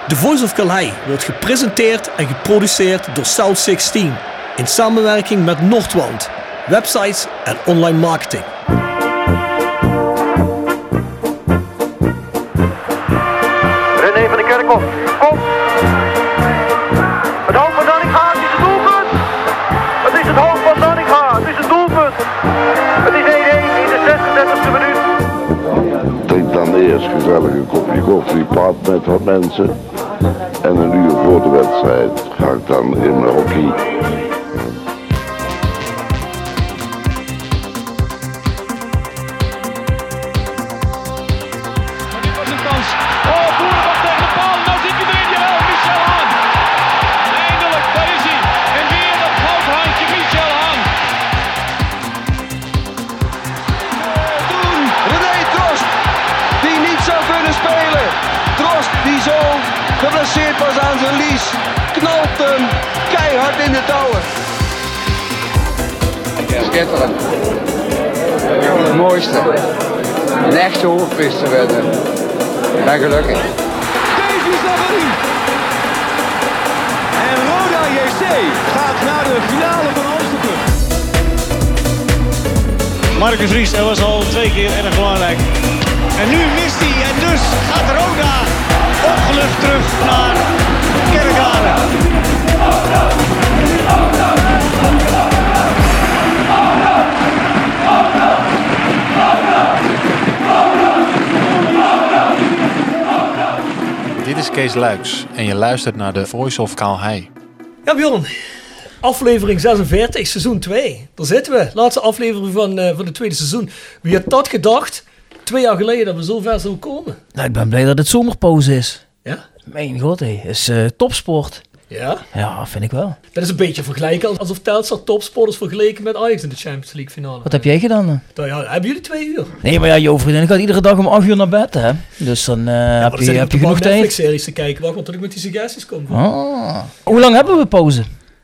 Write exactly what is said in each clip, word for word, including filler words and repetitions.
The Voice of Calais wordt gepresenteerd en geproduceerd door South zestien in samenwerking met Noordwand, websites en online marketing. René van de Kerkhof, kom! Het hoofd van Nanninga, het is het doelpunt! Het is het hoofd van Nanninga, het is het doelpunt! Het is één-één in de zesendertigste minuut. Drink dan eerst gezellig een kopje koffie, praat met wat mensen. En een uur voor de wedstrijd ga ik dan in mijn hockey. Geblesseerd was aan zijn lies, knalt hem keihard in de touwen. Schitterend. Het mooiste. Een echte hoofdpiste werden. Ik ben gelukkig. Davy Savary. En Roda J C gaat naar de finale van Amsterdam. Marcus Ries, dat was al twee keer erg belangrijk. En nu mist hij en dus gaat Roda opgelucht terug naar Kerkrade. Dit is Kees Luiks en je luistert naar de Voice of Calais. Ja, Bjorn. Aflevering zesenveertig, seizoen twee. Daar zitten we. Laatste aflevering van, uh, van het tweede seizoen. Wie had dat gedacht? Twee jaar geleden dat we zo ver zouden komen. Nou, ik ben blij dat het zomerpauze is. Ja? Mijn god, hé. is uh, topsport. Ja? Ja, vind ik wel. Dat is een beetje vergelijken alsof Telstar topsport is vergeleken met Ajax in de Champions League finale. Wat heb jij gedaan dan? Nou ja, hebben jullie twee uur? Nee, maar ja, jouw vriendin gaat iedere dag om acht uur naar bed, hè. Dus dan uh, ja, heb je, heb je genoeg tijd. Netflix-series te kijken. Wacht, want ik met die suggesties kom. Ah. Hoe lang hebben we pauze?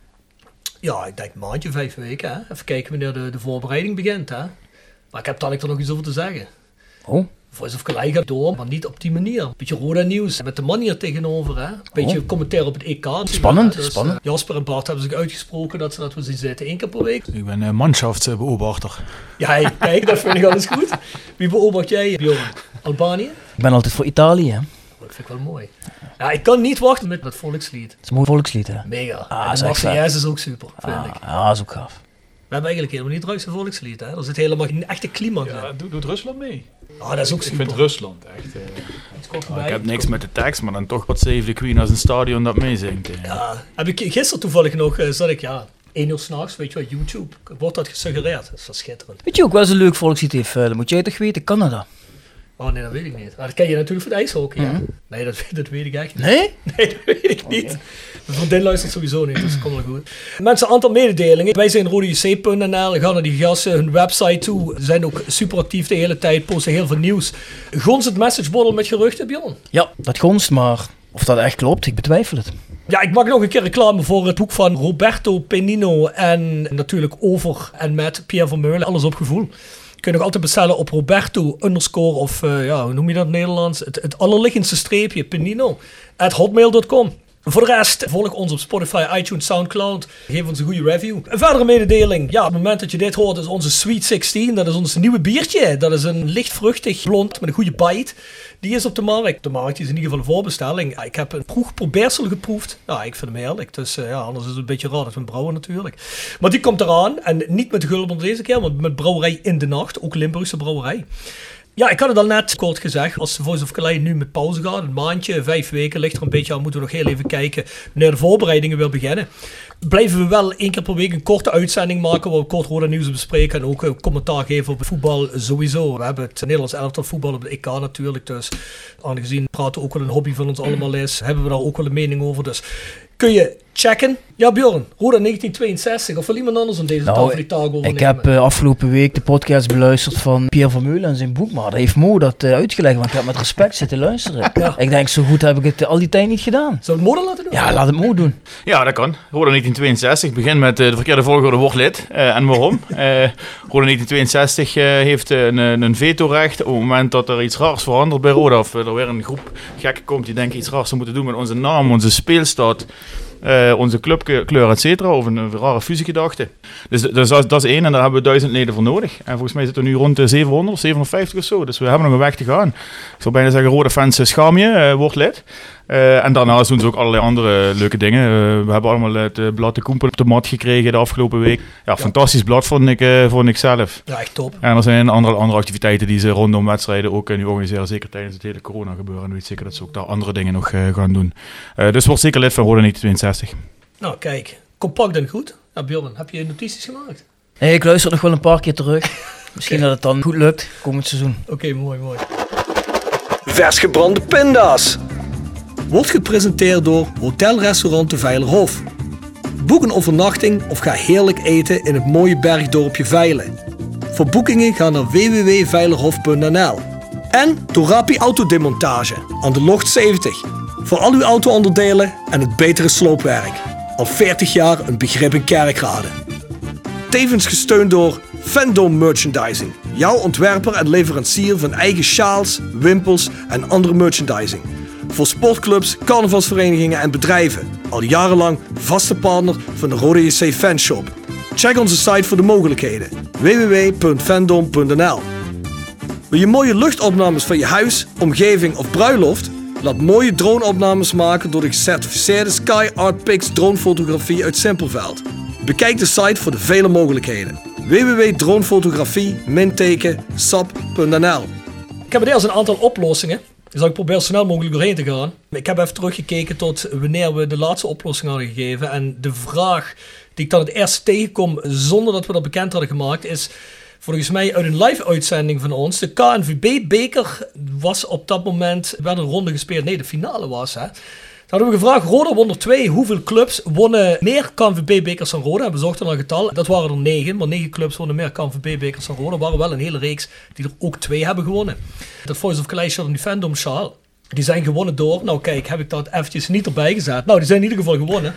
Ja, ik denk een maandje, vijf weken. Hè? Even kijken wanneer de, de voorbereiding begint. Hè? Maar ik heb dadelijk er nog iets over te zeggen. Oh. Voice of Calais gaat door, maar niet op die manier. Beetje Roda nieuws met de man hier tegenover. Hè? Beetje oh. commentaar op het E K. Spannend, dus, spannend. Uh, Jasper en Bart hebben zich uitgesproken dat ze dat we zien zitten één keer per week. Ik ben uh, manschaftsbeobachter. Ja, kijk, dat vind ik alles goed. Wie beobacht jij, Bjorn? Albanië? Ik ben altijd voor Italië, hè. Dat vind ik wel mooi. Ja, ik kan niet wachten met dat volkslied. Het is een mooi volkslied, hè. Mega. Ah, en de Marseillaise is ook super, vind ah, ik. Ja, dat is ook gaaf. We hebben eigenlijk helemaal niet het Ruikse volkslied, hè. Er zit helemaal geen echte climax in. Ja, doet, doet Rusland mee? Ah, dat is ook super. Ik vind Rusland echt... Uh, oh, ik heb niks met de tekst, maar dan toch wat Save the Queen als een stadion dat meezingt. Uh. Ja, heb ik gisteren toevallig nog, uh, zat ik, ja, één uur s'nachts, weet je wat, YouTube, wordt dat gesuggereerd. Dat is wel schitterend. Weet je ook wel eens een leuk volkslied heeft, uh, dat moet jij toch weten, Canada. Oh nee, dat weet ik niet. Ah, dat ken je natuurlijk van het ijshockey, mm-hmm. ja. Nee, dat, dat weet ik echt niet. Nee? Nee, dat weet ik niet. Okay. Mijn vriendin luistert sowieso niet, dus dat komt wel goed. Mensen, een aantal mededelingen. Wij zijn roda j c punt n l. Ga naar die gasten, hun website toe. Ze zijn ook super actief de hele tijd, posten heel veel nieuws. Gonst het messagebottle met geruchten, Bjorn? Ja, dat gonst, maar of dat echt klopt, ik betwijfel het. Ja, ik mag nog een keer reclame voor het boek van Roberto Penino en natuurlijk over en met Pierre Vermeulen. Alles op gevoel. Kun je nog altijd bestellen op Roberto underscore of uh, ja, hoe noem je dat in het Nederlands? Het, het allerliggendste streepje, Penino, at hotmail dot com. Voor de rest, volg ons op Spotify, iTunes, Soundcloud. Geef ons een goede review. Een verdere mededeling. Ja, op het moment dat je dit hoort is onze Sweet zestien. Dat is ons nieuwe biertje. Dat is een licht vruchtig blond met een goede bite. Die is op de markt. De markt is in ieder geval een voorbestelling. Ja, ik heb een vroeg probeersel geproefd. Ja, ik vind hem heerlijk. Dus uh, ja, anders is het een beetje raar dat we brouwen natuurlijk. Maar die komt eraan. En niet met de Gulden deze keer, maar met Brouwerij in de Nacht. Ook Limburgse brouwerij. Ja, ik had het al net kort gezegd. Als de Voice of Calais nu met pauze gaat, een maandje, vijf weken, ligt er een beetje aan, moeten we nog heel even kijken wanneer de voorbereidingen weer beginnen. Blijven we wel één keer per week een korte uitzending maken waar we kort Roda nieuws bespreken en ook commentaar geven op het voetbal sowieso. We hebben het Nederlands elftal voetbal op de E K natuurlijk, dus aangezien praten ook wel een hobby van ons allemaal is, hebben we daar ook wel een mening over. Dus kun je checken. Ja, Bjorn, Roda negentien tweeënzestig, of wil iemand anders aan deze nou, tafel die taak overnemen? Ik heb uh, afgelopen week de podcast beluisterd van Pierre Vermeulen en zijn boek, maar dat heeft Mo dat uh, uitgelegd, want ik heb met respect zitten luisteren. Ja. Ik denk, zo goed heb ik het uh, al die tijd niet gedaan. Zou het Mo dan laten doen? Ja, laat het Mo doen. Ja, dat kan. Roda negentien negentien tweeënzestig. Begin met uh, de verkeerde volgorde word lid. Uh, en waarom? Uh, Roda negentien tweeënzestig uh, heeft uh, een, een vetorecht op het moment dat er iets raars verandert bij Roda. Of uh, er weer een groep gekken komt die denken iets raars te moeten doen met onze naam, onze speelstad. Uh, onze clubkleur, et cetera, of een, een rare fusiegedachte. Dus, dus dat, dat is één en daar hebben we duizend leden voor nodig. En volgens mij zitten we nu rond de zevenhonderd, zevenhonderdvijftig of zo. Dus we hebben nog een weg te gaan. Ik zou bijna zeggen, rode fans, schaam je, uh, word lid. Uh, en daarnaast doen ze ook allerlei andere leuke dingen. Uh, we hebben allemaal het uh, blad de Koempel op de mat gekregen de afgelopen week. Ja, ja. Fantastisch blad vond ik, uh, vond ik zelf. Ja, echt top. En er zijn andere, andere activiteiten die ze rondom wedstrijden ook uh, nu organiseren. Zeker tijdens het hele corona gebeuren. En ik weet zeker dat ze ook daar andere dingen nog uh, gaan doen. Uh, dus word zeker lid van Roda negentien tweeënzestig. Nou, kijk. Compact en goed. Ja, Björn, heb je notities gemaakt? Nee, ik luister nog wel een paar keer terug. Misschien okay. dat het dan goed lukt, komend seizoen. Oké, okay, mooi, mooi. Vers gebrande pinda's. Wordt gepresenteerd door Hotel-Restaurant de Veilerhof. Boek een overnachting of ga heerlijk eten in het mooie bergdorpje Veilen. Voor boekingen ga naar w w w punt veilerhof punt n l. En door Rapi Autodemontage aan de Locht zeventig. Voor al uw auto-onderdelen en het betere sloopwerk. Al veertig jaar een begrip in Kerkrade. Tevens gesteund door Fandom Merchandising. Jouw ontwerper en leverancier van eigen sjaals, wimpels en andere merchandising. Voor sportclubs, carnavalsverenigingen en bedrijven. Al jarenlang vaste partner van de Roda J C Fanshop. Check onze site voor de mogelijkheden. w w w punt fandom punt n l. Wil je mooie luchtopnames van je huis, omgeving of bruiloft? Laat mooie droneopnames maken door de gecertificeerde Sky Art Pix dronefotografie uit Simpelveld. Bekijk de site voor de vele mogelijkheden. w w w punt dronefotografie sap punt n l. Ik heb er eerst een aantal oplossingen. Dus ik probeer zo snel mogelijk doorheen te gaan. Ik heb even teruggekeken tot wanneer we de laatste oplossing hadden gegeven. En de vraag die ik dan het eerst tegenkom zonder dat we dat bekend hadden gemaakt is volgens mij uit een live uitzending van ons. De K N V B-beker was op dat moment, werd een ronde gespeeld. Nee, de finale was hè. Toen hadden we gevraagd, Roda won er twee. Hoeveel clubs wonnen meer K N V B-bekers dan Roda? We zochten naar een getal. Dat waren er negen. Maar negen clubs wonnen meer K N V B-bekers dan Roda. Er waren wel een hele reeks die er ook twee hebben gewonnen. Dat Voice of Calais en die Fandom Sjaal. Die zijn gewonnen door... Nou kijk, heb ik dat eventjes niet erbij gezet. Nou, die zijn in ieder geval gewonnen.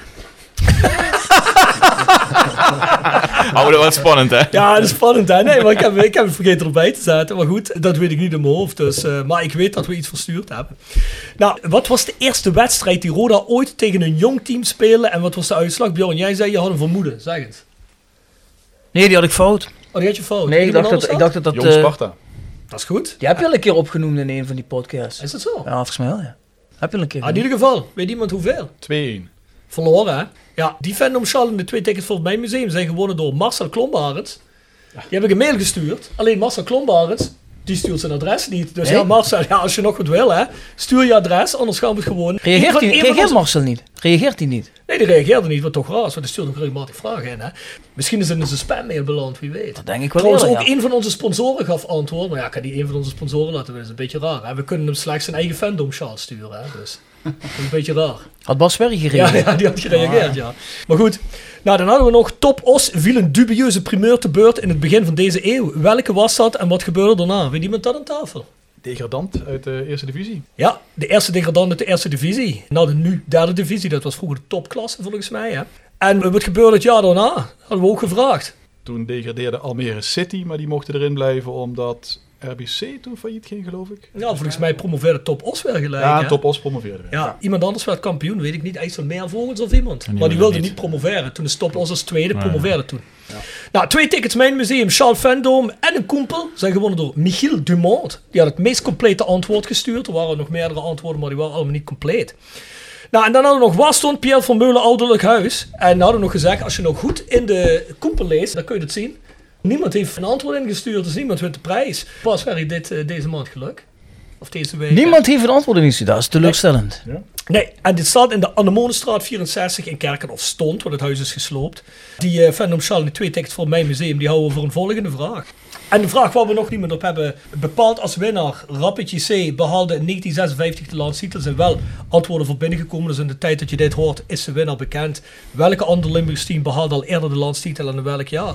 Oh, dat was spannend, hè? Ja, dat is spannend, hè? Nee, maar ik heb, ik heb het vergeten erbij te zetten. Maar goed, dat weet ik niet in mijn hoofd. Dus, uh, maar ik weet dat we iets verstuurd hebben. Nou, wat was de eerste wedstrijd die Roda ooit tegen een jong team speelde? En wat was de uitslag? Björn, jij zei je had een vermoeden. Zeg het. Nee, die had ik fout. Oh, die had je fout? Nee, ik dacht dat, ik dacht dat dat... Jong Sparta. Uh, dat is goed. Die heb je al een keer opgenoemd in een van die podcasts. Is dat zo? Ja, volgens mij wel, ja. Heb je al een keer ah, in ieder geval, weet iemand hoeveel? twee-één. Verloren, hè? Ja, die Fandom Sjaal en de twee tickets voor het Mijn Museum zijn gewonnen door Marcel Klombarens. Ja. Die heb ik een mail gestuurd. Alleen Marcel Klombarens, die stuurt zijn adres niet. Dus nee? ja, Marcel, ja, als je nog wat wil, hè, stuur je adres, anders gaan we het gewoon... Reageert, die, reageert onze... Marcel niet? Reageert hij niet? Nee, die reageerde niet, wat toch raar is, want die stuurt ook regelmatig vragen in, hè. Misschien is het in zijn spammail beland, wie weet. Dat denk ik wel. Trouwens, eerder, ook ja. een van onze sponsoren gaf antwoord, maar ja, ik kan die een van onze sponsoren laten, dat is een beetje raar, hè. We kunnen hem slechts zijn eigen Fandom Sjaal sturen, hè, dus... Dat is een beetje raar. Had Bas Sperry gereageerd? Ja, ja, die had gereageerd, ah. ja. Maar goed, nou dan hadden we nog Top Os viel een dubieuze primeur te beurt in het begin van deze eeuw. Welke was dat en wat gebeurde daarna? Weet iemand dat aan tafel? Degradant uit de eerste divisie. Ja, de eerste degradant uit de eerste divisie. Nou, de nu derde divisie, dat was vroeger de topklasse volgens mij. Hè? En wat gebeurde het jaar daarna? Hadden we ook gevraagd. Toen degradeerde Almere City, maar die mochten erin blijven omdat... R B C toen failliet ging, geloof ik. Ja, volgens mij promoveerde Top Os weer gelijk. Ja, hè? Top Os promoveerde weer. Ja, ja, iemand anders werd kampioen, weet ik niet. IJsselmeervogels of iemand. Maar die wilde niet. niet promoveren. Toen is Top Os als tweede nee, promoveerde toen. Ja. Nou, twee tickets Mijn Museum, Charles Vendôme en een Koempel zijn gewonnen door Michiel Dumont. Die had het meest complete antwoord gestuurd. Er waren nog meerdere antwoorden, maar die waren allemaal niet compleet. Nou, en dan hadden we nog, waar stond Pierre van Meulen ouderlijk huis? En dan hadden we nog gezegd, als je nou goed in de Koempel leest, dan kun je het zien. Niemand heeft een antwoord ingestuurd, dus niemand wint de prijs. Pas werd dit uh, deze maand geluk. Of deze week. Niemand heeft een antwoord ingestuurd, dat is teleurstellend. Nee. Ja. Nee, en dit staat in de Anemonenstraat vierenzestig in Kerken, of stond, want het huis is gesloopt. Die uh, Fandom Sjaal en die twee tickets voor Mijn Museum, die houden we voor een volgende vraag. En de vraag waar we nog niemand op hebben bepaald als winnaar. Rapid J C behaalde in negentien zesenvijftig de landstitel. Er zijn wel antwoorden voor binnengekomen. Dus in de tijd dat je dit hoort is de winnaar bekend. Welke ander Limburgs team behaalde al eerder de landstitel en in welk jaar?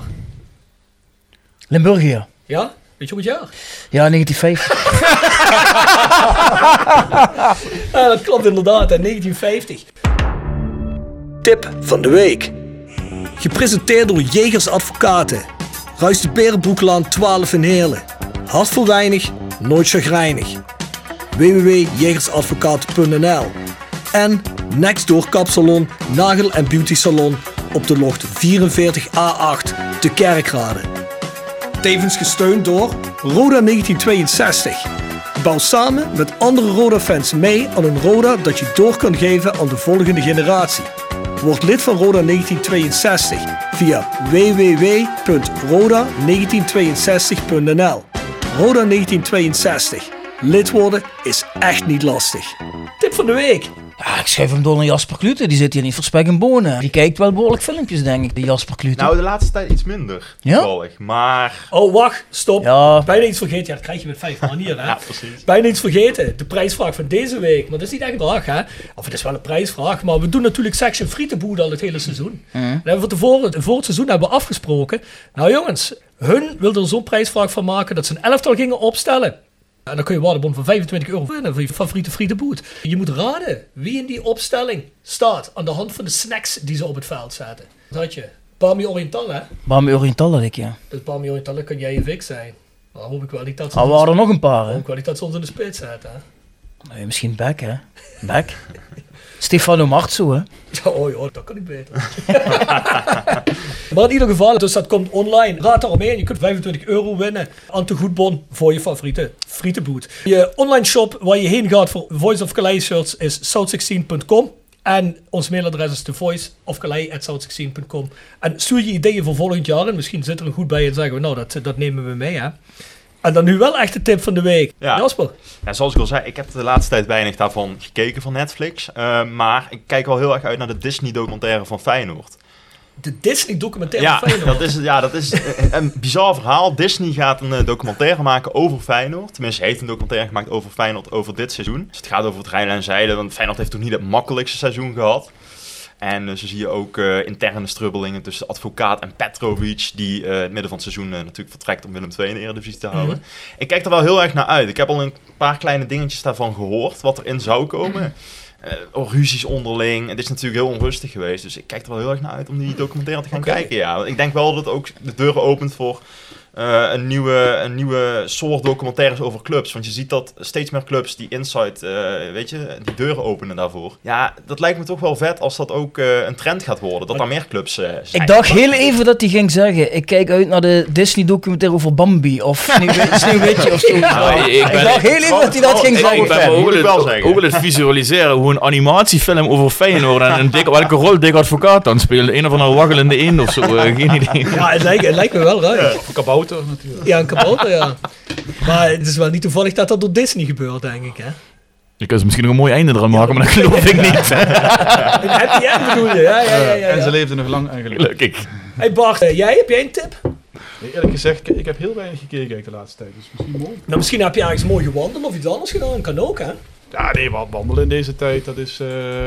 Limburgia. Ja? Weet je op het jaar? Ja, negentien vijftig. Ja, dat klopt inderdaad, hè, negentien vijftig. Tip van de week. Gepresenteerd door Jegers Advocaten. Ruis de Berenbroeklaan twaalf in Heerlen. Hart voor weinig, nooit chagrijnig. w w w punt jegersadvocaten punt n l En Nextdoor Kapsalon, Nagel en Beauty Salon op de locht vierenveertig A acht te Kerkrade. Tevens gesteund door Roda negentien tweeënzestig. Bouw samen met andere Roda-fans mee aan een Roda dat je door kan geven aan de volgende generatie. Word lid van Roda negentien tweeënzestig via w w w punt roda negentien tweeënzestig punt n l. Roda negentien tweeënzestig. Lid worden is echt niet lastig. Tip van de week. Ja, ik schrijf hem door naar Jasper Klute. Die zit hier niet voor spek en bonen. Die kijkt wel behoorlijk filmpjes, denk ik, die Jasper Klute. Nou, de laatste tijd iets minder. Ja? Toevallig, maar... Oh, wacht, stop. Ja. Bijna iets vergeten. Ja, dat krijg je met vijf manieren, hè? Ja, precies. Bijna iets vergeten. De prijsvraag van deze week. Maar dat is niet echt een vraag, hè? Of het is wel een prijsvraag. Maar we doen natuurlijk Section Frietenboede al het hele seizoen. Mm. En hebben we tevoren, voor het seizoen hebben we afgesproken. Nou jongens, hun wilden er zo'n prijsvraag van maken dat ze een elftal gingen opstellen. En dan kun je een waardebon van vijfentwintig euro winnen voor je favoriete frietenboet. Je moet raden wie in die opstelling staat aan de hand van de snacks die ze op het veld zetten. Dat had je. Bami Oriental, hè? Bami Oriental had ik, ja. Dus Bami Oriental, dan kan jij je Vic zijn. Maar hoop ik wel niet dat ze... Ah, we hadden er nog een paar, hè? Hoop ik wel niet dat ze ons in de spits zetten, hè? Nee, misschien Beck, hè? Beck. Stefano Martso, hè? Ja, oh ja, dat kan niet beter. Maar in ieder geval, dus dat komt online. Raad daarom mee en je kunt vijfentwintig euro winnen aan te goedbon voor je favoriete frietenboet. Je online shop waar je heen gaat voor Voice of Calais shirts is south zestien punt com. En ons mailadres is the voice of calais at south zestien punt com. En stuur je ideeën voor volgend jaar en misschien zit er een goed bij en zeggen we nou, dat, dat nemen we mee, hè. En dan nu wel echt de tip van de week. Ja. Jasper? Ja, zoals ik al zei, ik heb de laatste tijd weinig daarvan gekeken van Netflix. Uh, maar ik kijk wel heel erg uit naar de Disney-documentaire van Feyenoord. De Disney-documentaire ja, van Feyenoord? Dat is, ja, dat is een bizar verhaal. Disney gaat een uh, documentaire maken over Feyenoord. Tenminste, heeft een documentaire gemaakt over Feyenoord over dit seizoen. Dus het gaat over het rijden en zeilen, want Feyenoord heeft toen niet het makkelijkste seizoen gehad. En uh, zo zie je ook uh, interne strubbelingen tussen Advocaat en Petrovic, die uh, in het midden van het seizoen uh, natuurlijk vertrekt om Willem twee in de Eredivisie te houden. Mm-hmm. Ik kijk er wel heel erg naar uit. Ik heb al een paar kleine dingetjes daarvan gehoord, wat erin zou komen. Uh, ruzies onderling. Het is natuurlijk heel onrustig geweest, dus ik kijk er wel heel erg naar uit om die documentaire te gaan okay. kijken. Ja. Ik denk wel dat het ook de deuren opent voor uh, een, nieuwe, een nieuwe soort documentaires over clubs. Want je ziet dat steeds meer clubs die Inside, uh, weet je, die deuren openen daarvoor. Ja, dat lijkt me toch wel vet als dat ook uh, een trend gaat worden. Dat er meer clubs uh, zijn. Ik dacht heel even dat hij ging zeggen, ik kijk uit naar de Disney documentaire over Bambi of Sneeuwwitje of zo. Nou, ik, ik ben, dacht heel even dat hij dat ging ik, zeggen. Ik ben ook wel, het, ook wel het visualiseren hoe een animatiefilm over Feyenoord en een dik, welke rol Dick Advocaat dan speelt. Een of andere waggelende eend of zo, uh, geen idee. Ja, het lijkt, het lijkt me wel raar. Ja, een kabouter natuurlijk. Ja, een kabouter, ja. Maar het is wel niet toevallig dat dat door Disney gebeurt, denk ik, hè. Je kunt ze misschien nog een mooi einde eraan maken, maar dat geloof ik niet. Een happy end bedoel je, ja, ja, ja, ja. En ze leefden nog lang en gelukkig. Gelukkig. Hey Bart, jij, heb jij een tip? Nee, eerlijk gezegd, ik heb heel weinig gekeken de laatste tijd, dus misschien mooi. Nou, misschien heb je ergens mooi gewandeld of iets anders gedaan, kan ook, hè? Ja, nee, wat wandelen in deze tijd, dat is uh,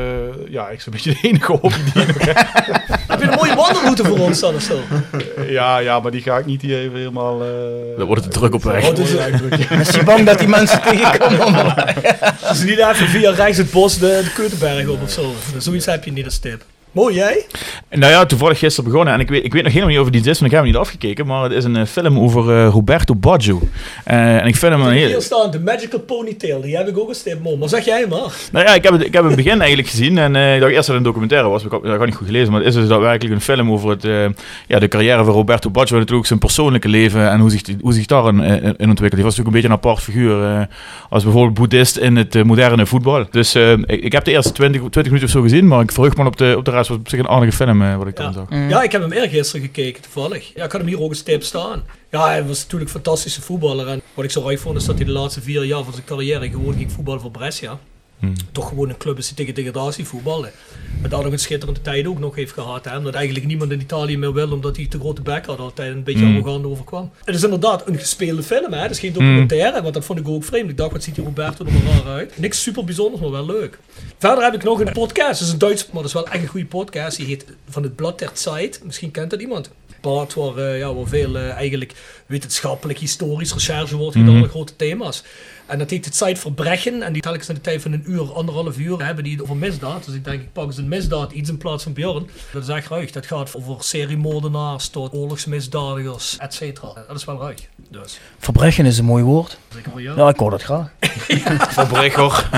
ja, echt zo'n beetje de enige hobby die ik nog heb. Heb je een mooie wandelroute voor ons dan of zo? Uh, ja, ja, maar die ga ik niet hier even helemaal... Uh, dan wordt het druk op weg. Oh, dus, is je bang dat die mensen tegenkomen? Als niet even via rechts het bos de, de Keutenberg op of zo. Zoiets heb je niet als tip. Mooi, jij? Nou ja, toevallig gisteren begonnen. En ik weet, ik weet nog helemaal niet over die is, want ik heb hem niet afgekeken. Maar het is een uh, film over uh, Roberto Baggio. Uh, en ik vind hem een heel... Hier staan, The Magical Ponytail. Die heb ik ook een stip, man. Maar zeg jij maar. Nou ja, ik heb het, ik heb het begin eigenlijk gezien. En uh, ik dacht eerst dat het een documentaire was. Ik heb het niet goed gelezen. Maar het is dus daadwerkelijk een film over het, uh, ja, de carrière van Roberto Baggio. En natuurlijk zijn persoonlijke leven. En hoe zich, hoe zich daarin uh, in ontwikkelt. Hij was natuurlijk een beetje een apart figuur. Uh, als bijvoorbeeld boeddhist in het uh, moderne voetbal. Dus uh, ik, ik heb de eerste twintig, twintig minuten of zo gezien. Maar ik verheug me op de, op de rest. Was op zich een aardige film. Wat ik dan ja. zag. Mm. Ja, ik heb hem eergisteren gekeken, toevallig. Ja, ik had hem hier ook een stip staan. Ja, hij was natuurlijk een fantastische voetballer. En wat ik zo raar vond, is dat hij de laatste vier jaar van zijn carrière gewoon ging voetballen voor Brescia. Hmm. Toch gewoon een club is die tegen degradatie voetballen. Maar daar nog een schitterende tijd ook nog heeft gehad. Hè? Omdat eigenlijk niemand in Italië meer wil, omdat hij te grote bek had. Altijd een beetje hmm. arrogant overkwam. Het is inderdaad een gespeelde film, hè? Het is geen documentaire. Hmm. Want dat vond ik ook vreemd. Ik dacht, wat ziet die Roberto er maar raar uit. Niks super bijzonders, maar wel leuk. Verder heb ik nog een podcast. Dat is een Duits, maar dat is wel echt een goede podcast. Die heet Van het Blad der Zeit. Misschien kent dat iemand. Bad waar, uh, ja, waar veel uh, eigenlijk wetenschappelijk, historisch recherche wordt gedaan, mm-hmm. grote thema's. En dat heet het site Verbrechen. En die telkens in de tijd van een uur, anderhalf uur hebben die het over misdaad. Dus ik denk, ik pak eens een misdaad, iets in plaats van Björn. Dat is echt ruig. Dat gaat over seriemoordenaars tot oorlogsmisdadigers, et cetera. Dat is wel ruig. Dus. Verbrechen is een mooi woord. Zeker voor jou. Ja, ik hoor dat graag. Verbrecher.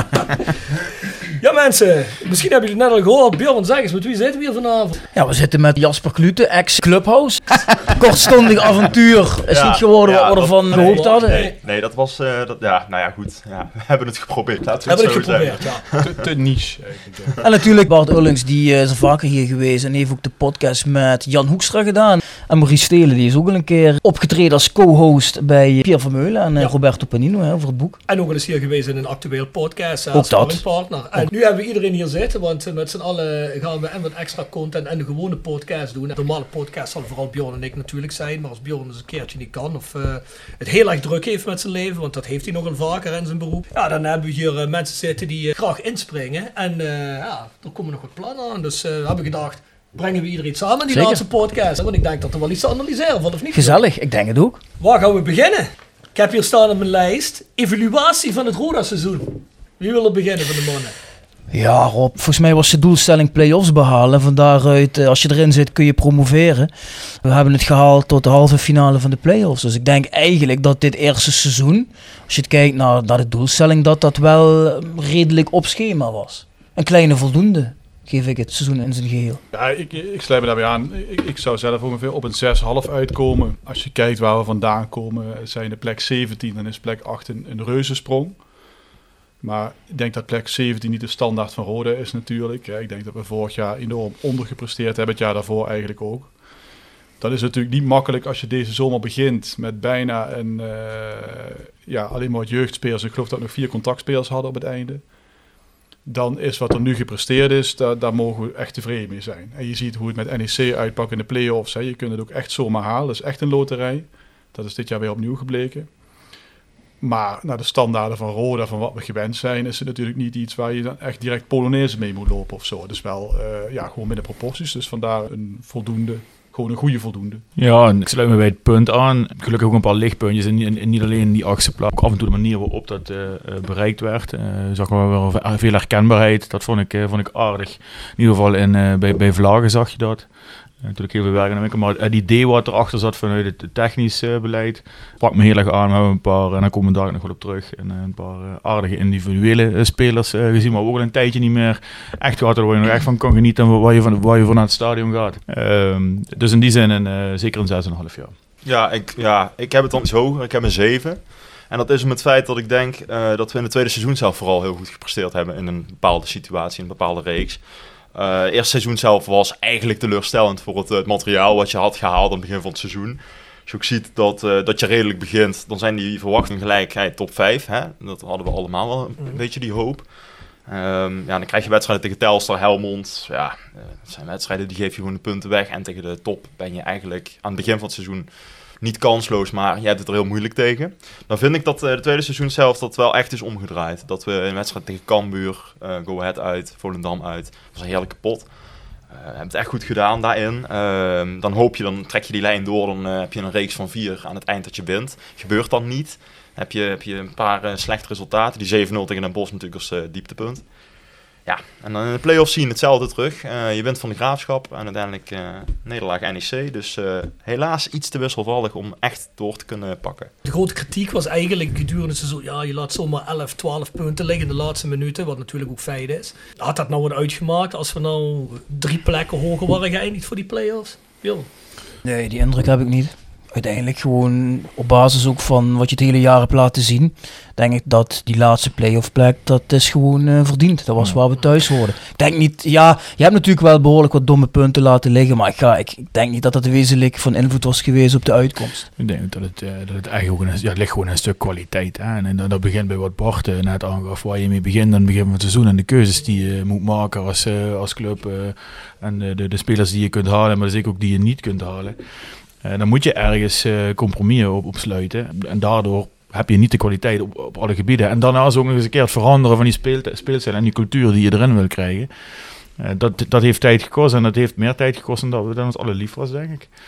Ja mensen, misschien hebben jullie het net al gehoord. Björn, zeg eens, met wie zitten we hier vanavond? Ja, we zitten met Jasper Klute, ex-Clubhouse. Kortstondig avontuur is ja, niet geworden ja, wat we ervan gehoopt nee, hadden. Nee, nee, dat was, uh, dat, ja, nou ja, goed. Ja, we hebben het geprobeerd, laten we het hebben zo het geprobeerd, zeggen. Ja. Te, te niche eigenlijk. En natuurlijk Bart Ullings, die uh, is vaker hier geweest en heeft ook de podcast met Jan Hoekstra gedaan. En Maurice Stelen, die is ook al een keer opgetreden als co-host bij Pierre Vermeulen en uh, ja. Roberto Panino hè, over het boek. En ook al eens hier geweest in een actueel podcast uh, als partner. En ook. Nu hebben we iedereen hier zitten, want uh, met z'n allen gaan we en wat extra content en de gewone podcast doen. De normale podcast zal vooral Björn en ik natuurlijk zijn, maar als Björn eens een keertje niet kan of uh, het heel erg druk heeft met zijn leven, want dat heeft hij nogal vaker in zijn beroep. Ja, dan hebben we hier uh, mensen zitten die uh, graag inspringen en uh, ja, er komen nog wat plannen aan. Dus uh, we hebben gedacht, brengen we iedereen samen in die Zeker. laatste podcast. Want ik denk dat er wel iets te analyseren valt, of niet? Gezellig, ik denk het ook. Waar gaan we beginnen? Ik heb hier staan op mijn lijst, evaluatie van het Roda-seizoen. Wie wil er beginnen van de mannen? Ja Rob, volgens mij was de doelstelling play-offs behalen. Van daaruit, als je erin zit, kun je promoveren. We hebben het gehaald tot de halve finale van de play-offs. Dus ik denk eigenlijk dat dit eerste seizoen, als je het kijkt naar, naar de doelstelling, dat dat wel redelijk op schema was. Een kleine voldoende, geef ik het seizoen in zijn geheel. Ja, ik, ik sluit me daarbij aan. Ik, ik zou zelf ongeveer op een zes komma vijf uitkomen. Als je kijkt waar we vandaan komen, zijn de plek zeventien, dan is plek acht een, een reuzensprong. Maar ik denk dat plek zeventien niet de standaard van Roda is natuurlijk. Ja, ik denk dat we vorig jaar enorm ondergepresteerd hebben, het jaar daarvoor eigenlijk ook. Dat is natuurlijk niet makkelijk als je deze zomer begint met bijna een, uh, ja, alleen maar jeugdspelers. Ik geloof dat we nog vier contactspelers hadden op het einde. Dan is wat er nu gepresteerd is, daar, daar mogen we echt tevreden mee zijn. En je ziet hoe het met N E C uitpakt in de play-offs. Hè. Je kunt het ook echt zomaar halen, dat is echt een loterij. Dat is dit jaar weer opnieuw gebleken. Maar naar de standaarden van Roda, van wat we gewend zijn, is het natuurlijk niet iets waar je dan echt direct Polonaise mee moet lopen of zo. Dus wel uh, ja, gewoon binnen proporties. Dus vandaar een voldoende, gewoon een goede voldoende. Ja, en ik sluit me bij het punt aan. Gelukkig ook een paar lichtpuntjes. En niet, en niet alleen die achtste plaats. Ook af en toe de manier waarop dat uh, bereikt werd. Uh, zag maar wel veel herkenbaarheid. Dat vond ik, uh, vond ik aardig. In ieder geval in, uh, bij, bij Vlagen zag je dat. Uh, natuurlijk heel veel werk aan de winkel, maar het idee wat erachter zat vanuit het technisch uh, beleid pakt me heel erg aan. We hebben een paar, en daar komen we daar nog wel op terug, en, uh, een paar uh, aardige individuele uh, spelers uh, gezien, maar ook al een tijdje niet meer echt gehad, waar je nog echt van kan genieten waar je van, waar je van naar het stadion gaat. Uh, dus in die zin een, uh, zeker een zes komma vijf jaar. Ja ik, ja, ik heb het dan iets hoger, ik heb een zeven. En dat is om het feit dat ik denk uh, dat we in het tweede seizoen zelf vooral heel goed gepresteerd hebben in een bepaalde situatie, in een bepaalde reeks. Uh, het eerste seizoen zelf was eigenlijk teleurstellend voor het, het materiaal wat je had gehaald aan het begin van het seizoen. Als je ook ziet dat, uh, dat je redelijk begint, dan zijn die verwachtingen gelijk hey, top vijf. Hè? Dat hadden we allemaal wel een, een beetje die hoop. Um, ja, dan krijg je wedstrijden tegen Telstar, Helmond. Ja, uh, dat zijn wedstrijden die geef je gewoon de punten weg. En tegen de top ben je eigenlijk aan het begin van het seizoen niet kansloos, maar je hebt het er heel moeilijk tegen. Dan vind ik dat uh, de tweede seizoen zelf dat wel echt is omgedraaid. Dat we in wedstrijd tegen Cambuur, uh, Go Ahead uit, Volendam uit. Dat was een heerlijke pot. Uh, we hebben het echt goed gedaan daarin. Uh, dan hoop je, dan trek je die lijn door, dan uh, heb je een reeks van vier aan het eind dat je wint. Gebeurt dat niet. Dan heb je, heb je een paar uh, slechte resultaten. Die zeven nul tegen Den Bosch natuurlijk als uh, dieptepunt. Ja, en dan in de play-offs zie je hetzelfde terug. Uh, je wint van de Graafschap en uiteindelijk uh, nederlaag N E C. Dus uh, helaas iets te wisselvallig om echt door te kunnen pakken. De grote kritiek was eigenlijk gedurende het seizoen, ja, je laat zomaar elf, twaalf punten liggen in de laatste minuten, wat natuurlijk ook feit is. Had dat nou wat uitgemaakt als we nou drie plekken hoger waren geëindigd voor die play-offs? Wil? Nee, die indruk heb ik niet. Uiteindelijk gewoon op basis ook van wat je het hele jaar hebt laten zien, denk ik dat die laatste play-off plek, dat is gewoon uh, verdiend. Dat was waar we thuis hoorden. Ik denk niet, ja, je hebt natuurlijk wel behoorlijk wat domme punten laten liggen, maar ik, ga, ik, ik denk niet dat dat wezenlijk van invloed was geweest op de uitkomst. Ik denk dat het, uh, dat het eigenlijk ook een, ja, het ligt gewoon een stuk kwaliteit. Hè? En, en dat begint bij wat Bart uh, net aangaf, waar je mee begint aan het begin van het seizoen en de keuzes die je moet maken als, uh, als club uh, en de, de, de spelers die je kunt halen, maar zeker ook die je niet kunt halen. Uh, dan moet je ergens uh, compromissen op, op sluiten. En daardoor heb je niet de kwaliteit op, op alle gebieden. En daarnaast ook nog eens een keer het veranderen van die speel, speelstijl en die cultuur die je erin wil krijgen. Uh, dat, dat heeft tijd gekost en dat heeft meer tijd gekost dan dat we dan ons alle lief was, denk ik.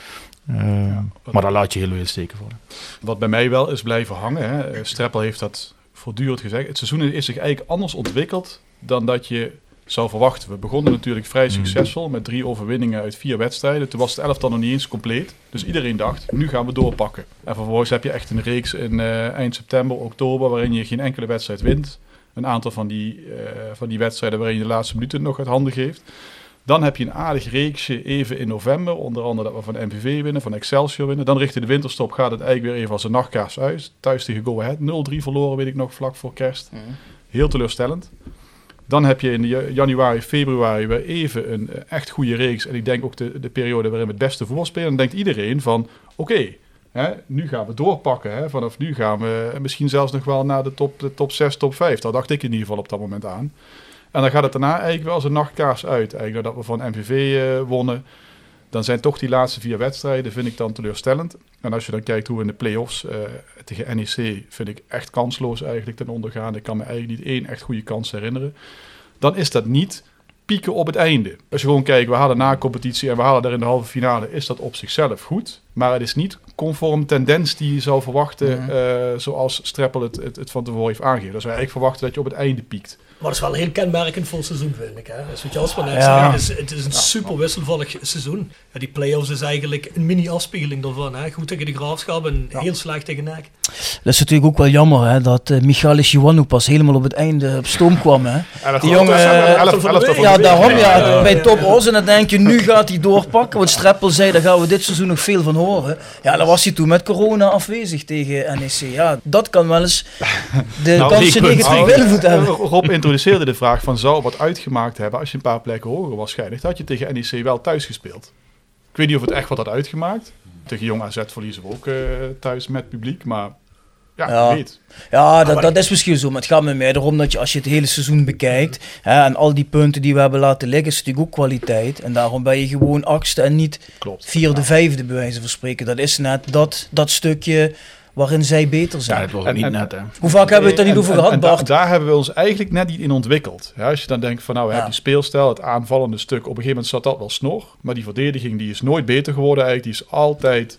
Uh, ja, maar daar laat je heel veel steken voor. Wat bij mij wel is blijven hangen, hè. Streppel heeft dat voortdurend gezegd. Het seizoen is zich eigenlijk anders ontwikkeld dan dat je zou verwachten. We begonnen natuurlijk vrij succesvol met drie overwinningen uit vier wedstrijden. Toen was het elftal nog niet eens compleet. Dus iedereen dacht, nu gaan we doorpakken. En vervolgens heb je echt een reeks in uh, eind september, oktober, waarin je geen enkele wedstrijd wint. Een aantal van die, uh, van die wedstrijden waarin je de laatste minuten nog uit handen geeft. Dan heb je een aardig reeksje even in november. Onder andere dat we van M V V winnen, van Excelsior winnen. Dan richting de winterstop gaat het eigenlijk weer even als een nachtkaars uit. Thuis tegen Go Ahead. nul drie verloren, weet ik nog, vlak voor kerst. Heel teleurstellend. Dan heb je in de januari, februari weer even een echt goede reeks. En ik denk ook de, de periode waarin we het beste voetbal spelen. Dan denkt iedereen van, oké, okay, nu gaan we doorpakken. Hè. Vanaf nu gaan we misschien zelfs nog wel naar de top, de top zes, top vijf. Daar dacht ik in ieder geval op dat moment aan. En dan gaat het daarna eigenlijk wel als een nachtkaars uit. Eigenlijk nadat we van M V V uh, wonnen. Dan zijn toch die laatste vier wedstrijden, vind ik dan teleurstellend. En als je dan kijkt hoe we in de play-offs uh, tegen N E C, vind ik echt kansloos eigenlijk ten onder gaan. Ik kan me eigenlijk niet één echt goede kans herinneren. Dan is dat niet pieken op het einde. Als je gewoon kijkt, we hadden na competitie en we halen daar in de halve finale, is dat op zichzelf goed. Maar het is niet conform tendens die je zou verwachten, mm. uh, zoals Streppel het, het, het van tevoren heeft aangegeven. Dus wij eigenlijk verwachten dat je op het einde piekt. Maar dat is wel heel kenmerkend voor het seizoen, vind ik. Hè? Dus wat je Osman net zei, het is, het is een super wisselvallig seizoen. Ja, die play-offs is eigenlijk een mini-afspiegeling daarvan. Hè? Goed tegen de Graafschap en ja. heel slecht tegen N A C. Dat is natuurlijk ook wel jammer, hè, dat uh, Michalis Ioanu pas helemaal op het einde op stoom kwam. Hè? Ja, die jongen, uh, ja, daarom, ja, ja, bij Top Os. En dan denk je, nu gaat hij doorpakken. Want Streppel zei, daar gaan we dit seizoen nog veel van horen. Ja, dan was hij toen met corona afwezig tegen N E C. Ja, dat kan wel eens de nou, kansen negatief beïnvloed hebben. Rob introduceerde de vraag van, zou wat uitgemaakt hebben als je een paar plekken hoger was geëindigd? Had je tegen N E C wel thuis gespeeld? Ik weet niet of het echt wat had uitgemaakt. Tegen Jong A Z verliezen we ook uh, thuis met publiek, maar ja, ja. ik weet. Ja, dat, dat is misschien zo, maar het gaat me meer erom dat je, als je het hele seizoen bekijkt, hè, en al die punten die we hebben laten liggen, is natuurlijk ook kwaliteit. En daarom ben je gewoon achtste en niet Klopt. vierde, ja. vijfde, bij wijze van spreken. Dat is net dat, dat stukje waarin zij beter zijn. Ja, het was en, niet en, net, hè. Hoe vaak hebben we het er niet over gehad, en, Bart? En da- daar hebben we ons eigenlijk net niet in ontwikkeld. Ja, als je dan denkt van, nou, we ja. hebben die speelstijl, het aanvallende stuk, op een gegeven moment zat dat wel snor, maar die verdediging die is nooit beter geworden eigenlijk. Die is altijd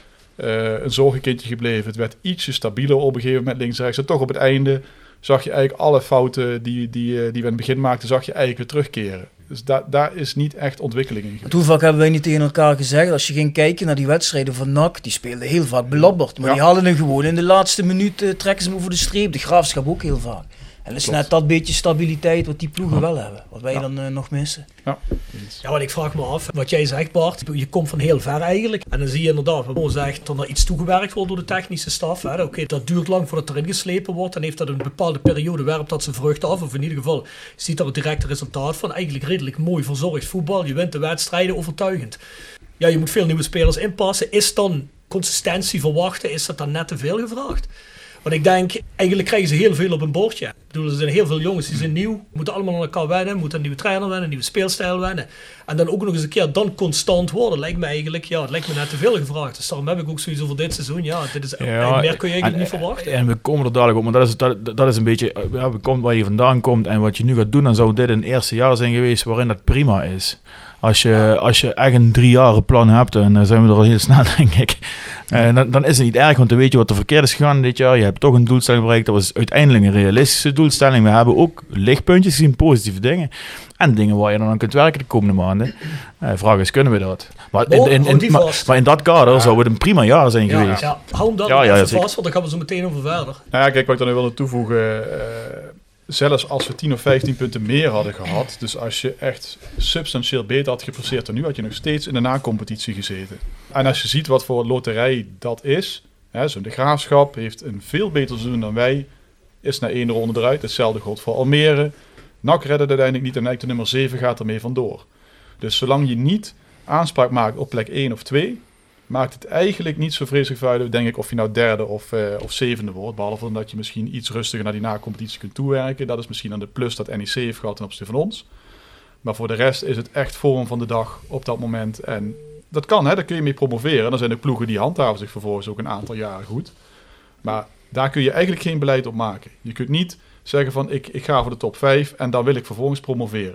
uh, een zorgenkindje gebleven. Het werd ietsje stabieler op een gegeven moment links en rechts. En toch op het einde zag je eigenlijk alle fouten die, die, uh, die we in het begin maakten, zag je eigenlijk weer terugkeren. Dus da- daar is niet echt ontwikkeling in. Hoe vaak hebben wij niet tegen elkaar gezegd, als je ging kijken naar die wedstrijden van N A C, die speelden heel vaak belabberd. Maar ja. die hadden hem gewoon in de laatste minuut, uh, trekken ze hem over de streep. De Graafschap ook heel vaak. En dat is Klopt. net dat beetje stabiliteit wat die ploegen ja. wel hebben. Wat wij ja. dan uh, nog missen. Ja. ja, want ik vraag me af, wat jij zegt Bart, je komt van heel ver eigenlijk. En dan zie je inderdaad, wat Mo zegt, dat er iets toegewerkt wordt door de technische staf. Oké, okay, dat duurt lang voordat erin geslepen wordt. Dan heeft dat een bepaalde periode, werpt dat zijn vruchten af. Of in ieder geval ziet daar het directe resultaat van. Eigenlijk redelijk mooi verzorgd voetbal. Je wint de wedstrijden overtuigend. Ja, je moet veel nieuwe spelers inpassen. Is dan consistentie verwachten, is dat dan net te veel gevraagd? Want ik denk, eigenlijk krijgen ze heel veel op een bordje. Ik bedoel, er zijn heel veel jongens die zijn nieuw, moeten allemaal aan elkaar wennen, moeten een nieuwe trainer wennen, een nieuwe speelstijl wennen. En dan ook nog eens een keer dan constant worden, lijkt me eigenlijk, ja, het lijkt me net te veel gevraagd. Dus daarom heb ik ook sowieso voor dit seizoen, ja, dit is, ja, meer kun je eigenlijk en, niet verwachten. En we komen er dadelijk op, maar dat is, dat, dat is een beetje, ja, we komen waar je vandaan komt en wat je nu gaat doen, dan zou dit een eerste jaar zijn geweest waarin dat prima is. Als je, als je echt een drie jaren plan hebt, en dan zijn we er al heel snel, denk ik. Uh, dan, dan is het niet erg, want dan weet je wat er verkeerd is gegaan dit jaar. Je hebt toch een doelstelling bereikt. Dat was uiteindelijk een realistische doelstelling. We hebben ook lichtpuntjes gezien, positieve dingen. En dingen waar je dan aan kunt werken de komende maanden. De uh, vraag is, kunnen we dat? Maar in, in, in, in, maar, maar in dat kader ja. zou het een prima jaar zijn ja, geweest. Ja, hou hem dat ja, ja, even vast, want dan gaan we zo meteen over verder. Nou ja, kijk, wat ik dan nu wilde toevoegen. Uh, Zelfs als we tien of vijftien punten meer hadden gehad, dus als je echt substantieel beter had gepresteerd dan nu, had je nog steeds in de na-competitie gezeten. En als je ziet wat voor loterij dat is, hè, zo'n de Graafschap heeft een veel beter seizoen dan wij, is na één ronde eruit. Hetzelfde geldt voor Almere. N A C redde het uiteindelijk niet en eigenlijk de nummer zeven gaat ermee vandoor. Dus zolang je niet aanspraak maakt op plek één of twee, maakt het eigenlijk niet zo vreselijk veel uit, denk ik, of je nou derde of, uh, of zevende wordt. Behalve dat je misschien iets rustiger naar die na-competitie kunt toewerken. Dat is misschien dan de plus dat N E C heeft gehad ten opzichte van ons. Maar voor de rest is het echt vorm van de dag op dat moment. En dat kan, hè, daar kun je mee promoveren. En dan zijn er ploegen die handhaven zich vervolgens ook een aantal jaren goed. Maar daar kun je eigenlijk geen beleid op maken. Je kunt niet zeggen van ik, ik ga voor de top vijf en dan wil ik vervolgens promoveren.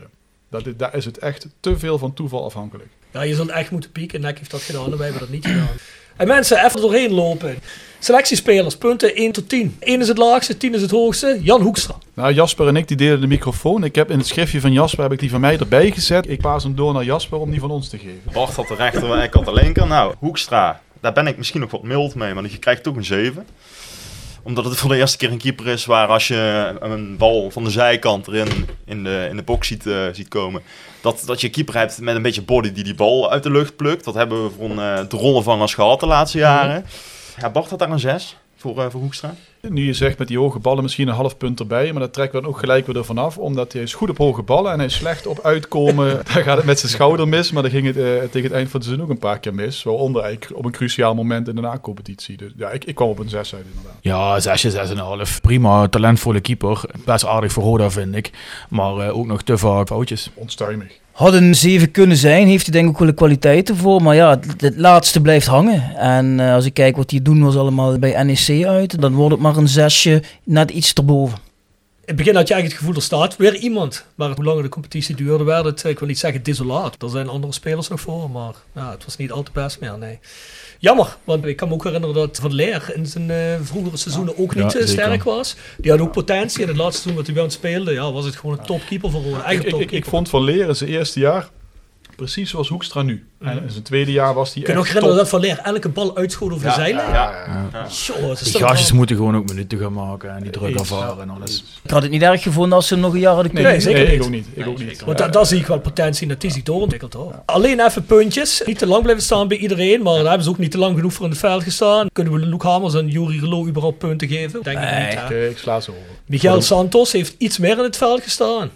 Dat, is- daar is het echt te veel van toeval afhankelijk. Ja, je zult echt moeten pieken. Nek heeft dat gedaan en wij hebben dat niet gedaan. En mensen, even doorheen lopen. Selectiespelers, punten één tot tien. één is het laagste, tien is het hoogste. Jan Hoekstra. Nou, Jasper en ik die delen de microfoon. Ik heb in het schriftje van Jasper heb ik die van mij erbij gezet. Ik paas hem door naar Jasper om die van ons te geven. Bart had de rechter, ik had de linker. Nou, Hoekstra, daar ben ik misschien nog wat mild mee, maar je krijgt toch een zeven. Omdat het voor de eerste keer een keeper is waar als je een bal van de zijkant erin in de, in de box ziet, uh, ziet komen, dat, dat je een keeper hebt met een beetje body die die bal uit de lucht plukt. Dat hebben we van uh, de rollenvangers gehad de laatste jaren. Ja, Bart had daar een zes voor, uh, voor Hoekstra. Nu je zegt met die hoge ballen misschien een half punt erbij, maar dat trekken we dan ook gelijk weer ervan af, omdat hij is goed op hoge ballen en hij is slecht op uitkomen. Daar gaat het met zijn schouder mis, maar dan ging het uh, tegen het eind van het seizoen ook een paar keer mis. Waaronder eigenlijk op een cruciaal moment in de na-competitie. Dus ja, ik, ik kwam op een zes uit inderdaad. Ja, zesje, zes komma vijf. Prima, talentvolle keeper. Best aardig voor Roda, vind ik. Maar uh, ook nog te vaak foutjes. Onstuimig. Had een zeven kunnen zijn, heeft hij denk ik ook wel de kwaliteiten voor. Maar ja, het, het laatste blijft hangen. En uh, als ik kijk wat hij doen was allemaal bij N E C uit, dan wordt het maar een zesje net iets erboven. In het begin had je eigenlijk het gevoel, er staat weer iemand. Maar hoe langer de competitie duurde, werd het, ik wil niet zeggen desolaat. Er zijn andere spelers nog voor, maar ja, het was niet al te best meer, nee. Jammer, want ik kan me ook herinneren dat Van Leer in zijn uh, vroegere seizoenen ook niet ja, uh, sterk was. Die had ook potentie. In het laatste seizoen wat hij bij ons speelde, ja, was het gewoon een topkeeper voor Roda. Ik, ik, ik vond Van Leer in zijn eerste jaar precies zoals Hoekstra nu. En in zijn tweede jaar was hij echt top. Kun je nog herinneren dat Van Leer elke bal uitschoot over ja, de zijlijn? Ja, ja, ja. ja. Zo, die gastjes moeten gewoon ook minuten gaan maken en die druk Eens, ervaren ja. en alles. Ik had het niet erg gevonden als ze hem nog een jaar hadden kunnen. Nee, zeker nee, niet. ik ook niet. Ik ook niet. Want daar, daar zie ik wel potentie in dat die zich doorontwikkelt hoor. Ja. Alleen even puntjes. Niet te lang blijven staan bij iedereen, maar daar hebben ze ook niet te lang genoeg voor in het veld gestaan. Kunnen we Luc Hamers en Juri Relo überhaupt punten geven? Denk nee. ik niet. Okay, ik sla ze over. Miguel Santos heeft iets meer in het veld gestaan.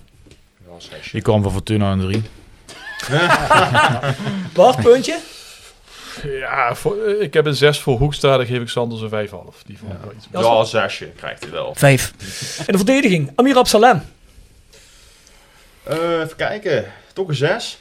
Die kwam van Fortuna aan drie. Bart, puntje? Ja, voor, ik heb een zes voor Hoekstra, daar geef ik Sanders een vijf komma vijf. Die vond ik wel iets Ja, een zesje krijgt hij wel. Vijf. In de verdediging, Amir Absalem. Uh, even kijken, toch een zes?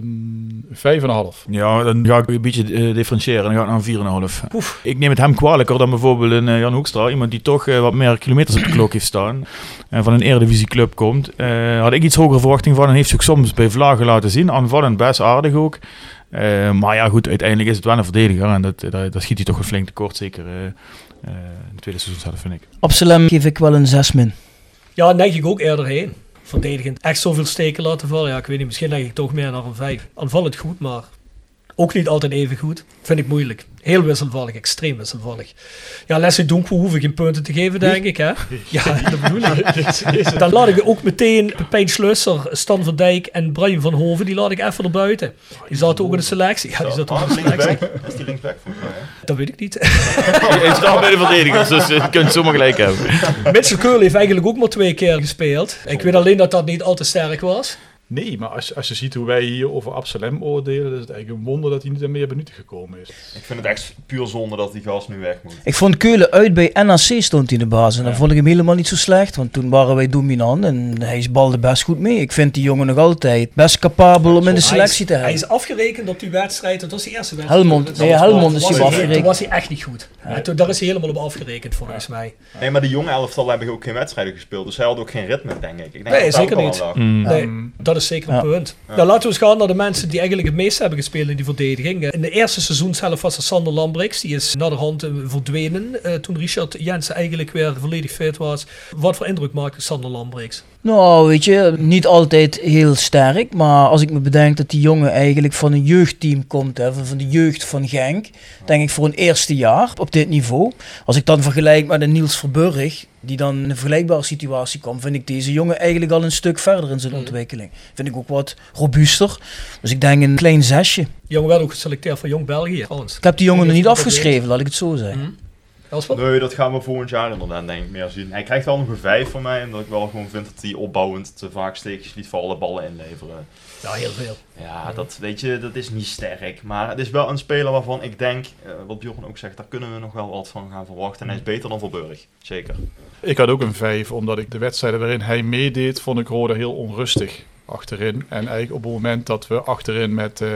Een vijf komma vijf. Ja, dan ga ik een beetje uh, differentiëren. Dan ga ik naar een vier komma vijf. Oef. Ik neem het hem kwalijker dan bijvoorbeeld een uh, Jan Hoekstra. Iemand die toch uh, wat meer kilometers op de klok heeft staan. En uh, van een eredivisieclub komt. Uh, had ik iets hogere verwachting van. En heeft zich soms bij vlagen laten zien. Aanvallend best aardig ook. Uh, maar ja goed, uiteindelijk is het wel een verdediger. En dat, dat, dat schiet hij toch een flink tekort. Zeker uh, uh, in de tweede seizoen zelf, vind ik. Absalem geef ik wel een zes min. Ja, daar neig ik ook eerder heen. Verdedigend. Echt zoveel steken laten vallen. Ja, ik weet niet, misschien leg ik toch meer naar een vijf. Aanvallend goed, maar ook niet altijd even goed. Vind ik moeilijk. Heel wisselvallig, extreem wisselvallig. Ja, Leslie Donkwo hoef ik geen punten te geven, denk ik. Hè? Ja, dat bedoel ik. Dan laat ik ook meteen Pepijn Schlusser, Stan van Dijk en Brian van Hoven, die laat ik even erbuiten. Die zaten ook in de selectie. Ja, die zaten ook in de selectie. Is die linksback volgens mij, hè? Dat weet ik niet. Hij staat bij de verdedigers, dus je kunt het zomaar gelijk hebben. Mitchell Keul heeft eigenlijk ook maar twee keer gespeeld. Ik weet alleen dat dat niet al te sterk was. Nee, maar als, als je ziet hoe wij hier over Absalem oordelen, dan is het eigenlijk een wonder dat hij niet aan meer minuten gekomen is. Ik vind het echt puur zonde dat die gast nu weg moet. Ik vond Keulen uit bij N A C stond hij in de basis. En dan ja. vond ik hem helemaal niet zo slecht, want toen waren wij dominant en hij balde best goed mee. Ik vind die jongen nog altijd best capabel om in de selectie te hebben. Hij is afgerekend op die wedstrijd, dat was die eerste wedstrijd. Helmond, nee, Helmond is hij afgerekend. Toen was hij echt niet goed. Ja. Toen, daar is hij helemaal op afgerekend volgens ja. mij. Nee, maar de jonge elftal hebben ook geen wedstrijden gespeeld, dus hij had ook geen ritme, denk ik. ik denk nee, dat zeker niet. Mm. Nee, dat is zeker een ja. punt. Ja. Nou, laten we eens gaan naar de mensen die eigenlijk het meest hebben gespeeld in die verdediging. In de eerste seizoenshelft was er Sander Lambrix. Die is naderhand uh, verdwenen uh, toen Richard Jensen eigenlijk weer volledig fit was. Wat voor indruk maakte Sander Lambrix? Nou, weet je, niet altijd heel sterk. Maar als ik me bedenk dat die jongen eigenlijk van een jeugdteam komt, hè, van de jeugd van Genk, denk ik voor een eerste jaar op dit niveau. Als ik dan vergelijk met een Niels Verburg, die dan in een vergelijkbare situatie kwam, vind ik deze jongen eigenlijk al een stuk verder in zijn mm. ontwikkeling. Vind ik ook wat robuuster. Dus ik denk een klein zesje. Die jongen werd ook geselecteerd voor Jong België. Trouwens. Ik heb die jongen nog niet afgeschreven, laat ik het zo zeggen. Mm. Nee, dat gaan we volgend jaar inderdaad denk ik meer zien. Hij krijgt wel nog een vijf van mij, omdat ik wel gewoon vind dat hij opbouwend te vaak steekjes liet vallen, ballen inleveren. Ja, heel veel. Ja, dat, weet je, dat is niet sterk. Maar het is wel een speler waarvan ik denk, uh, wat Bjorn ook zegt, daar kunnen we nog wel wat van gaan verwachten. En hij is beter dan Verburg, zeker. Ik had ook een vijf, omdat ik de wedstrijden waarin hij meedeed, vond ik Roda heel onrustig achterin. En eigenlijk op het moment dat we achterin met uh,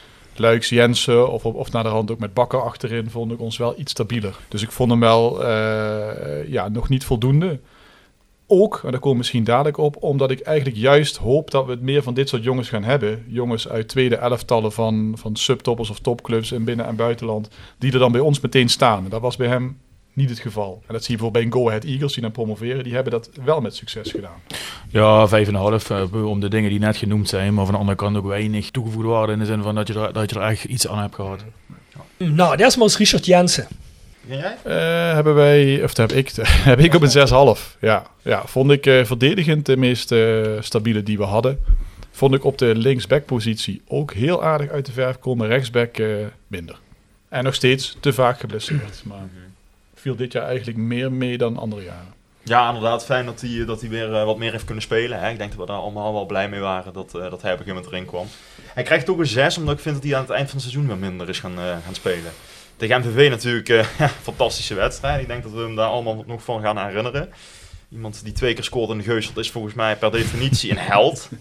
Luiks Jensen of, of naar de hand ook met Bakker achterin, vond ik ons wel iets stabieler. Dus ik vond hem wel uh, ja, nog niet voldoende. Ook, en daar komen we misschien dadelijk op, omdat ik eigenlijk juist hoop dat we het meer van dit soort jongens gaan hebben. Jongens uit tweede elftallen van, van subtoppers of topclubs in binnen- en buitenland, die er dan bij ons meteen staan. En dat was bij hem niet het geval. En dat zie je bijvoorbeeld bij Go Ahead Eagles die dan promoveren. Die hebben dat wel met succes gedaan. Ja, vijf komma vijf uh, om de dingen die net genoemd zijn. Maar van de andere kant ook weinig toegevoegde waarde in de zin van dat je er, dat je er echt iets aan hebt gehad. Nou, de eerste was Richard Jensen. jij? Uh, hebben wij, of dat heb ik, heb ik op een zes komma vijf. Ja, ja, vond ik uh, verdedigend de meest uh, stabiele die we hadden. Vond ik op de linksback-positie ook heel aardig uit de verf komen. Rechtsback uh, minder. En nog steeds te vaak geblesseerd. Maar viel dit jaar eigenlijk meer mee dan andere jaren. Ja, inderdaad. Fijn dat hij, dat hij weer uh, wat meer heeft kunnen spelen. Hè. Ik denk dat we daar allemaal wel blij mee waren dat, uh, dat hij op een gegeven moment erin kwam. Hij krijgt toch een zes, omdat ik vind dat hij aan het eind van het seizoen weer minder is gaan, uh, gaan spelen. Tegen M V V natuurlijk uh, ja, fantastische wedstrijd. Ik denk dat we hem daar allemaal nog van gaan herinneren. Iemand die twee keer scoort in de Geuselt is volgens mij per definitie een held.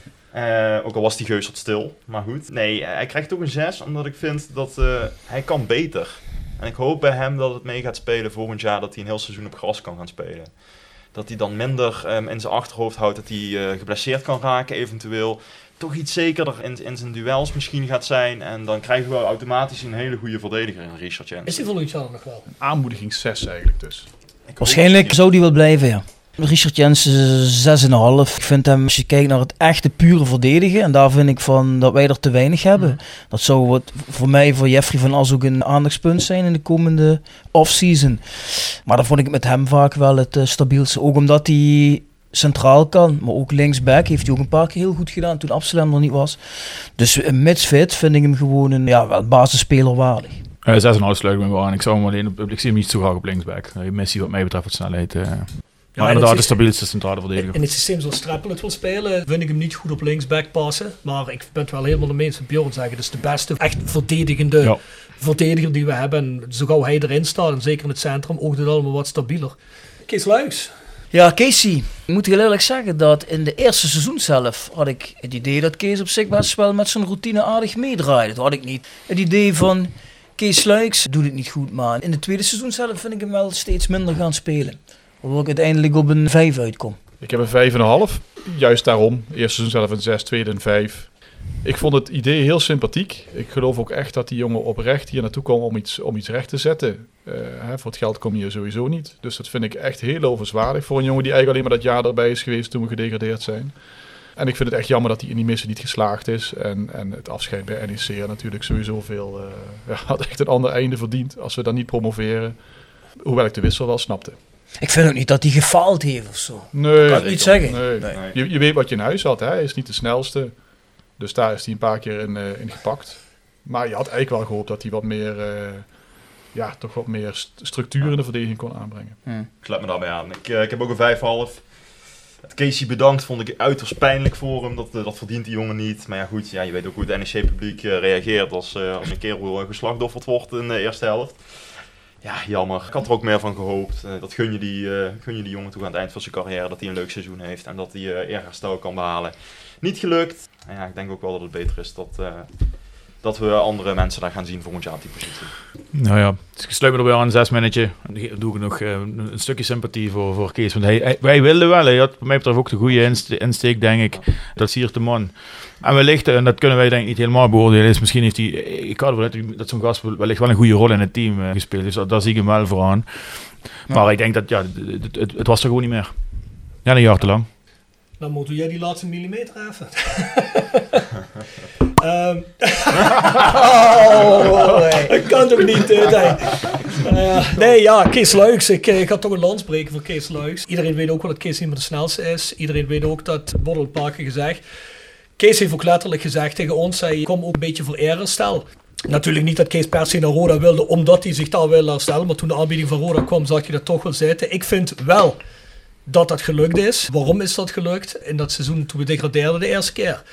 Uh, ook al was die Geuselt stil, maar goed. Nee, uh, hij krijgt toch een zes, omdat ik vind dat uh, hij kan beter. En ik hoop bij hem dat het mee gaat spelen volgend jaar, dat hij een heel seizoen op gras kan gaan spelen. Dat hij dan minder um, in zijn achterhoofd houdt dat hij uh, geblesseerd kan raken eventueel. Toch iets zekerder in, in zijn duels misschien gaat zijn. En dan krijgen we automatisch een hele goede verdediger in Richard Jensen. Is die volgend jaar nog wel? Aanmoediging zes eigenlijk dus. Waarschijnlijk zou die wel blijven, ja. Richard Jensen zes komma vijf. Ik vind hem, als je kijkt naar het echte pure verdedigen, en daar vind ik van dat wij er te weinig hebben. Mm. Dat zou wat voor mij, voor Jeffrey van As ook een aandachtspunt zijn in de komende offseason. Maar dan vond ik het met hem vaak wel het uh, stabielste. Ook omdat hij centraal kan, maar ook linksback heeft hij ook een paar keer heel goed gedaan toen Absalem er niet was. Dus uh, mitsfit vind ik hem gewoon een ja, wel basisspeler waardig. Uh, zes komma vijf sluit ik me wel aan. Ik, zou hem alleen op, ik zie hem niet zo graag op linksback. Uh, Messi wat mij betreft wat snelheid. Uh. Ja, maar inderdaad de stabielste centrale verdediger. In het systeem zoals Streppel het wil spelen, vind ik hem niet goed op linksback passen. Maar ik ben het wel helemaal de meest van Bjorn zeggen. Het is de beste echt verdedigende ja. verdediger die we hebben. En zo gauw hij erin staat, en zeker in het centrum, oogt het allemaal wat stabieler. Kees Luijks. Ja, Casey. Ik moet heel eerlijk zeggen dat in de eerste seizoen zelf had ik het idee dat Kees op zich best wel met zijn routine aardig meedraaide. Dat had ik niet. Het idee van Kees Luijks doet het niet goed, maar in het tweede seizoen zelf vind ik hem wel steeds minder gaan spelen. Waardoor ik uiteindelijk op een vijf uitkom. Ik heb een vijf komma vijf. Juist daarom. Eerste seizoen zelf een zes, tweede een vijf. Ik vond het idee heel sympathiek. Ik geloof ook echt dat die jongen oprecht hier naartoe kwam om iets, om iets recht te zetten. Uh, hè, voor het geld kom je hier sowieso niet. Dus dat vind ik echt heel lovenswaardig voor een jongen die eigenlijk alleen maar dat jaar erbij is geweest toen we gedegradeerd zijn. En ik vind het echt jammer dat hij in die missie niet geslaagd is. En, en het afscheid bij N E C natuurlijk sowieso veel... Uh, ja, had echt een ander einde verdiend als we dan niet promoveren. Hoewel ik de wissel wel snapte. Ik vind ook niet dat hij gefaald heeft of zo. Nee. Kan ik niet zeggen. Nee. Nee. Je, je weet wat je in huis had. Hè? Hij is niet de snelste. Dus daar is hij een paar keer in, uh, in gepakt. Maar je had eigenlijk wel gehoopt dat hij wat meer... Uh, ja, toch wat meer st- structuur in de verdediging kon aanbrengen. Hmm. Ik sluit me daarbij aan. Ik, uh, ik heb ook een vijf komma vijf. Casey bedankt, vond ik uiterst pijnlijk voor hem. Dat, uh, dat verdient die jongen niet. Maar ja goed, ja, je weet ook hoe het N E C-publiek uh, reageert als, uh, als een kerel uh, geslachtofferd wordt in de eerste helft. Ja, jammer. Ik had er ook meer van gehoopt. Uh, dat gun je, die, uh, gun je die jongen toe aan het eind van zijn carrière. Dat hij een leuk seizoen heeft en dat hij uh, eerherstel kan behalen. Niet gelukt. En ja, ik denk ook wel dat het beter is dat, uh, dat we andere mensen daar gaan zien volgend jaar op die positie. Nou ja, dus ik sluit me er weer aan een zesminnetje. Dan doe ik nog uh, een stukje sympathie voor, voor Kees. Want hij, hij, wij wilden wel. Hij had bij mij betreft ook de goede inste- insteek, denk ik. Dat siert de man. En wellicht, en dat kunnen wij denk ik niet helemaal beoordelen, is misschien heeft hij, ik had wel dat zo'n gast wellicht wel een goede rol in het team uh, gespeeld. Dus dat, daar zie ik hem wel voor aan. Maar ja. Ik denk dat, ja, het, het, het was er gewoon niet meer. Ja, een jaar te lang. Dan moet jij die laatste millimeter even. um. oh, nee. Dat kan toch niet, uh, nee. Uh, nee, ja, Kees Luijks. Ik, ik had toch een lans breken voor Kees Luijks. Iedereen weet ook wel dat Kees niet meer de snelste is. Iedereen weet ook dat, wordt al een paar keer gezegd. Kees heeft ook letterlijk gezegd tegen ons, hij kwam ook een beetje voor eerherstel. Natuurlijk niet dat Kees per se naar Roda wilde, omdat hij zich daar wilde herstellen. Maar toen de aanbieding van Roda kwam, zag je dat toch wel zitten. Ik vind wel dat dat gelukt is. Waarom is dat gelukt? In dat seizoen toen we degradeerden de eerste keer.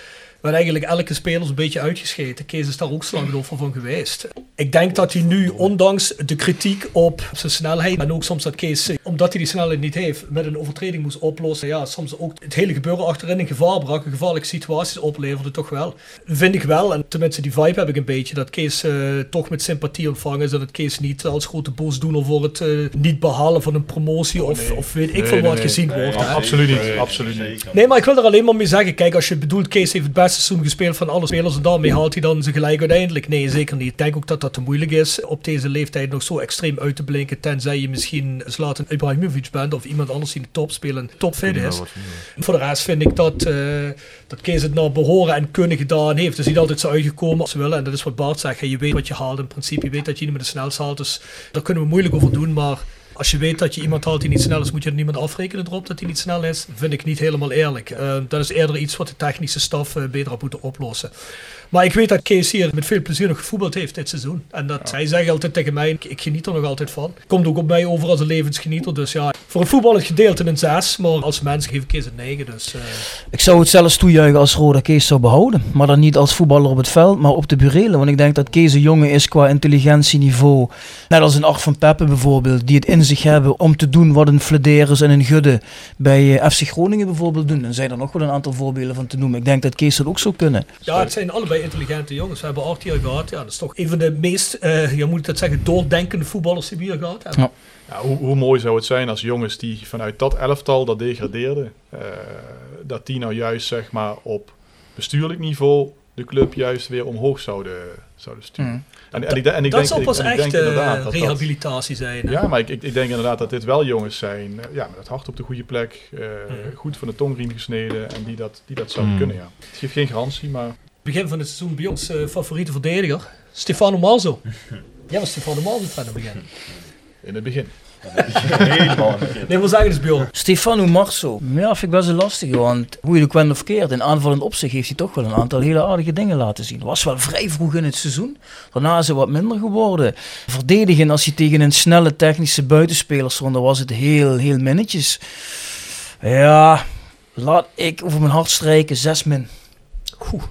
werd eigenlijk elke speler een beetje uitgescheten. Kees is daar ook slachtoffer van geweest. Ik denk dat hij nu, ondanks de kritiek op zijn snelheid, en ook soms dat Kees, omdat hij die snelheid niet heeft, met een overtreding moest oplossen, ja, soms ook het hele gebeuren achterin in gevaar bracht, gevaarlijke situaties opleverde, toch wel. Vind ik wel, en tenminste die vibe heb ik een beetje, dat Kees uh, toch met sympathie ontvangen is, dat het Kees niet als grote boosdoener voor het uh, niet behalen van een promotie of, nee. of weet ik nee, veel nee, wat nee. gezien nee, wordt. Nee, absoluut niet, nee, absoluut niet. Nee, maar ik wil er alleen maar mee zeggen, kijk, als je bedoelt, Kees heeft het beste seizoen gespeeld van alle spelers en daarmee haalt hij dan zijn gelijk uiteindelijk. Nee, zeker niet. Ik denk ook dat dat te moeilijk is op deze leeftijd nog zo extreem uit te blinken, tenzij je misschien Zlatan Ibrahimovic bent of iemand anders die in de top spelen, topfit is. Voor de rest vind ik dat, uh, dat Kees het naar behoren en kunnen gedaan heeft. Dus hij is altijd zo uitgekomen als ze willen. En dat is wat Bart zegt. Je weet wat je haalt in principe. Je weet dat je niet met de snelste haalt. Dus daar kunnen we moeilijk over doen. Maar als je weet dat je iemand haalt die niet snel is, moet je er niemand afrekenen erop dat hij niet snel is. Vind ik niet helemaal eerlijk. Uh, dat is eerder iets wat de technische staf uh, beter had moeten oplossen. Maar ik weet dat Kees hier met veel plezier nog gevoetbald heeft dit seizoen. En dat ja. hij zegt altijd tegen mij, ik, ik geniet er nog altijd van. Komt ook op mij over als een levensgenieter. Dus ja, voor het voetbal het gedeelte een zes. Maar als mens geef ik Kees een negen. Dus, uh... Ik zou het zelfs toejuichen als Roda Kees zou behouden. Maar dan niet als voetballer op het veld, maar op de burelen. Want ik denk dat Kees een jongen is qua intelligentieniveau. Net als een Art van Peppe bijvoorbeeld. Die het in zich hebben om te doen wat een Flederis en een Gudde bij uh, F C Groningen bijvoorbeeld doen. En zijn er nog wel een aantal voorbeelden van te noemen. Ik denk dat Kees dat ook zou kunnen. Ja, het zijn allebei intelligente jongens. We hebben Art hier gehad. Ja, dat is toch een van de meest, uh, je moet het zeggen, doordenkende voetballers die we hier gehad hebben. Ja. Ja, hoe, hoe mooi zou het zijn als jongens die vanuit dat elftal dat degradeerden, uh, dat die nou juist zeg maar op bestuurlijk niveau de club juist weer omhoog zouden, zouden sturen. Mm. En, en, en, en ik dat denk, zal pas ik, echt denk uh, rehabilitatie dat, zijn. Hè? Ja, maar ik, ik, ik denk inderdaad dat dit wel jongens zijn, uh, ja, met het hart op de goede plek, uh, mm. goed van de tongriem gesneden en die dat, die dat zouden mm. kunnen. Ja. Het geeft geen garantie, maar... Begin van het seizoen bij ons uh, favoriete verdediger, Stefano Marzo. Jij was Stefano Marzo van het begin. In het begin. Helemaal in het begin. Nee, wat zeggen dus Bjorn? Stefano Marzo. Ja, vind ik best een lastige, want hoe je het ook went of keert, in aanvallend opzicht heeft hij toch wel een aantal hele aardige dingen laten zien. Was wel vrij vroeg in het seizoen. Daarna is hij wat minder geworden. Verdedigen als je tegen een snelle technische buitenspeler stond, dan was het heel, heel minnetjes. Ja, laat ik over mijn hart strijken, zes min. Oeh.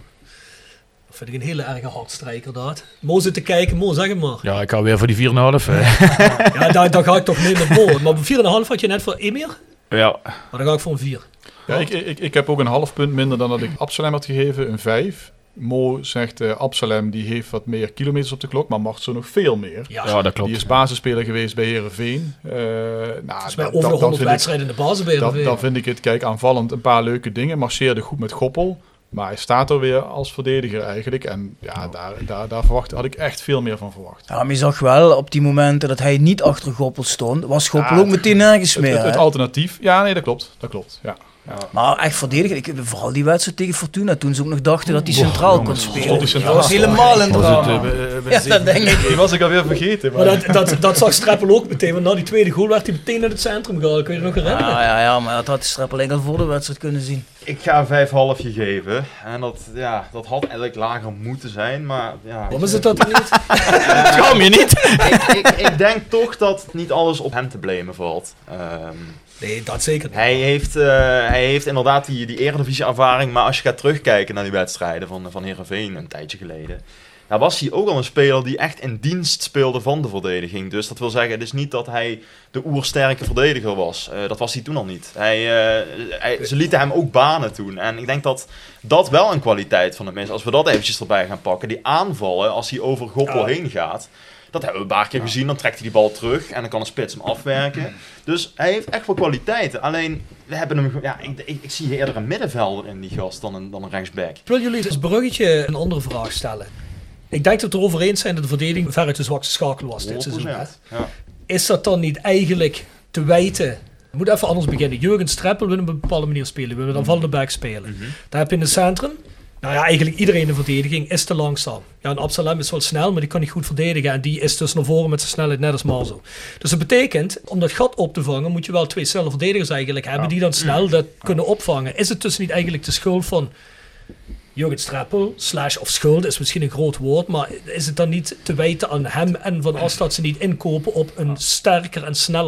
Dat vind ik een hele erge hardstrijker, dat. Mo zit te kijken, Mo, zeg het maar. Ja, ik ga weer voor die vier komma vijf. Ja, daar, daar ga ik toch mee met Mo. Maar vier komma vijf had je net voor Emir? Ja. Maar dan ga ik voor een vier. Ja, ik, ik, ik heb ook een half punt minder dan dat ik Absalem had gegeven, een vijf. Mo zegt uh, Absalem die heeft wat meer kilometers op de klok, maar Marzo nog veel meer. Ja, ja dat klopt. Die is basisspeler geweest bij Heerenveen. Uh, nou, Volgens mij over de honderd wedstrijden in de basis bij Heerenveen. Dan vind ik het, kijk, aanvallend een paar leuke dingen. Marcheerde goed met Goppel. Maar hij staat er weer als verdediger eigenlijk. En ja, daar, daar, daar verwacht, had ik echt veel meer van verwacht. Ja, maar je zag wel op die momenten dat hij niet achter Goppel stond, was Goppel ja, ook meteen nergens meer. Het, het, het alternatief, ja nee, dat klopt. Dat klopt, ja. Ja. Maar echt verdedigen, ik, vooral die wedstrijd tegen Fortuna, toen ze ook nog dachten dat hij centraal oh, kon spelen. Dat ja, was helemaal een drama. Het, uh, ja, dat denk ik. Die was ik alweer vergeten. Maar, maar dat, dat, dat zag Streppel ook meteen, want na die tweede goal werd hij meteen naar het centrum gehaald. Kun je je nog herinneren? Ja, ja, ja, maar dat had Streppel eigenlijk al voor de wedstrijd kunnen zien. Ik ga een vijf komma vijf geven. En dat, ja, dat had eigenlijk lager moeten zijn, maar... Ja, waarom is het dat niet? uh, Kom je niet? ik, ik, ik denk toch dat niet alles op hem te blamen valt. Um, Nee, dat zeker niet. Hij heeft, uh, hij heeft inderdaad die, die Eredivisie-ervaring, maar als je gaat terugkijken naar die wedstrijden van, van Heerenveen een tijdje geleden, daar was hij ook al een speler die echt in dienst speelde van de verdediging. Dus dat wil zeggen, het is niet dat hij de oersterke verdediger was. Uh, dat was hij toen al niet. Hij, uh, hij, ze lieten hem ook banen toen. En ik denk dat dat wel een kwaliteit van hem is. Als we dat eventjes erbij gaan pakken, die aanvallen, als hij over Goppel ja. heen gaat... Dat hebben we een paar keer gezien, dan trekt hij die bal terug en dan kan een spits hem afwerken. Dus hij heeft echt wel kwaliteiten. Alleen, we hebben hem, ja, ik, ik, ik zie eerder een middenvelder in die gast dan een, dan een rechtsback. Ik wil jullie als bruggetje een andere vraag stellen. Ik denk dat we het erover eens zijn dat de verdediging veruit de zwakste schakel was dit seizoen. Ja. Is dat dan niet eigenlijk te wijten? We moeten even anders beginnen. Jurgen Streppel wil op een bepaalde manier spelen. We willen dan van de back spelen. Mm-hmm. Daar heb je in het centrum. Nou ja, eigenlijk iedereen in de verdediging is te langzaam. Ja, en Absalem is wel snel, maar die kan niet goed verdedigen. En die is dus naar voren met zijn snelheid, net als Marzo. Dus dat betekent, om dat gat op te vangen, moet je wel twee snelle verdedigers eigenlijk hebben, ja. die dan snel dat kunnen opvangen. Is het dus niet eigenlijk de schuld van Jurgen Streppel, slash of schuld is misschien een groot woord, maar is het dan niet te wijten aan hem en Van As dat ze niet inkopen op een sterker en sneller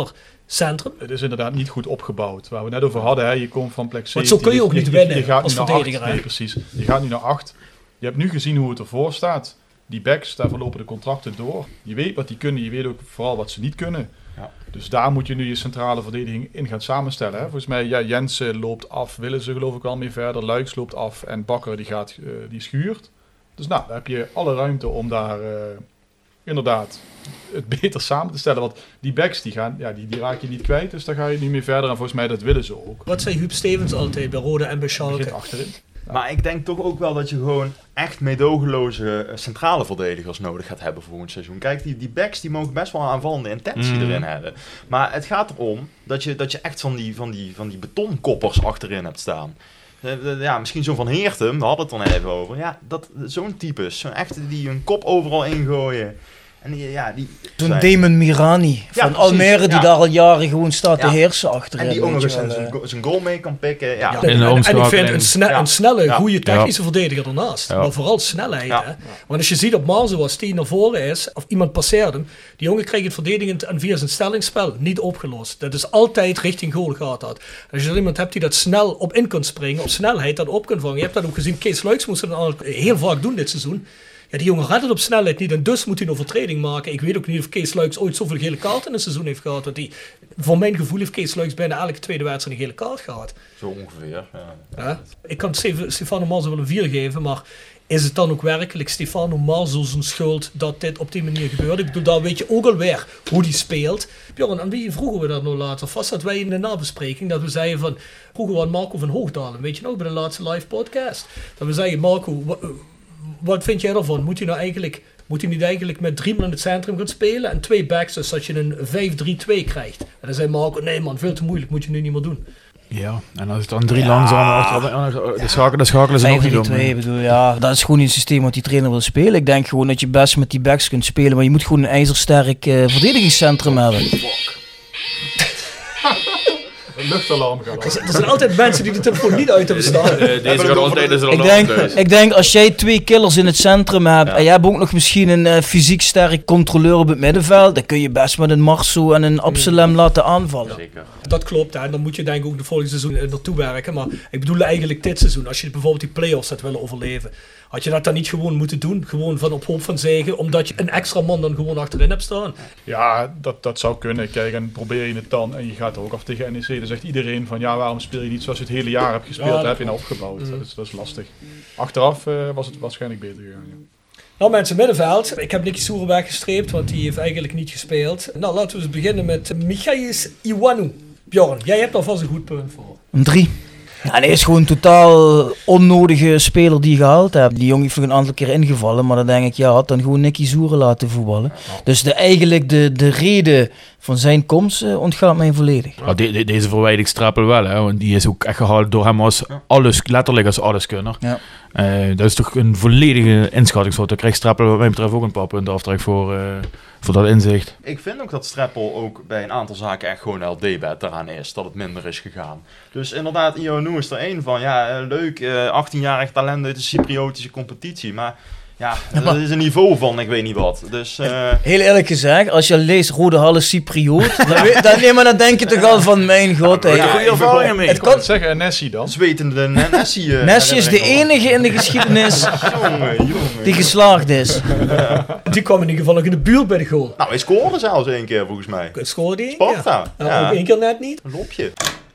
centrum. Het is inderdaad niet goed opgebouwd. Waar we net over hadden, hè, je komt van plek zeventien. Want zo kun je ook niet winnen je, je gaat als nu naar verdediger. acht. Nee, precies. Je gaat nu naar acht. Je hebt nu gezien hoe het ervoor staat. Die backs, daar verlopen de contracten door. Je weet wat die kunnen, je weet ook vooral wat ze niet kunnen. Ja. Dus daar moet je nu je centrale verdediging in gaan samenstellen. Hè. Volgens mij, ja, Jensen loopt af, willen ze geloof ik al mee verder. Luiks loopt af en Bakker die, gaat, uh, die schuurt. Dus nou, dan heb je alle ruimte om daar uh, inderdaad het beter samen te stellen. Want die backs, die, gaan, ja, die, die raak je niet kwijt, dus daar ga je niet mee verder. En volgens mij, dat willen ze ook. Wat zei Huub Stevens altijd bij Roda en bij Schalke? Begint achterin. Ja. Maar ik denk toch ook wel dat je gewoon echt meedogenloze centrale verdedigers nodig gaat hebben volgend seizoen. Kijk, die, die backs die mogen best wel een aanvallende intentie mm. erin hebben. Maar het gaat erom dat je, dat je echt van die, van, die, van die betonkoppers achterin hebt staan. Ja, misschien zo'n Van Heertem, we hadden het er net even over. Ja, dat, zo'n types, zo'n echte die hun kop overal ingooien. En die, ja, die zo'n zijn... Damon Mirani van ja, Almere die ja. daar al jaren gewoon staat ja. te heersen achterin. En die ook nog eens zijn goal mee kan pikken. Ja. Ja. En, en, en ik vind een, sne- ja. een snelle, ja. goede technische ja. verdediger ernaast. Ja. Maar vooral snelheid. Ja. Hè? Want als je ziet op Marzo, als die naar voren is, of iemand passeert hem, die jongen krijgt het verdedigend en via zijn stellingsspel niet opgelost. Dat is altijd richting goal gaat dat. Als je er iemand hebt die dat snel op in kunt springen, op snelheid dat op kunt vangen. Je hebt dat ook gezien, Kees Luiks moest dat al heel vaak doen dit seizoen. Ja, die jongen redt het op snelheid niet en dus moet hij een overtreding maken. Ik weet ook niet of Kees Luiks ooit zoveel gele kaarten in een seizoen heeft gehad. Want die, voor mijn gevoel heeft Kees Luiks bijna elke tweede wedstrijd een gele kaart gehad. Zo ongeveer, ja. ja ik kan Stefano Marzo wel een vier geven, maar is het dan ook werkelijk Stefano Marzo zijn schuld dat dit op die manier gebeurt? Ik bedoel, daar weet je ook alweer hoe die speelt. Bjorn, aan wie vroegen we dat nou later? Vast dat wij in de nabespreking, dat we zeiden van, vroegen we aan Marco van Hoogdalen, weet je nog, bij de laatste live podcast. Dat we zeiden, Marco, w- wat vind jij ervan? Moet hij nou eigenlijk, moet hij niet eigenlijk met drie man in het centrum gaan spelen en twee backs, dus dat je een vijf drie twee krijgt? En dan zei Marco, nee man, veel te moeilijk, moet je nu niet meer doen. Ja, en als het dan drie ja. langzaam de schakelen, de schakelen zijn ook niet om. twee, bedoel, ja, dat is gewoon een systeem wat die trainer wil spelen. Ik denk gewoon dat je best met die backs kunt spelen, maar je moet gewoon een ijzersterk uh, verdedigingscentrum hebben. Een luchtalarm gaat af. Er zijn altijd mensen die de telefoon niet uit hebben staan. Uh, deze gaat altijd een alarm. Ik denk, ik denk als jij twee killers in het centrum hebt ja. en jij hebt ook nog misschien een uh, fysiek sterk controleur op het middenveld, dan kun je best met een Marso en een Absalem mm. laten aanvallen. Zeker. Dat klopt, hè. Dan moet je denk ik ook de volgende seizoen uh, naartoe werken. Maar ik bedoel eigenlijk dit seizoen, als je bijvoorbeeld die play-offs had willen overleven, had je dat dan niet gewoon moeten doen? Gewoon van op hoop van zegen, omdat je een extra man dan gewoon achterin hebt staan? Ja, dat, dat zou kunnen. Kijk, en probeer je het dan en je gaat er ook af tegen N E C. Dan zegt iedereen van, ja, waarom speel je niet zoals je het hele jaar hebt gespeeld? Ja, dat heb je nou opgebouwd. Mm. Dat, is, dat is lastig. Achteraf uh, was het waarschijnlijk beter gegaan. Ja. Nou mensen, middenveld. Ik heb Nicky Soerenberg gestreept, want die heeft eigenlijk niet gespeeld. Nou, laten we eens beginnen met Michaïs Iwanu. Bjorn, jij hebt alvast een goed punt voor. Een drie. Ja, hij is gewoon een totaal onnodige speler die je gehaald hebt. Die jongen heeft nog een aantal keer ingevallen, maar dan denk ik, ja, had dan gewoon Nicky Soeren laten voetballen. Dus de, eigenlijk de, de reden van zijn komst uh, ontgaat mij volledig. Ja, de, de, deze verwijder ik Strappel wel, hè, want die is ook echt gehaald door hem als alles, letterlijk als alleskunner. Ja. Uh, dat is toch een volledige inschattingsfout. Daar krijgt Strappel wat mij betreft ook een paar punten aftrek voor, uh, voor dat inzicht. Ik vind ook dat Strappel ook bij een aantal zaken echt gewoon L D-bed daaraan is, dat het minder is gegaan. Dus inderdaad, Iwanu is er één van. Ja, leuk, uh, achttienjarig talent uit de Cypriotische competitie, maar ja, ja, dat is een niveau van ik weet niet wat. Dus, uh... heel eerlijk gezegd, als je leest Rode Halle Cypriot, dan, weet, dan, nee, maar dan denk je toch al van mijn god. Ja, ja, goede ervaringen mee. Het kan zeggen, en Nessie dan? Zwetende Nessie. Uh, Nessie is de enige in de geschiedenis jongen, jongen, die geslaagd is. Ja. Die kwam in ieder geval nog in de buurt bij de goal. Nou, hij scoorde zelfs één keer volgens mij. Scoorde hij? Sparta. Ja. Ja. Ook één keer net niet. Een lopje.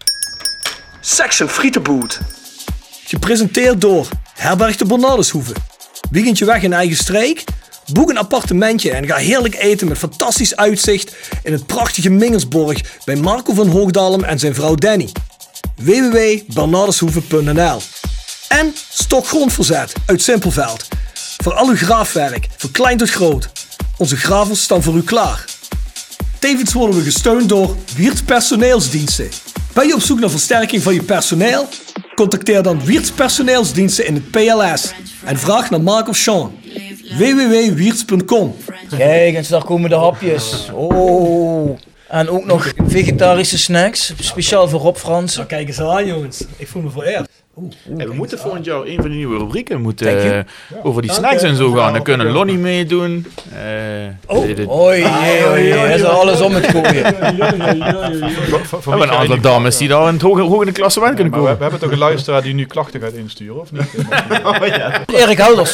Section Frietenboot. Gepresenteerd door Herberg de Bernardeshoeve. Weekendje weg in eigen streek? Boek een appartementje en ga heerlijk eten met fantastisch uitzicht in het prachtige Mingersborg bij Marco van Hoogdalem en zijn vrouw Danny. w w w punt bernardeshoeve punt n l En Stok Grondverzet uit Simpelveld. Voor al uw graafwerk, van klein tot groot. Onze gravels staan voor u klaar. Tevens worden we gesteund door Wiertz Personeelsdiensten. Ben je op zoek naar versterking van je personeel? Contacteer dan Wiertz Personeelsdiensten in het P L S en vraag naar Mark of Sean. w w w punt wiertz punt com. Kijk, en daar komen de hapjes. Oh. En ook nog vegetarische snacks, speciaal voor Rob Fransen. Nou, kijk eens aan jongens, ik voel me vereerd. Oeh, Hey, we moeten volgend jaar een van die nieuwe rubrieken moeten, Thank you. uh, Ja. over die Dank snacks je. en zo gaan. Dan Ja, kunnen ja. Lonnie meedoen. Uh, Oh. de- de- Oei, oei, oei, hij is er alles om het gooien. Van- van- we van hebben wie een ga je aantal die- dames die daar in het hoge, hoog in de klassement Ja, kunnen maar we, komen. we hebben toch een luisteraar die nu klachten gaat insturen, of niet? Oh, ja. Erik Helders.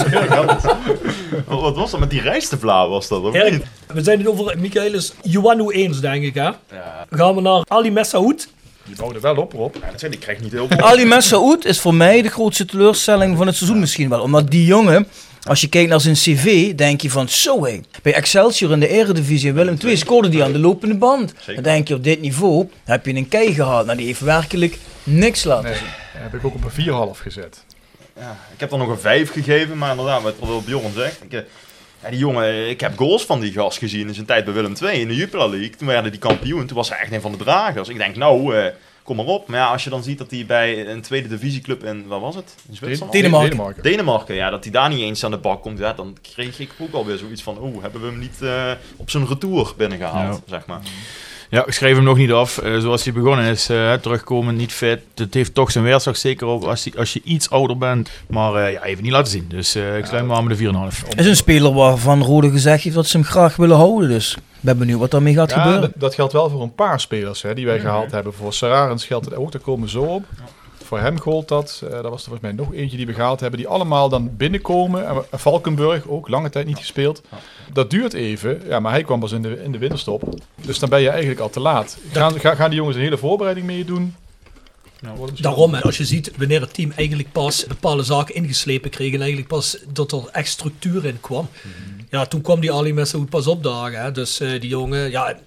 Wat wat was dat met die rijstevla was dat? Of Erik, niet? we zijn het over Michaelis Ioannou eens, denk ik, hè? Ja, Gaan we naar Ali Messaoud. Die bouwde wel op, Rob. dat zijn die krijgt niet heel Ali Messaoud is voor mij de grootste teleurstelling van het seizoen misschien wel. Omdat die jongen, als je kijkt naar zijn cv, denk je van zo hé. Bij Excelsior in de Eredivisie en Willem twee scoorde die aan de lopende band. Dan denk je op dit niveau heb je een kei gehad. Maar die heeft werkelijk niks laten Nee, zien. dat heb ik ook op een vier komma vijf gezet. Ja, ik heb er nog een vijf gegeven, maar inderdaad, wat wat Bjorn zegt. Ik, eh, ja, die jongen, ik heb goals van die gast gezien in zijn tijd bij Willem twee in de Jupiler League. Toen werden die kampioen, toen was hij echt een van de dragers. Ik denk, nou, eh, kom maar op. Maar ja, als je dan ziet dat hij bij een tweede divisieclub in, waar was het? In Zwitserland? Denemarken. Denemarken. Denemarken, ja, dat hij daar niet eens aan de bak komt. Ja, dan kreeg ik ook alweer zoiets van, oeh, hebben we hem niet eh, op zijn retour binnengehaald, zeg maar. Ja, ik schrijf hem nog niet af. Uh, zoals hij begonnen is, uh, terugkomen, niet fit. Het heeft toch zijn weerslag, zeker ook als, die, als je iets ouder bent. Maar uh, ja, even niet laten zien. Dus uh, ik sluit hem aan met de vier komma vijf. Is een speler waarvan Rode gezegd heeft dat ze hem graag willen houden. Dus ik ben benieuwd wat daarmee gaat Ja, gebeuren. dat, dat geldt wel voor een paar spelers hè, die wij gehaald hebben. Voor Sararens geldt het ook, daar komen we zo op. Voor hem gold dat. Uh, dat was er volgens mij nog eentje die we gehaald hebben. Die allemaal dan binnenkomen. En Valkenburg ook, lange tijd niet gespeeld. Dat duurt even. Ja, maar hij kwam pas in de, in de winterstop. Dus dan ben je eigenlijk al te laat. Gaan, gaan, gaan die jongens een hele voorbereiding mee doen? Nou, wordt het Daarom, hè, als je ziet wanneer het team eigenlijk pas bepaalde zaken ingeslepen kreeg en eigenlijk pas dat er echt structuur in kwam. Mm-hmm. Ja, toen kwam die Ali Messaoud pas opdagen. Hè. Dus uh, die jongen, ja,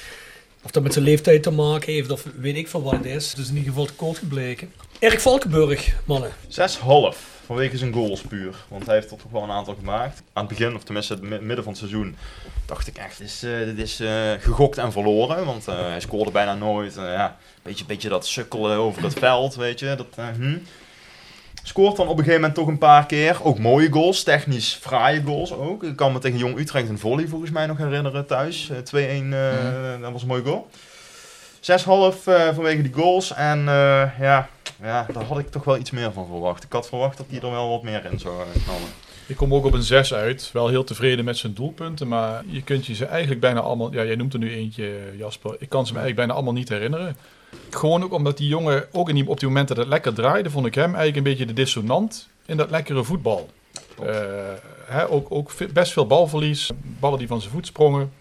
of dat met zijn leeftijd te maken heeft of weet ik veel wat het is. Dus in ieder geval tekort gebleken. Erik Valkenburg, mannen. Zes half vanwege zijn goals puur. Want hij heeft er toch wel een aantal gemaakt. Aan het begin, of tenminste het midden van het seizoen, dacht ik echt, dit is, uh, dit is uh, gegokt en verloren. Want uh, hij scoorde bijna nooit. Uh, ja, beetje, beetje dat sukkelen over het veld, weet je. Dat, uh, hm. Scoort dan op een gegeven moment toch een paar keer. Ook mooie goals, technisch fraaie goals ook. Ik kan me tegen Jong Utrecht een volley volgens mij nog herinneren thuis. Uh, twee-een, uh, mm. dat was een mooi goal. zes komma vijf uh, vanwege die goals. En uh, ja, ja, daar had ik toch wel iets meer van verwacht. Ik had verwacht dat hij er wel wat meer in zou uh, knallen. Ik kom ook op een zes uit. Wel heel tevreden met zijn doelpunten. Maar je kunt je ze eigenlijk bijna allemaal... Ja, jij noemt er nu eentje, Jasper. Ik kan ze me eigenlijk bijna allemaal niet herinneren. Gewoon ook omdat die jongen, ook in die, op die moment dat het lekker draaide, vond ik hem eigenlijk een beetje de dissonant in dat lekkere voetbal. Uh, hè, ook, ook best veel balverlies. Ballen die van zijn voet sprongen.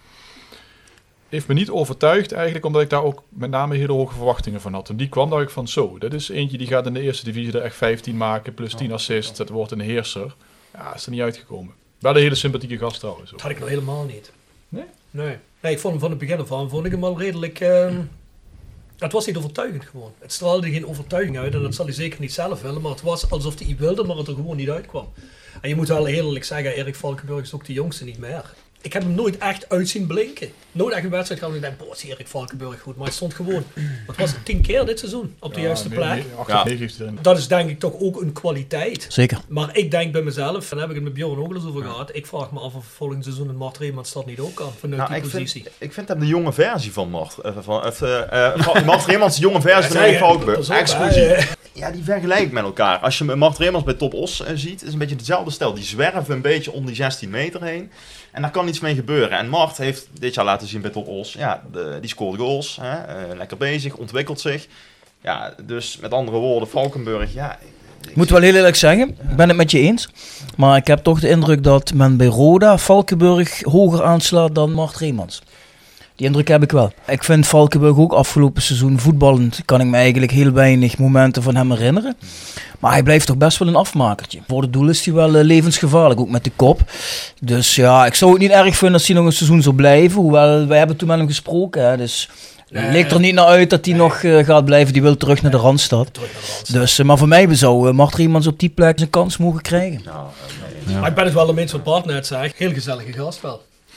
Heeft me niet overtuigd eigenlijk, omdat ik daar ook met name hele hoge verwachtingen van had. En die kwam dacht ik van zo, dat is eentje die gaat in de eerste divisie er echt vijftien maken, plus tien assists. Dat wordt een heerser. Ja, is er niet uitgekomen. Wel een hele sympathieke gast trouwens. Dat had ik nog helemaal niet. Nee? Nee. Nee, ik vond hem van het begin af aan, vond ik hem al redelijk... Uh, het was niet overtuigend gewoon. Het straalde geen overtuiging uit en dat zal hij zeker niet zelf willen. Maar het was alsof hij wilde, maar het er gewoon niet uitkwam. En je moet wel heel eerlijk zeggen, Erik Valkenburg is ook de jongste niet meer. Ik heb hem nooit echt uit zien blinken. Nooit echt een wedstrijd gehad en ik denk, boah, is Erik Valkenburg goed. Maar hij stond gewoon, wat was het, tien keer dit seizoen op de ja, juiste nee, plek. Nee, acht of negen heeft hij erin. Dat is denk ik toch ook een kwaliteit. Zeker. Maar ik denk bij mezelf, en daar heb ik het met Bjorn ook al eens over gehad, ik vraag me af of volgend seizoen een Mart Reemans dat niet ook kan, vanuit nou, die ik positie. Vind, ik vind hem de jonge versie van Mart. Uh, van, uh, uh, Mart Reemans, de jonge versie van Erik Valkenburg. Exclusief. Ja, die vergelijk ik met elkaar. Als je Mart Reemans bij Top Os uh, ziet, is een beetje hetzelfde stijl. Die zwerven een beetje om die zestien meter heen. En daar kan iets mee gebeuren. En Mart heeft dit jaar laten zien bij Top Os. Ja, de, die scoort goals. Hè, uh, lekker bezig, ontwikkelt zich. Ja, dus met andere woorden, Valkenburg, ja... Ik moet wel heel eerlijk zeggen, ik ben het met je eens. Maar ik heb toch de indruk dat men bij Roda Valkenburg hoger aanslaat dan Mart Reemans. Die indruk heb ik wel. Ik vind Valkenburg ook afgelopen seizoen voetballend. Kan ik me eigenlijk heel weinig momenten van hem herinneren. Maar hij blijft toch best wel een afmakertje. Voor het doel is hij wel uh, levensgevaarlijk, ook met de kop. Dus ja, ik zou het niet erg vinden als hij nog een seizoen zou blijven. Hoewel, wij hebben toen met hem gesproken. Hè, dus het nee, leek er niet naar uit dat hij nee. nog uh, gaat blijven. Die wil terug naar de Randstad. Terug naar de Randstad. Dus, uh, maar voor mij zou uh, Mart Reemans op die plek zijn kans mogen krijgen. Nou, nee. Ja. Maar ik ben het wel een eens wat Bart net zei. Heel gezellige gast wel.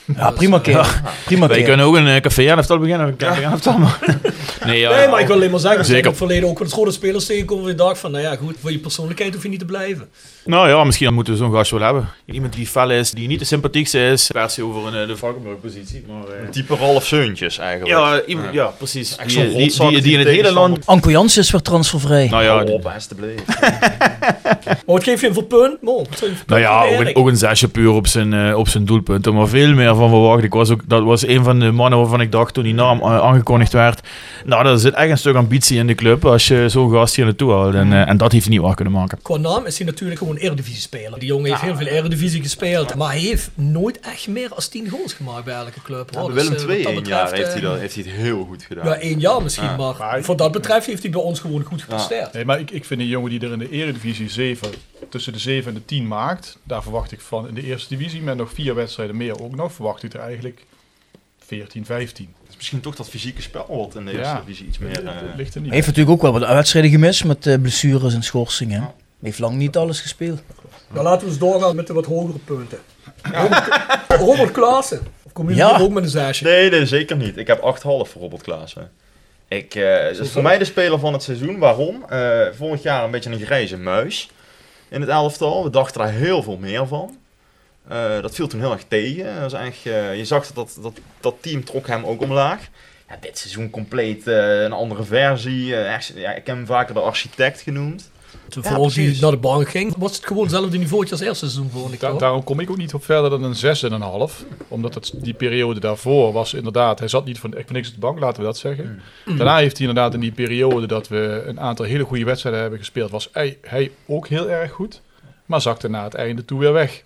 Ja, prima keer. Ja. Prima Wij keer. kunnen ook een uh, café aan elftal beginnen. Een camping aan elftal, maar... Nee, ja, nee, maar ik wil alleen maar zeggen, we zijn zeker. op het verleden ook wat grote spelers tegenkomen. Je dacht van, nou ja, goed, voor je persoonlijkheid hoef je niet te blijven. Nou ja, misschien moeten we zo'n gast wel hebben. Iemand die fel is, die niet de sympathiekste is. Per se over een, de Valkenburg-positie. Maar, uh... een type Ralf Seuntjes eigenlijk. Ja, iemand, ja. ja precies. Die, die, die, die, die, die in het hele land... Anko Jans is weer transfervrij. Nou ja, oh, alsjeblieft. Maar wat geef je hem voor punt? Mo, nou ja, ook een, ook een zesje puur op zijn, uh, op zijn doelpunten. Maar veel meer van verwacht. Ik was ook, dat was een van de mannen waarvan ik dacht toen die naam uh, aangekondigd werd. Nou, er zit echt een stuk ambitie in de club als je zo'n gast hier naartoe haalt. En, uh, en dat heeft hij niet waar kunnen maken. Qua naam is hij natuurlijk gewoon Eredivisie-speler. Die jongen heeft ja. heel veel Eredivisie gespeeld. Maar hij heeft nooit echt meer dan tien goals gemaakt bij elke club. Ja, bij Willem twee één jaar heeft hij, dat, heeft hij het heel goed gedaan. Ja, één jaar misschien. Ja. Maar, maar voor dat betreft heeft hij bij ons gewoon goed gepresteerd. Ja. Nee, maar ik, ik vind een jongen die er in de Eredivisie zeven, tussen de zeven en de tien maakt. Daar verwacht ik van in de eerste divisie met nog vier wedstrijden meer ook nog. Verwacht ik er eigenlijk veertien, vijftien. Het is misschien toch dat fysieke spel wat in de eerste ja. divisie iets meer... Uh, ligt er niet. Hij heeft natuurlijk ook wel wat wedstrijden gemist met uh, blessures en schorsingen. Hij heeft lang niet alles gespeeld. Dan laten we eens doorgaan met de wat hogere punten. Ja. Robert, Robert Klaassen. Of kom je ja. ook met een zesje? Nee, nee, zeker niet. Ik heb acht komma vijf voor Robert Klaassen. Ik, uh, het is voor mij de speler van het seizoen. Waarom? Uh, vorig jaar een beetje een grijze muis in het elftal. We dachten daar heel veel meer van. Uh, dat viel toen heel erg tegen. Dat was eigenlijk, uh, je zag dat, dat dat team trok hem ook omlaag. Ja, dit seizoen compleet uh, een andere versie. Uh, echt, ja, ik heb hem vaker de architect genoemd. Toen voor ons die naar de bank ging, was het gewoon hetzelfde niveau als eerste seizoen voor ik. Da- daarom kom ik ook niet op verder dan een zes en een half. Omdat het, die periode daarvoor was inderdaad, hij zat niet voor, ik voor niks op de bank, laten we dat zeggen. Mm. Daarna heeft hij inderdaad in die periode dat we een aantal hele goede wedstrijden hebben gespeeld, was hij, hij ook heel erg goed. Maar zakte na het einde toe weer weg.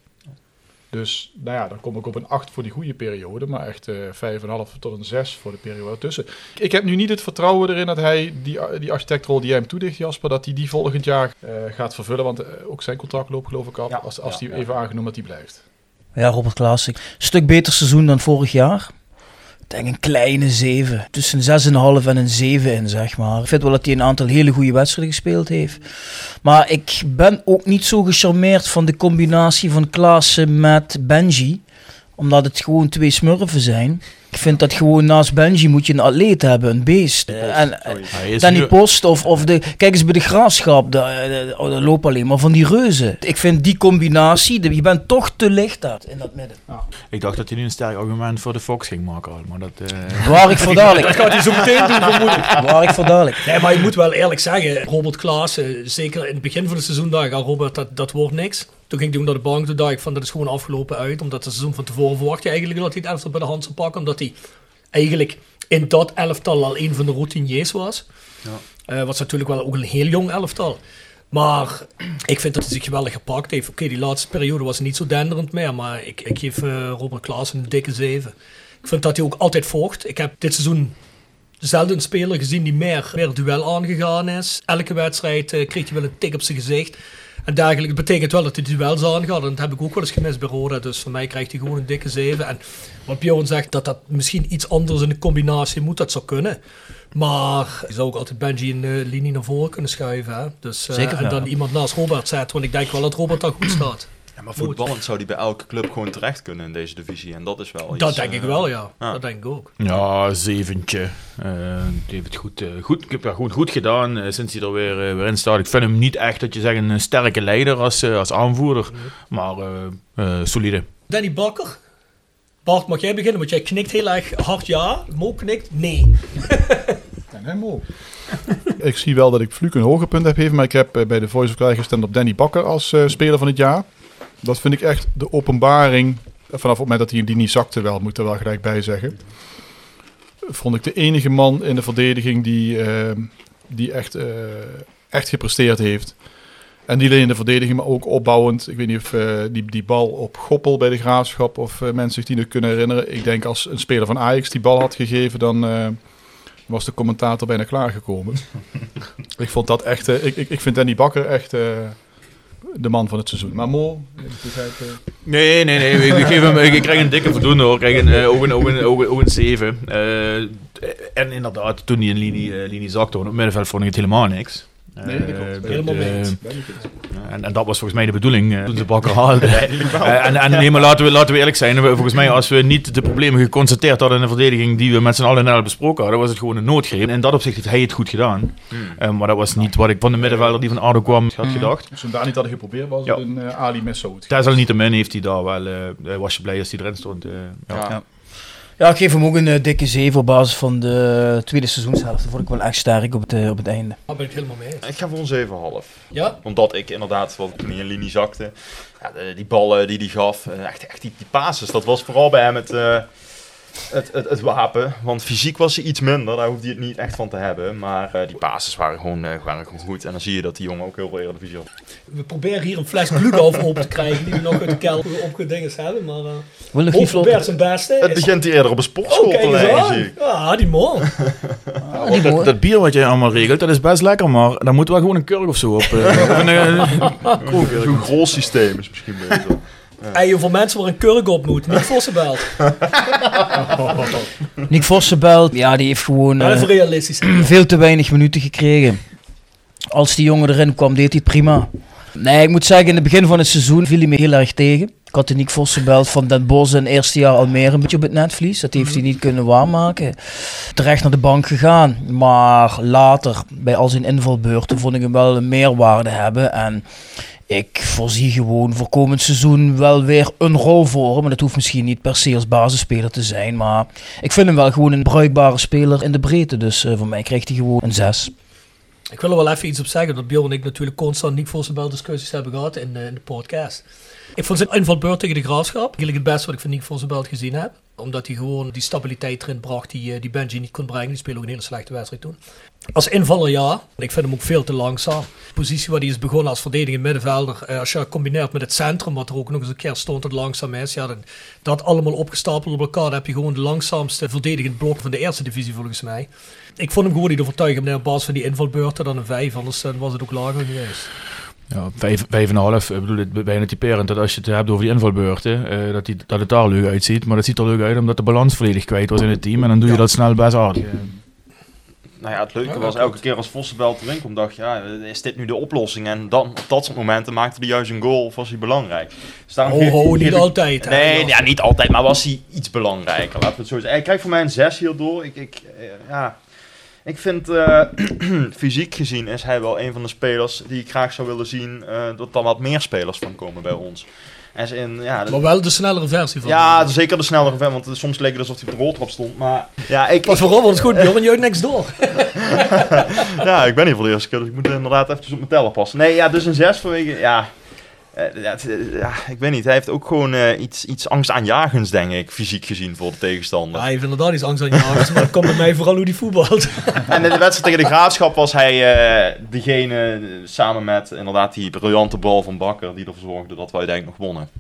Dus nou ja, dan kom ik op een acht voor die goede periode, maar echt uh, vijf komma vijf tot een zes voor de periode ertussen. Ik heb nu niet het vertrouwen erin dat hij die, die architectrol die jij hem toedicht, Jasper, dat hij die volgend jaar uh, gaat vervullen, want uh, ook zijn contract loopt geloof ik af, ja, als, als ja, die ja. even aangenomen dat hij blijft. Ja, Robert Klaassen. Stuk beter seizoen dan vorig jaar. Ik denk een kleine zeven. Tussen een zes komma vijf en een zeven in, zeg maar. Ik vind wel dat hij een aantal hele goede wedstrijden gespeeld heeft. Maar ik ben ook niet zo gecharmeerd van de combinatie van Klaassen met Benji. Omdat het gewoon twee smurfen zijn. Ik vind dat gewoon naast Benji moet je een atleet hebben, een beest. Uh, en uh, Danny nu... Post of, of de... Kijk eens bij de Graafschap, daar uh, lopen alleen maar van die reuzen. Ik vind die combinatie, de, je bent toch te licht uit in dat midden. Ja. Ik dacht dat hij nu een sterk argument voor de Fox ging maken. Maar dat, uh... Waar ik voor dadelijk. Dat gaat hij zo meteen doen, vermoedelijk. Waar ik voor dadelijk. Nee, maar je moet wel eerlijk zeggen, Robert Klaassen, zeker in het begin van het seizoen dacht ik, ah, Robert, dat, dat wordt niks. Toen ging hij naar de bank, toen dacht ik van dat is gewoon afgelopen uit. Omdat het seizoen van tevoren verwacht je eigenlijk dat hij het elftal bij de hand zou pakken. Omdat hij eigenlijk in dat elftal al een van de routiniers was. Ja. Uh, was natuurlijk wel ook een heel jong elftal. Maar ik vind dat hij zich geweldig gepakt heeft. Oké, okay, die laatste periode was niet zo denderend meer. Maar ik, ik geef uh, Robert Klaassen een dikke zeven. Ik vind dat hij ook altijd vocht. Ik heb dit seizoen zelden een speler gezien die meer, meer duel aangegaan is. Elke wedstrijd uh, kreeg hij wel een tik op zijn gezicht. En dergelijke. Dat betekent wel dat hij duels aangaat. En dat heb ik ook wel eens gemist bij Roda. Dus voor mij krijgt hij gewoon een dikke zeven. En wat Bjorn zegt, dat dat misschien iets anders in de combinatie moet, dat zou kunnen. Maar je zou ook altijd Benji in de linie naar voren kunnen schuiven. Hè? Dus, uh, Zeker, en ja. dan iemand naast Robert zetten. Want ik denk wel dat Robert daar goed staat. Ja, maar voetballend zou die bij elke club gewoon terecht kunnen in deze divisie. En dat is wel iets... Dat denk ik uh, wel, ja. ja. Dat denk ik ook. Ja, zeventje. Uh, die heeft het goed, uh, goed, ik heb dat goed, goed gedaan uh, sinds hij er weer, uh, weer in staat. Ik vind hem niet echt, dat je zegt, een sterke leider als, uh, als aanvoerder. Nee. Maar uh, uh, solide. Danny Bakker. Bart, mag jij beginnen? Want jij knikt heel erg hard ja. Mo knikt nee. Ja, nee, Mo. Ik zie wel dat ik Fluke een hoger punt heb gegeven. Maar ik heb uh, bij de Voice of Cry gestemd op Danny Bakker als uh, speler van het jaar. Dat vind ik echt de openbaring. Vanaf het moment dat hij in linie zakte wel, moet ik er wel gelijk bij zeggen. Vond ik de enige man in de verdediging die, uh, die echt, uh, echt gepresteerd heeft. En niet alleen in de verdediging, maar ook opbouwend. Ik weet niet of uh, die, die bal op Goppel bij de Graafschap, of uh, mensen zich die nog kunnen herinneren. Ik denk als een speler van Ajax die bal had gegeven, dan uh, was de commentator bijna klaargekomen. Ik vond dat echt, uh, ik, ik, ik vind Danny Bakker echt... Uh, de man van het seizoen. Maar Mo? Nee, nee, nee. Ik, geef hem, ik krijg een dikke voldoende hoor. Ik krijg een, uh, ook, een, ook, een, ook, een, ook een zeven. Uh, en inderdaad, toen hij in linie, uh, linie zakte, op het middenveld vond ik het helemaal niks. Nee, dat klopt. Uh, Helemaal mee eens. Uh, en, en dat was volgens mij de bedoeling uh, toen ze Bakker haalden. uh, en en nee, maar laten we, laten we eerlijk zijn. Volgens mij, als we niet de problemen geconstateerd hadden in de verdediging die we met z'n allen net besproken hadden, was het gewoon een noodgreep. En in dat opzicht heeft hij het goed gedaan. Hmm. Uh, maar dat was niet wat ik van de middenvelder die van ADO kwam had gedacht. Als we hem daar niet hadden geprobeerd, was ja. het een uh, Ali Messoud. Desalniettemin heeft hij daar wel, uh, was je blij als hij erin stond. Uh, ja. Ja. Ja, ik geef hem ook een uh, dikke zeven op basis van de tweede seizoenshelft. Dat vond ik wel echt sterk op het, uh, op het einde. Daar ben ik helemaal mee eens. Ik ga voor een zeven komma vijf. Ja? Omdat ik inderdaad, wat toen hij in linie zakte, ja, de, die ballen die hij gaf, uh, echt, echt die, die passes, dat was vooral bij hem het, uh, het, het, het wapen. Want fysiek was hij iets minder, daar hoefde hij het niet echt van te hebben. Maar uh, die passes waren gewoon, uh, waren gewoon goed. En dan zie je dat die jongen ook heel veel Eredivisie had. We proberen hier een fles Glühwein open te krijgen die we nog uit de kelder opgedinges hebben. Maar uh, Hof probeert zijn beste. Het begint hier eerder op een sportschool oh, te lijken, zie ik. Ja, die mooi. Ah, die dat, mooi. Dat bier wat jij allemaal regelt, dat is best lekker, maar dan moet wel gewoon een kurk of zo op. Uh, of een uh, Zo'n groot systeem is misschien beter. Ja. En je voor mensen waar een kurk op moet. Nick Vossenbelt. Nick Vossenbelt, ja, die heeft gewoon uh, realistisch. veel te weinig minuten gekregen. Als die jongen erin kwam, deed hij het prima. Nee, ik moet zeggen, in het begin van het seizoen viel hij me heel erg tegen. Ik had de Nick Vossenbelt van Den Bosch in het eerste jaar Almere een beetje op het netvlies. Dat heeft hij niet kunnen waarmaken. Terecht naar de bank gegaan. Maar later, bij al zijn invalbeurten, vond ik hem wel een meerwaarde hebben. En ik voorzie gewoon voor komend seizoen wel weer een rol voor hem. Maar dat hoeft misschien niet per se als basisspeler te zijn. Maar ik vind hem wel gewoon een bruikbare speler in de breedte. Dus uh, voor mij krijgt hij gewoon een zes. Ik wil er wel even iets op zeggen, dat Bjorn en ik natuurlijk constant Nick Vossenbelt discussies hebben gehad in, uh, in de podcast. Ik vond zijn invalbeurt tegen de Graafschap eigenlijk het beste wat ik van Nick Vossenbelt gezien heb. Omdat hij gewoon die stabiliteit erin bracht die, die Benji niet kon brengen. Die speelde ook een hele slechte wedstrijd toen. Als invaller ja, ik vind hem ook veel te langzaam. De positie waar hij is begonnen als verdedigend middenvelder, uh, als je dat combineert met het centrum, wat er ook nog eens een keer stond dat langzaam is, ja, dan, dat allemaal opgestapeld op elkaar, dan heb je gewoon de langzaamste verdedigend blok van de eerste divisie volgens mij. Ik vond hem gewoon niet overtuigend op basis van die invalbeurten dan een vijf, anders uh, was het ook lager geweest. Ja, vijf, vijf en een half. Ik bedoel, het bijna typerend dat als je het hebt over die invalbeurten, uh, dat, die, dat het daar leuk uitziet. Maar dat ziet er leuk uit omdat de balans volledig kwijt was in het team. En dan doe je ja. dat snel best aardig. Uh. Nou ja, het leuke ja, was elke keer als Vossenbelt erin komt, dacht je, ja, is dit nu de oplossing? En dan, op dat soort momenten maakte hij juist een goal of was hij belangrijk. Dus oh, geef, oh, niet altijd. Hè, nee, ja, niet altijd, maar was hij iets belangrijker. Laten we het zo zeggen. Hij krijgt voor mij een zes hierdoor. Ik, ik, uh, ja... Ik vind, uh, fysiek gezien is hij wel een van de spelers die ik graag zou willen zien, uh, dat er wat meer spelers van komen bij ons. En in, ja, maar wel de snellere versie van. Ja, de, zeker de snellere versie, want soms leek het alsof hij op de roltrap stond. Maar ja, ik... Pas vooral, want het is goed, Bjorn, je niks door. Ja, ik ben hier voor de eerste keer, dus ik moet inderdaad even op mijn teller passen. Nee, ja, dus een zes vanwege, ja... Uh, ja, ja, ik weet niet, hij heeft ook gewoon uh, iets, iets angstaanjagends, denk ik, fysiek gezien voor de tegenstander. Ja, hij heeft inderdaad iets angstaanjagends, maar dat komt bij mij vooral hoe die voetbalt. En in de wedstrijd tegen de Graafschap was hij uh, degene, uh, samen met inderdaad die briljante bal van Bakker, die ervoor zorgde dat we uiteindelijk nog wonnen.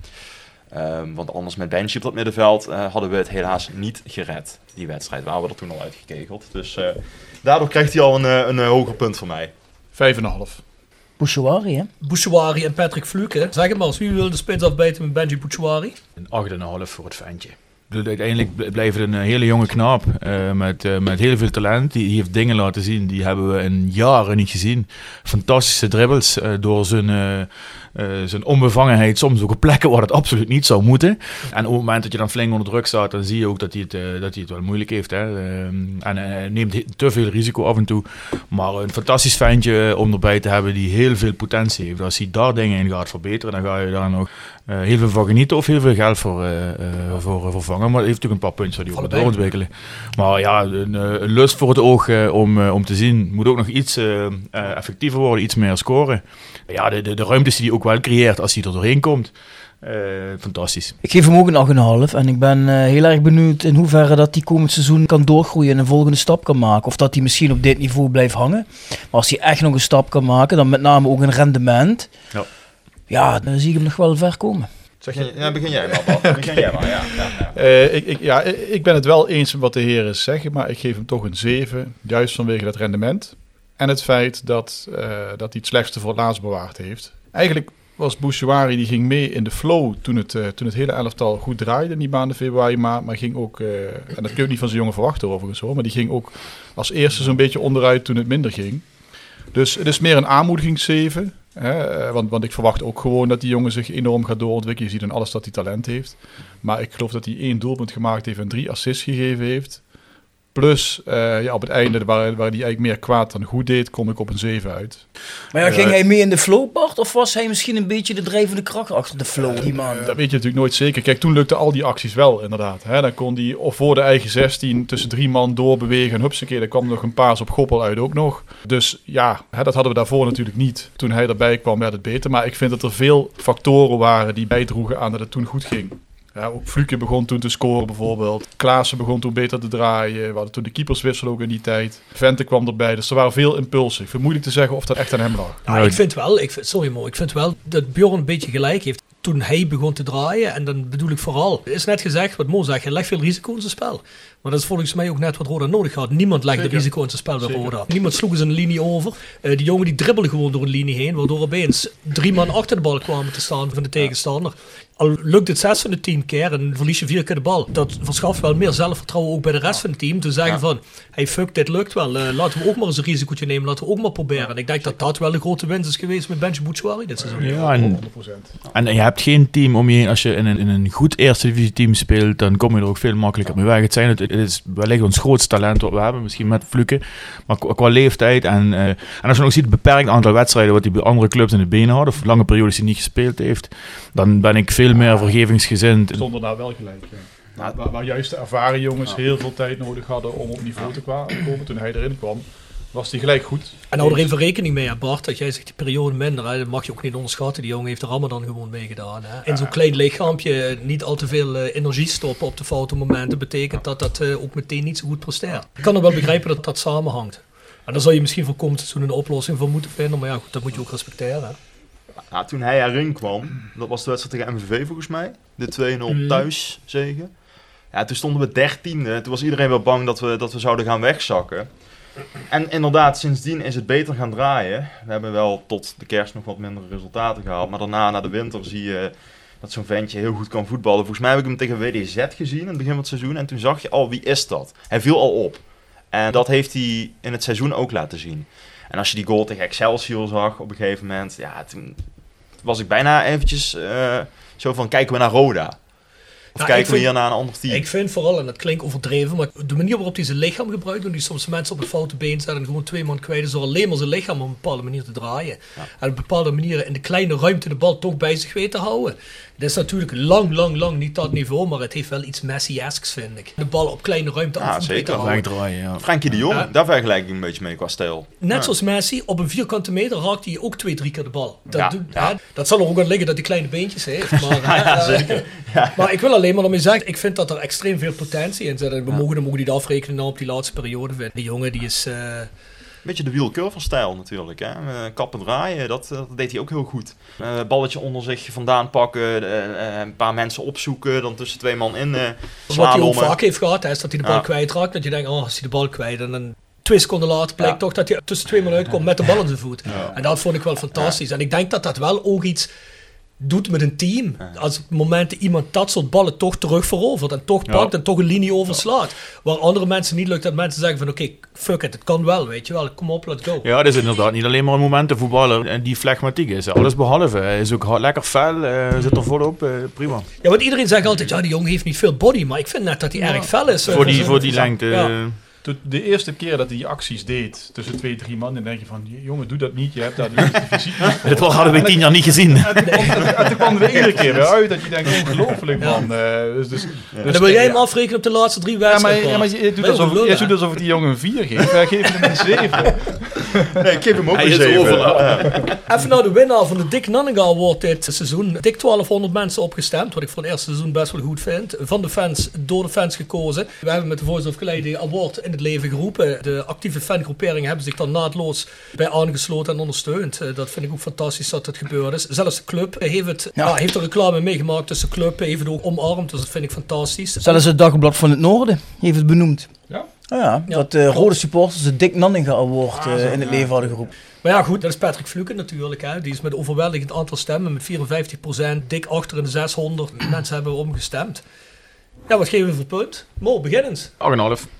Um, want anders met Benji op dat middenveld uh, hadden we het helaas niet gered, die wedstrijd. Waren we er toen al uitgekegeld. Dus uh, daardoor krijgt hij al een, een, een hoger punt van mij. Vijf en een half. Bouchouari, hè? Bouchouari en Patrick Fluke. Zeg het maar eens, wie wil de spits afbijten met Benji Bouchouari? Een acht en een half voor het ventje. Uiteindelijk blijft het een hele jonge knaap uh, met, uh, met heel veel talent. Die, die heeft dingen laten zien, die hebben we in jaren niet gezien. Fantastische dribbles uh, door zijn, uh, uh, zijn onbevangenheid. Soms ook op plekken waar het absoluut niet zou moeten. En op het moment dat je dan flink onder druk staat, dan zie je ook dat hij het, uh, dat hij het wel moeilijk heeft. Hè. Uh, en hij uh, neemt te veel risico af en toe. Maar een fantastisch ventje om erbij te hebben die heel veel potentie heeft. Als hij daar dingen in gaat verbeteren, dan ga je daar nog uh, heel veel van genieten of heel veel geld voor, uh, uh, voor uh, vervangen. Maar hij heeft natuurlijk een paar punten die hij doorontwikkelen. Maar ja, een, een lust voor het oog uh, om, uh, om te zien. Moet ook nog iets uh, uh, effectiever worden, iets meer scoren. Ja, de, de, de ruimtes die hij ook wel creëert als hij er doorheen komt. Uh, fantastisch. Ik geef hem ook een acht en een half. En ik ben uh, heel erg benieuwd in hoeverre dat hij komend seizoen kan doorgroeien en een volgende stap kan maken. Of dat hij misschien op dit niveau blijft hangen. Maar als hij echt nog een stap kan maken, dan met name ook een rendement. Ja, ja dan zie ik hem nog wel ver komen. Zeg je, ja, begin jij maar, Bas. Begin jij maar, ja. ja, ja. Uh, ik, ik, ja, ik ben het wel eens met wat de heren zeggen, maar ik geef hem toch een zeven. Juist vanwege dat rendement. En het feit dat, uh, dat hij het slechtste voor het laatst bewaard heeft. Eigenlijk was Bouchouari, die ging mee in de flow toen het, uh, toen het hele elftal goed draaide in die maanden februari, maart. Maar ging ook, uh, en dat kun je niet van zijn jongen verwachten overigens hoor, maar die ging ook als eerste zo'n beetje onderuit toen het minder ging. Dus het is meer een aanmoedigingszeven. Hè? Want, want ik verwacht ook gewoon dat die jongen zich enorm gaat doorontwikkelen. Je ziet in alles dat hij talent heeft. Maar ik geloof dat hij één doelpunt gemaakt heeft en drie assists gegeven heeft. Plus, uh, ja, op het einde, waar, waar hij eigenlijk meer kwaad dan goed deed, kom ik op een zeven uit. Maar ja, uh, ging hij mee in de flow, Bart? Of was hij misschien een beetje de drijvende kracht achter de flow, die man? Uh, dat weet je natuurlijk nooit zeker. Kijk, toen lukte al die acties wel, inderdaad. Hè? Dan kon hij of voor de eigen zestien tussen drie man doorbewegen. En hupsakee, daar kwam nog een paas op Goppel uit ook nog. Dus ja, hè, dat hadden we daarvoor natuurlijk niet. Toen hij erbij kwam, werd het beter. Maar ik vind dat er veel factoren waren die bijdroegen aan dat het toen goed ging. Ja, ook Fluke begon toen te scoren bijvoorbeeld. Klaassen begon toen beter te draaien. We hadden toen de keeperswissel ook in die tijd. Vente kwam erbij, dus er waren veel impulsen. Ik vind het moeilijk te zeggen of dat echt aan hem lag. Ja, ik vind wel, ik vind, sorry Mo, ik vind wel dat Bjorn een beetje gelijk heeft. Toen hij begon te draaien, en dan bedoel ik vooral, is net gezegd, wat Mo zegt, je legt veel risico in zijn spel. Maar dat is volgens mij ook net wat Roda nodig had. Niemand legde Zeker. risico in zijn spel bij Roda. Niemand sloeg eens een linie over. Uh, die jongen die dribbelde gewoon door een linie heen, waardoor opeens drie man achter de bal kwamen te staan van de tegenstander. Al lukt het zes van de tien keer en verlies je vier keer de bal. Dat verschaft wel meer zelfvertrouwen ook bij de rest van het team. Te zeggen ja. van, hey fuck, dit lukt wel. Uh, laten we ook maar eens een risicootje nemen. Laten we ook maar proberen. En ik denk dat dat wel de grote winst is geweest met Benji Boetsoari dit seizoen. Ja, en, honderd procent. En je hebt geen team om je heen. Als je in een, in een goed eerste divisie team speelt, dan kom je er ook veel makkelijker mee weg. Het, zijn, het, het is wellicht ons grootste talent wat we hebben. Misschien met Fluke. Maar qua, qua leeftijd. En, uh, en als je nog ziet het beperkt aantal wedstrijden wat hij bij andere clubs in de benen had. Of lange periodes die hij niet gespeeld heeft. Dan ben ik veel meer vergevingsgezind. Zonder daar wel gelijk. Ja. Nou, waar, waar juist de ervaren jongens ja. heel veel tijd nodig hadden om op niveau te komen. Toen hij erin kwam, was hij gelijk goed. En hou er even rekening mee, Bart, dat jij zegt die periode minder. Hè, dat mag je ook niet onderschatten. Die jongen heeft de Ramadan gewoon meegedaan. Hè. In zo'n klein lichaampje niet al te veel uh, energie stoppen op de foute momenten betekent dat dat uh, ook meteen niet zo goed presteert. Ik kan er wel begrijpen dat dat samenhangt. En daar zou je misschien voor komend seizoen een oplossing voor moeten vinden. Maar ja, goed, dat moet je ook respecteren. Hè. Ja, toen hij erin kwam, dat was de wedstrijd tegen M V V volgens mij, de twee nul mm. thuis zege. Ja, toen stonden we dertiende, toen was iedereen wel bang dat we, dat we zouden gaan wegzakken. En inderdaad, sindsdien is het beter gaan draaien. We hebben wel tot de kerst nog wat mindere resultaten gehaald, maar daarna, na de winter, zie je dat zo'n ventje heel goed kan voetballen. Volgens mij heb ik hem tegen W D Z gezien in het begin van het seizoen en toen zag je al, wie is dat? Hij viel al op. En dat heeft hij in het seizoen ook laten zien. En als je die goal tegen Excelsior zag op een gegeven moment, ja, toen was ik bijna eventjes uh, zo van, kijken we naar Roda? Of nou, kijken we hier naar een ander team? Ik vind vooral, en dat klinkt overdreven, maar de manier waarop hij zijn lichaam gebruikt, doen die soms mensen op het foute been zetten en gewoon twee man kwijt is door alleen maar zijn lichaam op een bepaalde manier te draaien. Ja. En op bepaalde manieren in de kleine ruimte de bal toch bij zich weet te houden. Dat is natuurlijk lang, lang, lang niet dat niveau, maar het heeft wel iets Messi-esks, vind ik. De bal op kleine ruimte ja, af zeker. te houden. Draaien, ja. Frenkie de Jong, ja. daar vergelijk ik een beetje mee qua stijl. Net ja. zoals Messi, op een vierkante meter raakt hij ook twee, drie keer de bal. Dat, ja, doet, ja. Hè, dat zal er ook aan liggen dat hij kleine beentjes heeft. Maar, ja, uh, zeker. Ja. maar ik wil alleen maar ermee zeggen, ik vind dat er extreem veel potentie in zit. En we ja. mogen dan mogen die afrekenen nou op die laatste periode vinden. Die jongen die is... Uh, beetje de Wiel Curver-stijl natuurlijk. Hè? Uh, kappen draaien, dat, dat deed hij ook heel goed. Uh, balletje onder zich vandaan pakken, uh, uh, een paar mensen opzoeken, dan tussen twee man in uh, Wat hij ook vaak heeft gehad, hè, is dat hij de bal ja. kwijtraakt. Dat je denkt, oh, als hij de bal kwijt en dan twee seconden later blijkt ja. toch dat hij tussen twee man uitkomt met de bal in zijn voet. Ja. En dat vond ik wel fantastisch. Ja. En ik denk dat dat wel ook iets doet met een team. Als op momenten iemand dat soort ballen toch terug verovert en toch pakt ja. en toch een linie overslaat. Waar andere mensen niet lukt, dat mensen zeggen van oké, okay, fuck it, het kan wel, weet je wel, kom op, let's go. Ja, dat is inderdaad niet alleen maar een momentenvoetballer en die flegmatiek is. Alles behalve. Hij is ook lekker fel, uh, zit er volop, uh, prima. Ja, want iedereen zegt altijd, ja, die jongen heeft niet veel body, maar ik vind net dat hij ja. erg fel is. Voor die, voor die lengte. Ja. Uh, De eerste keer dat hij die acties deed tussen twee, drie man, dan denk je van, jongen, doe dat niet, je hebt daar de fysiek niet voor. Dit hadden we tien jaar niet gezien. En toen kwam er, en toen kwam er iedere keer weer uit dat je denkt, ongelooflijk man. Ja. Uh, dus, dus, ja. dus, en dan wil jij hem ja. afrekenen op de laatste drie wedstrijden. Ja, maar, ja, maar je, doet alsof, je doet alsof ik die jongen een vier geef. Wij geven hem een zeven. Nee, ik geef hem ook een zeven. Ja. Even nou de winnaar van de Dick Nanninga Award dit seizoen. Dik twaalfhonderd mensen opgestemd, wat ik voor het eerste seizoen best wel goed vind. Van de fans, door de fans gekozen. We hebben met de Voice of Geleide Award in het leven geroepen. De actieve fangroeperingen hebben zich dan naadloos bij aangesloten en ondersteund. Dat vind ik ook fantastisch dat het gebeurd is. Zelfs de club heeft, het, ja. Ja, heeft er reclame meegemaakt, dus de club heeft het ook omarmd. Dus dat vind ik fantastisch. Zelfs het Dagblad van het Noorden heeft het benoemd. Ja? Ah, ja, ja, dat uh, rode supporters de Dick Nanninga Award uh, ah, in het ja. leven hadden geroepen. Maar ja goed, dat is Patrick Fluke natuurlijk. Hè. Die is met een overweldigend aantal stemmen, met vierenvijftig procent, dik achter in de zeshonderd mensen hebben omgestemd. Ja, wat geven we voor punt? Mo, begin eens. acht komma vijf.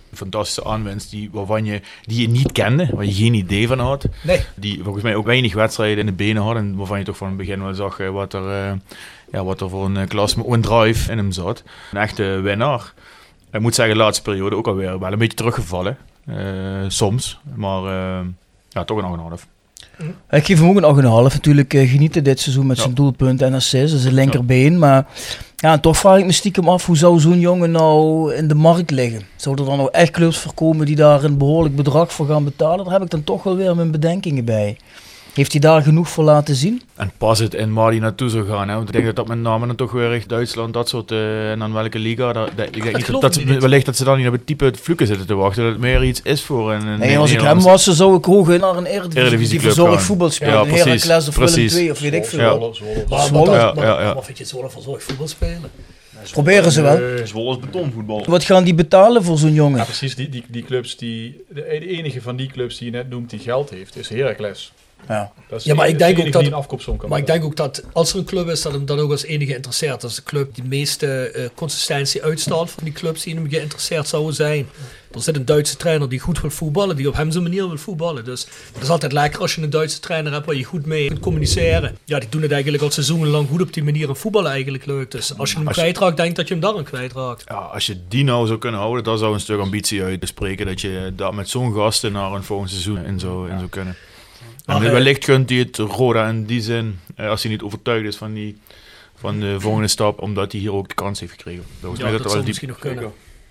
fantastische aanwinst die, waarvan je, die je niet kende, waar je geen idee van had. Nee. Die volgens mij ook weinig wedstrijden in de benen had en waarvan je toch van het begin wel zag uh, wat, er, uh, ja, wat er voor een uh, klas, maar ook een drive in hem zat. Een echte winnaar. Ik moet zeggen, de laatste periode ook alweer wel een beetje teruggevallen. Uh, soms, maar uh, ja, toch een acht komma vijf. Ik geef hem ook een acht komma vijf. Natuurlijk uh, genieten dit seizoen met ja. zijn doelpunt en assist, dus zijn linkerbeen. Ja. Maar ja, en toch vraag ik me stiekem af, hoe zou zo'n jongen nou in de markt liggen? Zouden er dan nou echt clubs voorkomen die daar een behoorlijk bedrag voor gaan betalen? Daar heb ik dan toch wel weer mijn bedenkingen bij. Heeft hij daar genoeg voor laten zien? En pas het in waar hij naartoe zou gaan. Hè? Want ik denk dat dat met name dan toch weer echt Duitsland, dat soort, uh, en dan welke liga. Dat, dat, ik denk niet dat, dat ze, wellicht dat ze dan niet op het type Fluke zitten te wachten. Dat het meer iets is voor een... een nee, als ik hem was, zou ik hoog in naar een Eredivisie die verzorgd voetbal spelen. Ja, een Heracles of Willem twee of weet ik veel. Ja. Maar, Zwolle. Ja, ja, ja. Maar vind je Zwolle verzorgd voetbal spelen? Proberen ze wel. Zwolle is betonvoetbal. Wat gaan die betalen voor zo'n jongen? Ja, precies. Die, die, die clubs die, de enige van die clubs die je net noemt die geld heeft, is Heracles. Ja, dat is ja, maar, ik denk, ook dat, maar ik denk ook dat als er een club is, dat hem dan ook als enige interesseert. Als de club die meeste uh, consistentie uitstraalt van die clubs die in hem geïnteresseerd zouden zijn. Er zit een Duitse trainer die goed wil voetballen, die op hem zijn manier wil voetballen. Dus het is altijd lekker als je een Duitse trainer hebt waar je goed mee kunt communiceren. Ja, die doen het eigenlijk al seizoenlang goed op die manier en voetballen eigenlijk leuk. Dus als je hem kwijtraakt, denk dat je hem dan kwijtraakt. Ja, als je die nou zou kunnen houden, dan zou een stuk ambitie uitspreken dat je daar met zo'n gasten naar een volgend seizoen in zou, in zou kunnen. En okay. wellicht kunt hij het Roda in die zin, als hij niet overtuigd is van, die, van de volgende stap, omdat hij hier ook de kans heeft gekregen. Volgens ja, mij dat, dat zou diep... misschien nog kunnen.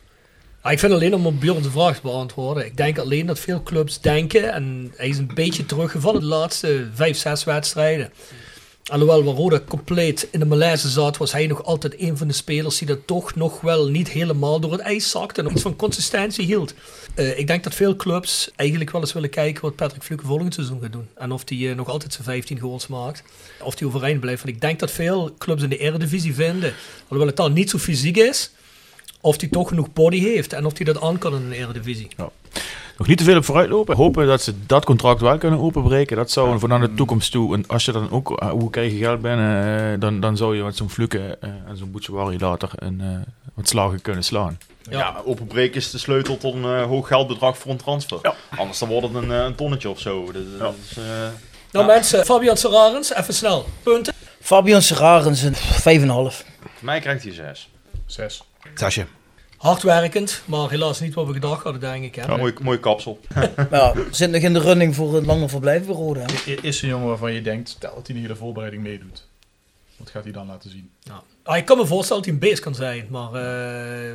Ja, ik vind alleen om op Björn de vraag te beantwoorden. Ik denk alleen dat veel clubs denken, en hij is een beetje teruggevallen de laatste vijf, zes wedstrijden. Alhoewel waar Roda compleet in de malaise zat, was hij nog altijd een van de spelers die dat toch nog wel niet helemaal door het ijs zakte en nog iets van consistentie hield. Uh, ik denk dat veel clubs eigenlijk wel eens willen kijken wat Patrick Fluke volgend seizoen gaat doen. En of hij uh, nog altijd zijn vijftien goals maakt. Of hij overeind blijft. Want ik denk dat veel clubs in de Eredivisie vinden, alhoewel het dan niet zo fysiek is, of hij toch genoeg body heeft en of hij dat aan kan in de Eredivisie. Ja. Nog niet te veel op vooruit lopen. Hopen dat ze dat contract wel kunnen openbreken. Dat zou voor naar de toekomst toe. En als je dan ook, uh, hoe krijg je geld binnen, uh, dan, dan zou je met zo'n Fluke uh, en zo'n Bouchouari later een, uh, wat slagen kunnen slaan. Ja, ja, openbreken is de sleutel tot een uh, hoog geldbedrag voor een transfer. Ja. Anders dan wordt het een, uh, een tonnetje of zo. Dus, ja. dus, uh, nou ja. mensen, Fabian Serrarens, even snel. Punten? Fabian Serrarens een vijf komma vijf. Voor mij krijgt hij zes. zes. Zesje. Hardwerkend, maar helaas niet wat we gedacht hadden, denk ik. Hè? Ja, mooi, mooi kapsel. Ja, zit nog in de running voor een langer verblijf bij Roda. Is een jongen waarvan je denkt, stel dat hij een hele voorbereiding meedoet. Wat gaat hij dan laten zien? Ja. Ah, ik kan me voorstellen dat hij een beest kan zijn, maar... Uh...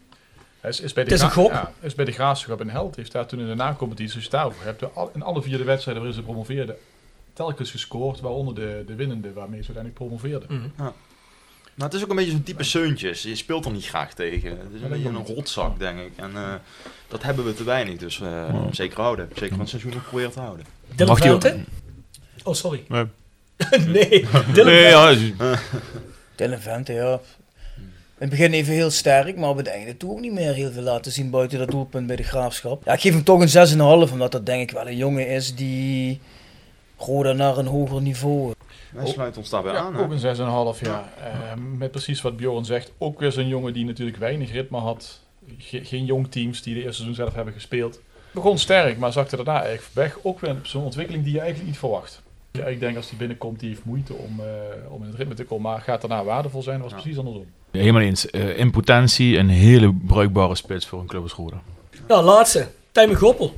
Hij is, is bij de het is een gok. Ja, is bij de Graafschap een held. Heeft daar toen in de na-competitie, als je het daarover hebt, in alle vier de wedstrijden waarin ze promoveerden, telkens gescoord, waaronder de, de winnende waarmee ze uiteindelijk promoveerden. Mm-hmm. Ja. Nou, het is ook een beetje zo'n type Seuntjes. Je speelt er niet graag tegen. Het is een beetje een rotzak, denk ik. En uh, dat hebben we te weinig. Dus uh, oh. zeker houden. Zeker van het seizoen ook proberen te houden. Dylan Vente? Oh, sorry. Nee. nee, Dylan nee, ja. Dylan Vente, ja. In het begin even heel sterk, maar op het einde toe ook niet meer heel veel laten zien buiten dat doelpunt bij de Graafschap. Ja, ik geef hem toch een zes komma vijf, omdat dat denk ik wel een jongen is die Roda naar een hoger niveau... Wij sluiten ons daarbij ja, aan. Ook een zes komma vijf, ja. Uh, met precies wat Bjorn zegt. Ook weer zo'n jongen die natuurlijk weinig ritme had. Ge- geen jong teams die de eerste seizoen zelf hebben gespeeld. Begon sterk, maar zakte daarna eigenlijk weg. Ook weer zo'n ontwikkeling die je eigenlijk niet verwacht. Ja, ik denk als hij binnenkomt, die heeft moeite om, uh, om in het ritme te komen. Maar gaat daarna waardevol zijn, dat was ja. precies andersom. Helemaal eens. Uh, in potentie een hele bruikbare spits voor een club als Roda. Nou, laatste. Tijmen Goppel.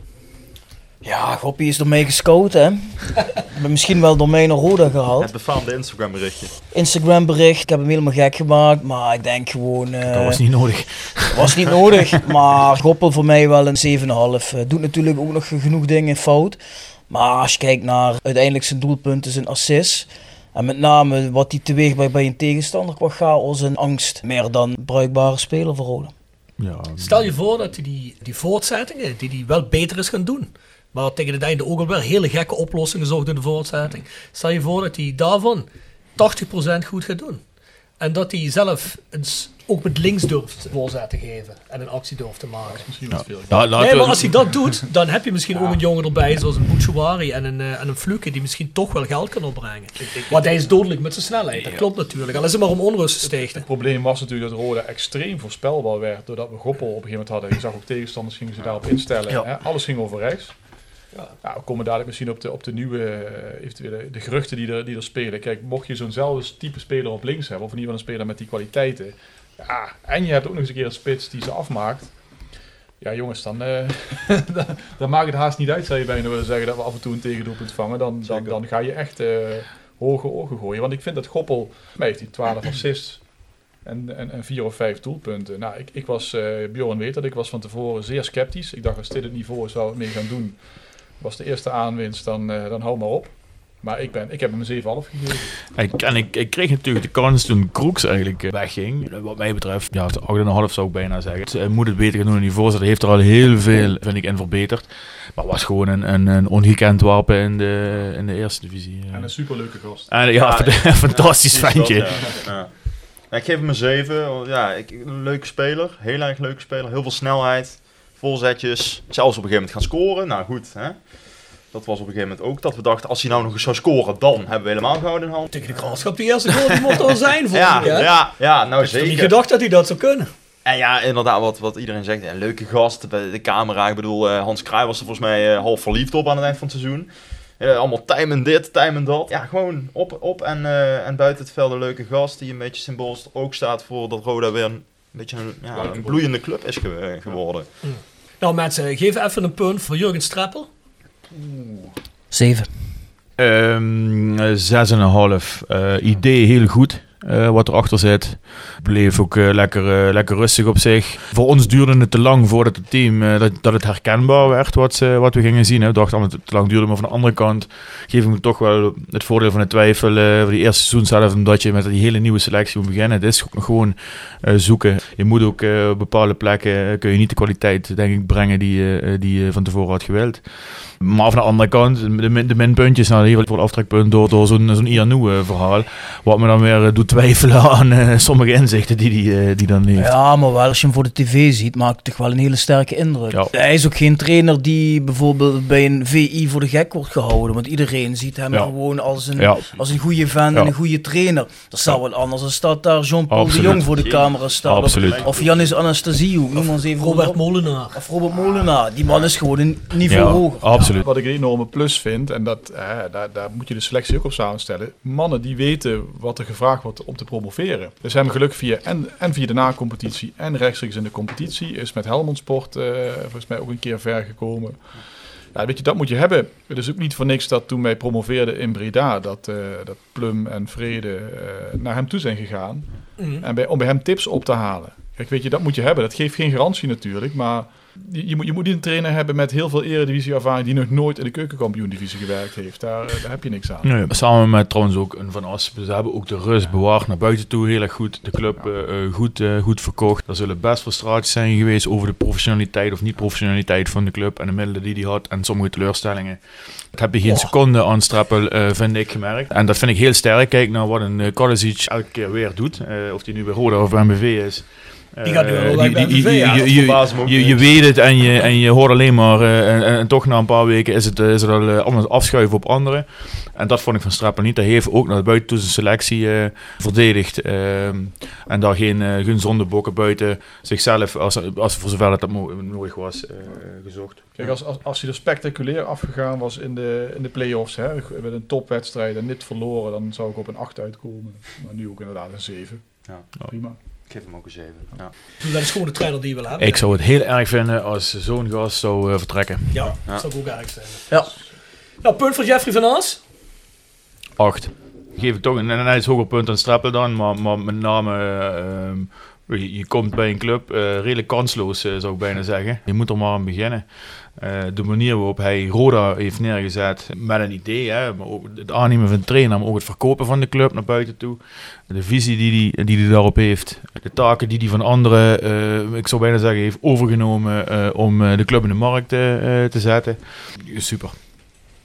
Ja, Goppie is door mij gescout, hè. Misschien wel door mij naar Roda gehaald. Het befaamde Instagram berichtje. Instagram bericht, ik heb hem helemaal gek gemaakt, maar ik denk gewoon... Uh, dat was niet nodig. was niet nodig, maar Goppel voor mij wel een zeven komma vijf. Uh, doet natuurlijk ook nog genoeg dingen fout. Maar als je kijkt naar uiteindelijk zijn doelpunten, zijn assists... En met name wat hij teweeg brengt bij een tegenstander qua chaos en angst. Meer dan bruikbare speler voor Roda. Ja. Stel je voor dat hij die, die voortzettingen, die hij wel beter is gaan doen... Maar tegen het einde ook al wel hele gekke oplossingen zocht in de voortzetting. Stel je voor dat hij daarvan tachtig procent goed gaat doen. En dat hij zelf eens ook met links durft voorzet te geven. En een actie durft te maken. Misschien wat veel. Ja, laten Nee, we- maar als hij dat doet, dan heb je misschien Ja. ook een jongen erbij, zoals een Bouchouari en een, uh, en een Fluke, die misschien toch wel geld kan opbrengen. Want hij is dodelijk met zijn snelheid, dat klopt natuurlijk. Al is het maar om onrust te stichten. Het probleem was natuurlijk dat Roda extreem voorspelbaar werd, doordat we Goppel op een gegeven moment hadden. Je zag ook tegenstanders gingen ze daarop instellen. Ja. Hè? Alles ging over rechts. Ja. Nou, we komen dadelijk misschien op de, op de nieuwe, uh, eventueel de, de geruchten die er, die er spelen. Kijk, mocht je zo'nzelfde type speler op links hebben, of in ieder geval een speler met die kwaliteiten. Ja, en je hebt ook nog eens een keer een spits die ze afmaakt. Ja, jongens, dan, uh, dan, dan maakt het haast niet uit, zou je bijna willen zeggen, dat we af en toe een tegendoelpunt vangen. Dan, dan, dan ga je echt uh, hoge ogen gooien. Want ik vind dat Goppel, mij heeft hij twaalf assists en, en, en vier of vijf doelpunten. Nou, ik, ik was, uh, Bjorn weet dat, ik was van tevoren zeer sceptisch. Ik dacht, als dit het niveau is waar we het mee gaan doen, was de eerste aanwinst, dan, uh, dan hou maar op. Maar ik, ben, ik heb hem een zeven komma vijf gegeven. Ik, en ik, ik kreeg natuurlijk de kans toen Kroeks eigenlijk wegging. Wat mij betreft, ja, acht komma vijf zou ik bijna zeggen. Hij moet het beter gaan doen in die voorzitter. Heeft er al heel veel, vind ik, in verbeterd. Maar was gewoon een, een, een ongekend wapen in de, in de eerste divisie. En een superleuke gast. En, ja, ja, een fantastisch ja, ventje. Ja. Ja. Ja, ik geef hem een zeven. Ja, ik, een leuke speler. Heel erg leuke speler. Heel veel snelheid. Voorzetjes. Zelfs op een gegeven moment gaan scoren. Nou goed, hè. Dat was op een gegeven moment ook dat we dachten, als hij nou nog eens zou scoren, dan hebben we helemaal gouden in hand. Tegen de Graafschap, die eerste goal, die mocht al zijn voor ja, hem, ja, ja, nou ik zeker. Ik had niet gedacht dat hij dat zou kunnen. En ja, inderdaad, wat, wat iedereen zegt, een leuke gast bij de camera. Ik bedoel, uh, Hans Kraaij was er volgens mij uh, half verliefd op aan het eind van het seizoen. Uh, allemaal timen dit, timen dat. Ja, gewoon op, op en, uh, en buiten het veld een leuke gast die een beetje symbolisch ook staat voor dat Roda weer een beetje een, ja, een bloeiende club is ge- geworden. Ja. Nou mensen, geef even een punt voor Jurgen Streppel. zeven. Um, zes en een half. Uh, idee heel goed. Uh, wat erachter zit. Bleef ook uh, lekker, uh, lekker rustig op zich. Voor ons duurde het te lang voordat het team uh, dat, dat het herkenbaar werd wat, uh, wat we gingen zien. Hè. We dachten dat het te lang duurde, maar van de andere kant geef ik me toch wel het voordeel van de twijfel. Uh, voor die eerste seizoen zelf, omdat je met die hele nieuwe selectie moet beginnen. Het is gewoon uh, zoeken. Je moet ook uh, op bepaalde plekken uh, kun je niet de kwaliteit denk ik brengen die, uh, die je van tevoren had gewild. Maar van de andere kant, de, min, de minpuntjes, nou, hier voor het aftrekpunt door, door zo'n, zo'n Ianu-verhaal. Wat me dan weer uh, doet twijfelen aan uh, sommige inzichten die die, uh, die dan heeft. Ja, maar wel als je hem voor de tv ziet, maakt het toch wel een hele sterke indruk. Ja. Hij is ook geen trainer die bijvoorbeeld bij een V I voor de gek wordt gehouden. Want iedereen ziet hem ja. gewoon als een, ja. als een goede fan ja. en een goede trainer. Dat zou wel anders als dat daar Jean-Paul de Jong voor de camera staat. Absoluut. Of, of Janis Anastasiou. Noem ons even Robert Molenaar. Of Robert Molenaar. Die man is gewoon een niveau ja, hoger. Absoluut. Ja, wat ik een enorme plus vind, en dat, eh, daar, daar moet je de selectie ook op samenstellen. Mannen die weten wat er gevraagd wordt om te promoveren. Dus hebben gelukkig via en, en via de na-competitie en rechtstreeks in de competitie. Is met Helmond Sport uh, volgens mij ook een keer ver gekomen. Ja, weet je, dat moet je hebben. Het is ook niet voor niks dat toen wij promoveerden in Breda, dat, uh, dat Plum en Vrede uh, naar hem toe zijn gegaan. Mm. En bij, om bij hem tips op te halen. Kijk, weet je, dat moet je hebben. Dat geeft geen garantie natuurlijk, maar je, je, moet, je moet niet een trainer hebben met heel veel eredivisie-ervaring die nog nooit in de keukenkampioen-divisie gewerkt heeft. Daar, daar heb je niks aan. Nee, samen met trouwens ook een Van As. Ze hebben ook de rust bewaard naar buiten toe. Heel erg goed. De club ja. uh, goed, uh, goed verkocht. Er zullen best frustraties zijn geweest over de professionaliteit of niet-professionaliteit van de club en de middelen die die had en sommige teleurstellingen. Dat heb je geen oh. seconde aan Streppel, uh, vind ik, gemerkt. En dat vind ik heel sterk. Kijk naar wat een uh, Kalisic elke keer weer doet. Uh, of die nu bij Roda of M B V is. Die gaat nu wel bij M B V, ja. Je, je, je, je weet het en je, en je hoort alleen maar... Uh, en, en toch na een paar weken is het, uh, is het al uh, allemaal afschuiven op anderen. En dat vond ik van Streppel niet. Hij heeft ook naar buiten toe zijn selectie uh, verdedigd. Uh, en daar geen, uh, geen zondebokken buiten zichzelf, als, als voor zover dat, dat mo- nodig was, uh, gezocht. Kijk, als, als, als hij er spectaculair afgegaan was in de, in de play-offs, hè, met een topwedstrijd en niet verloren, dan zou ik op een acht uitkomen. Maar nu ook inderdaad een zeven. Ja. Prima. Ik geef hem ook een zeven. Ja. Dat is gewoon de trainer die je wil hebben. Ik zou het heel erg vinden als zo'n gast zou uh, vertrekken. Ja, ja, dat zou ik ook erg vinden. Ja. Nou, punt voor Jeffrey van Aas? Acht. Geef ik toch een, een iets hoger punt aan Streppel dan, maar, maar met name... Uh, Je, je komt bij een club uh, redelijk kansloos, uh, zou ik bijna zeggen. Je moet er maar aan beginnen. Uh, de manier waarop hij Roda heeft neergezet met een idee, hè, maar ook het aannemen van de trainer, maar ook het verkopen van de club naar buiten toe. De visie die hij die die daarop heeft. De taken die hij van anderen, uh, ik zou bijna zeggen, heeft overgenomen uh, om uh, de club in de markt uh, te zetten. Super.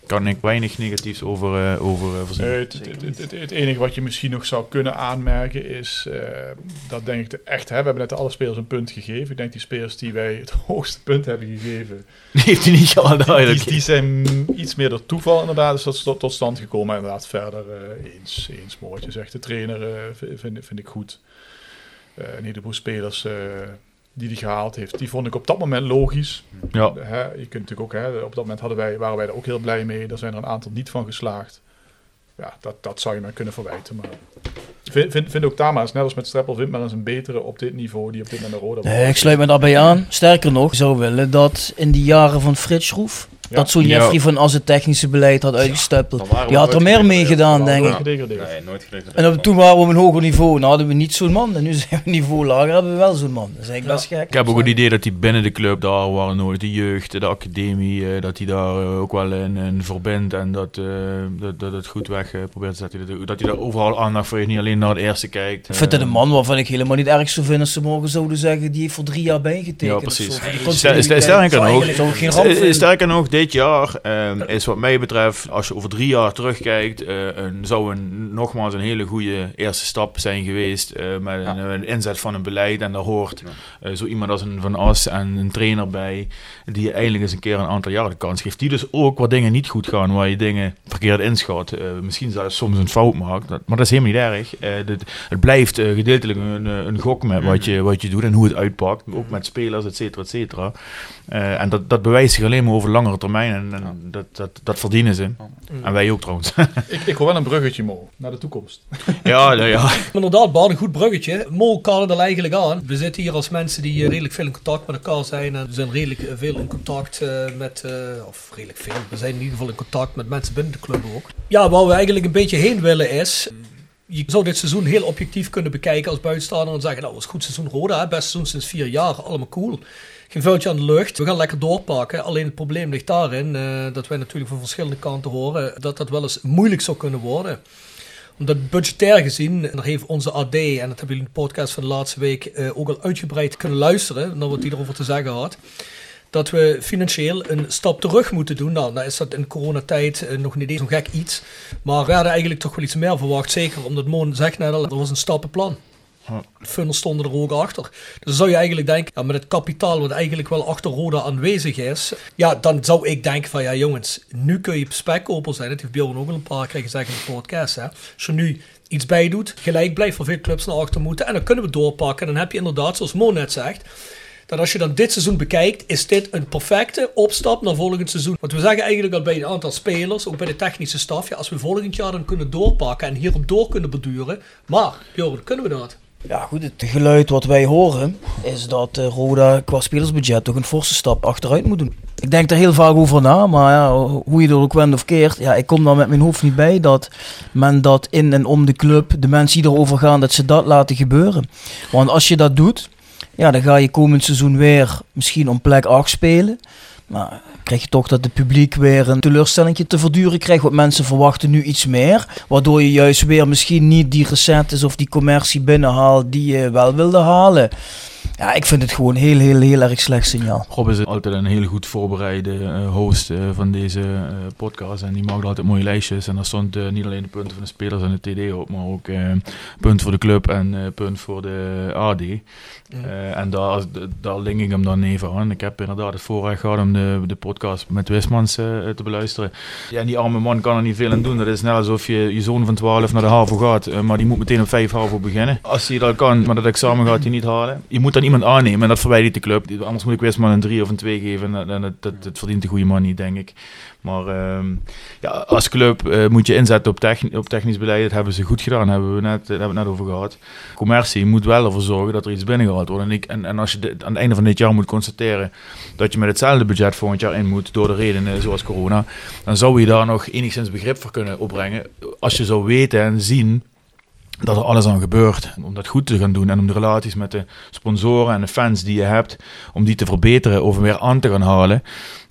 kan ik weinig negatiefs over, uh, over uh, voorzien. Uh, het, het, het, het, het enige wat je misschien nog zou kunnen aanmerken is, uh, dat denk ik echt, hè, we hebben net alle spelers een punt gegeven. Ik denk die spelers die wij het hoogste punt hebben gegeven, die heeft hij niet gehad. Die, die, die zijn iets meer door toeval inderdaad is dat tot, tot stand gekomen. En inderdaad verder uh, eens, eens moordje, zegt de trainer, uh, vind, vind ik goed. Uh, een heleboel spelers uh, die hij gehaald heeft, die vond ik op dat moment logisch. Ja. Hè, je kunt natuurlijk ook, hè, op dat moment hadden wij, waren wij er ook heel blij mee. Daar zijn er een aantal niet van geslaagd. Ja, dat, dat zou je maar kunnen verwijten. Maar vind, vind, vind ook Tamas, net als met Streppel, vindt maar eens een betere op dit niveau die op dit moment naar Roda. Nee, ik sluit me daarbij aan. Sterker nog, ik zou willen dat in die jaren van Frits Schroef, ja. dat zo'n Jeffrey ja. van als het technische beleid had uitgestippeld. Ja, die had er meer mee gedaan, denk ik. Nee, nooit gedegradeerd. En op, toen waren we op een hoger niveau. Nou hadden we niet zo'n man. En nu zijn we een niveau lager, hebben we wel zo'n man. Dat is eigenlijk best gek. Ik heb ook het idee dat die binnen de club daar waren nooit de jeugd, de academie, uh, dat hij daar uh, ook wel in, in verbindt en dat, uh, dat, dat het goed weg uh, probeert te zetten. Dat, dat hij daar overal aandacht voor heeft, niet alleen naar het eerste kijkt. Ik vind het een man waarvan ik helemaal niet erg zou vinden als ze morgen zouden zeggen, die heeft voor drie jaar bijgetekend. Ja, precies. Sterker nog, sterker nog, dit jaar um, is wat mij betreft, als je over drie jaar terugkijkt, uh, een, zou een, nogmaals een hele goede eerste stap zijn geweest uh, met ja. een, een inzet van een beleid. En daar hoort uh, zo iemand als een Van As en een trainer bij, die eindelijk eens een keer een aantal jaren de kans geeft. Die dus ook waar dingen niet goed gaan, waar je dingen verkeerd inschat. Uh, misschien zelfs soms een fout maakt, dat, maar dat is helemaal niet erg. Uh, dit, het blijft uh, gedeeltelijk een, een gok met wat je, wat je doet en hoe het uitpakt. Ook met spelers, et cetera, et cetera. Uh, en dat, dat bewijst zich alleen maar over langere termijn. En, en ja. dat, dat, dat verdienen ze. Ja. En wij ook trouwens. ik, ik hoor wel een bruggetje, Mo, naar de toekomst. ja, ja, ja. Inderdaad, Bart, een goed bruggetje. Mo kan er eigenlijk aan. We zitten hier als mensen die uh, redelijk veel in contact met elkaar zijn. En we zijn redelijk uh, veel in contact uh, met... Uh, of redelijk veel. We zijn in ieder geval in contact met mensen binnen de club ook. Ja, waar we eigenlijk een beetje heen willen is... Je zou dit seizoen heel objectief kunnen bekijken als buitenstaander en zeggen, nou, dat was een goed seizoen Roda, hè? Best seizoen sinds vier jaar, allemaal cool. Geen vuiltje aan de lucht, we gaan lekker doorpakken. Alleen het probleem ligt daarin, uh, dat wij natuurlijk van verschillende kanten horen, dat dat wel eens moeilijk zou kunnen worden. Omdat budgetair gezien, en daar heeft onze A D, en dat hebben jullie in de podcast van de laatste week uh, ook al uitgebreid kunnen luisteren, naar wat hij erover te zeggen had. Dat we financieel een stap terug moeten doen. Nou, dan is dat in coronatijd uh, nog niet eens zo'n gek iets. Maar we hadden eigenlijk toch wel iets meer verwacht. Zeker omdat Moon zegt net al, er was een stappenplan. Funnels stonden er ook achter. Dus dan zou je eigenlijk denken, ja, met het kapitaal wat eigenlijk wel achter Roda aanwezig is. Ja, dan zou ik denken van, ja jongens, nu kun je spekkoper zijn. Dat heeft Bjorn ook al een paar keer gezegd in de podcast. Hè. Als je nu iets bij doet, gelijk blijft voor veel clubs naar achter moeten. En dan kunnen we doorpakken. En dan heb je inderdaad, zoals Moon net zegt... dat als je dan dit seizoen bekijkt, is dit een perfecte opstap naar volgend seizoen. Want we zeggen eigenlijk al bij een aantal spelers, ook bij de technische staf, ja, als we volgend jaar dan kunnen doorpakken en hierop door kunnen beduren. Maar, Bjorn, kunnen we dat? Ja goed, het geluid wat wij horen is dat uh, Roda qua spelersbudget toch een forse stap achteruit moet doen. Ik denk er heel vaak over na, maar ja, hoe je er ook went of keert, ja, ik kom daar met mijn hoofd niet bij dat men dat in en om de club, de mensen die erover gaan, dat ze dat laten gebeuren. Want als je dat doet, ja, dan ga je komend seizoen weer misschien om plek acht spelen. Maar dan krijg je toch dat het publiek weer een teleurstelling te verduren krijgt. Want mensen verwachten nu iets meer. Waardoor je juist weer misschien niet die recettes of die commercie binnenhaalt die je wel wilde halen. Ja, ik vind het gewoon heel, heel, heel erg slecht signaal. Rob is altijd een heel goed voorbereide uh, host uh, van deze uh, podcast. En die maakt altijd mooie lijstjes. En daar stond uh, niet alleen de punten van de spelers en de T D op, maar ook uh, punt voor de club en uh, punt voor de A D. Uh, en daar, daar link ik hem dan even aan. Ik heb inderdaad het voorrecht gehad om de, de podcast met Wismans uh, te beluisteren. Ja, en die arme man kan er niet veel aan doen. Dat is net alsof je je zoon van twaalf naar de HAVO gaat, uh, maar die moet meteen op vijf HAVO beginnen. Als hij dat kan, maar dat examen gaat hij niet halen. Je moet dan iemand aannemen en dat verwijt de club. Anders moet ik Wisman een drie of een twee geven. En dat, dat, dat verdient de goede man niet, denk ik. Maar uh, ja, als club uh, moet je inzetten op, techni- op technisch beleid. Dat hebben ze goed gedaan, daar hebben we net, daar hebben we het net over gehad. Commercie moet wel ervoor zorgen dat er iets binnengehaald wordt. En, ik, en, en als je de, aan het einde van dit jaar moet constateren dat je met hetzelfde budget volgend jaar in moet, door de redenen zoals corona, dan zou je daar nog enigszins begrip voor kunnen opbrengen. Als je zou weten en zien dat er alles aan gebeurt om dat goed te gaan doen en om de relaties met de sponsoren en de fans die je hebt, om die te verbeteren of weer aan te gaan halen.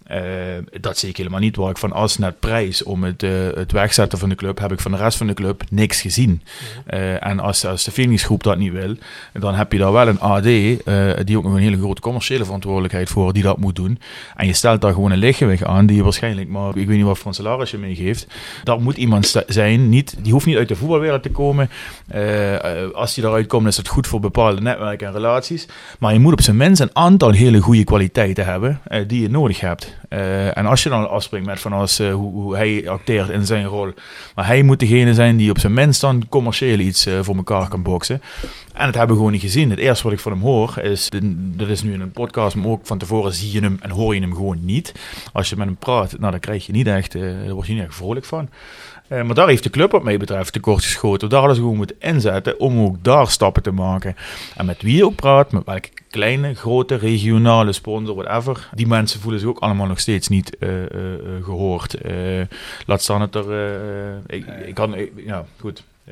Uh, dat zie ik helemaal niet. Waar ik van als net prijs om het, uh, het wegzetten van de club, heb ik van de rest van de club niks gezien. Uh, en als, als de Phoenixgroep dat niet wil, dan heb je daar wel een A D, uh, die ook nog een hele grote commerciële verantwoordelijkheid voor, die dat moet doen. En je stelt daar gewoon een lichtgewicht aan, die je waarschijnlijk maar, ik weet niet wat voor een salaris je meegeeft. Dat moet iemand st- zijn, niet, die hoeft niet uit de voetbalwereld te komen. Uh, uh, als die eruit komt, is het goed voor bepaalde netwerken en relaties. Maar je moet op zijn minst een aantal hele goede kwaliteiten hebben, uh, die je nodig hebt. Uh, en als je dan afspringt met van als, uh, hoe, hoe hij acteert in zijn rol, maar hij moet degene zijn die op zijn minst dan commercieel iets uh, voor elkaar kan boksen. En dat hebben we gewoon niet gezien. Het eerste wat ik van hem hoor is, de, dat is nu in een podcast, maar ook van tevoren zie je hem en hoor je hem gewoon niet. Als je met hem praat, nou dan krijg je niet echt, uh, daar word je niet echt vrolijk van. Uh, maar daar heeft de club wat mij betreft tekort geschoten. Daar hadden ze gewoon moeten inzetten om ook daar stappen te maken. En met wie je ook praat, met welke kleine, grote, regionale sponsor, whatever. Die mensen voelen zich ook allemaal nog steeds niet uh, uh, uh, gehoord. Uh, laat staan het er... Uh, ik, ik kan... Ik, ja, goed. Uh,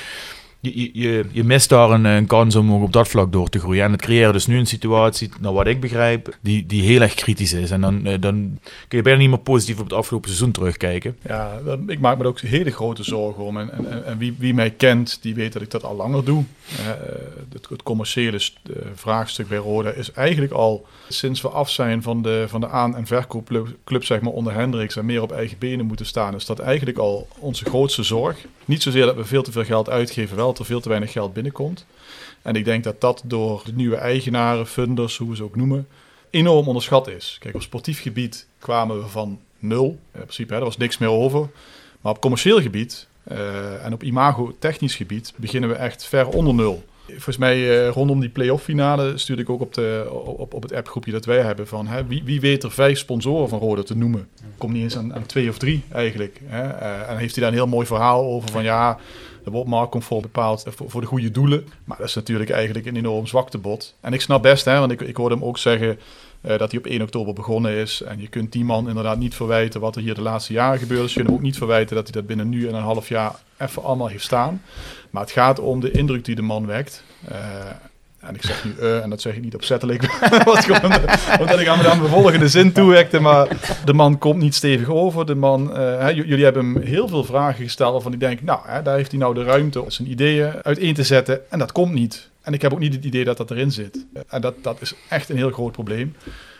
Je, je, je mist daar een, een kans om ook op dat vlak door te groeien. En het creëert dus nu een situatie, naar wat ik begrijp, die, die heel erg kritisch is. En dan, dan kun je bijna niet meer positief op het afgelopen seizoen terugkijken. Ja, ik maak me er ook hele grote zorgen om. En, en, en wie, wie mij kent, die weet dat ik dat al langer doe. Uh, het, het commerciële uh, vraagstuk bij Roda is eigenlijk al sinds we af zijn van de, van de aan- en verkoopclub, zeg maar, onder Hendricks en meer op eigen benen moeten staan, is dat eigenlijk al onze grootste zorg. Niet zozeer dat we veel te veel geld uitgeven, wel dat er veel te weinig geld binnenkomt. En ik denk dat dat door de nieuwe eigenaren, funders, hoe we ze ook noemen, enorm onderschat is. Kijk, op sportief gebied kwamen we van nul. In principe, hè, er was niks meer over. Maar op commercieel gebied uh, en op imago-technisch gebied beginnen we echt ver onder nul. Volgens mij uh, rondom die play-off finale stuurde ik ook op, de, op, op het appgroepje dat wij hebben van hè, wie, wie weet er vijf sponsoren van Roda te noemen. Komt niet eens aan, aan twee of drie eigenlijk. Hè. Uh, en heeft hij daar een heel mooi verhaal over van ja, er wordt marktconform bepaald voor, voor de goede doelen. Maar dat is natuurlijk eigenlijk een enorm zwaktebod. En ik snap best, hè, want ik, ik hoorde hem ook zeggen uh, dat hij op één oktober begonnen is. En je kunt die man inderdaad niet verwijten wat er hier de laatste jaren gebeurd is. Je kunt hem ook niet verwijten dat hij dat binnen nu en een half jaar even allemaal heeft staan. Maar het gaat om de indruk die de man wekt. Uh, en ik zeg nu uh, en dat zeg ik niet opzettelijk. was gewoon de, omdat ik aan de volgende zin toewerkte. Maar de man komt niet stevig over. De man, uh, hè, j- jullie hebben hem heel veel vragen gesteld waarvan ik denk, nou, hè, daar heeft hij nou de ruimte om zijn ideeën uiteen te zetten. En dat komt niet. En ik heb ook niet het idee dat dat erin zit. En dat, dat is echt een heel groot probleem.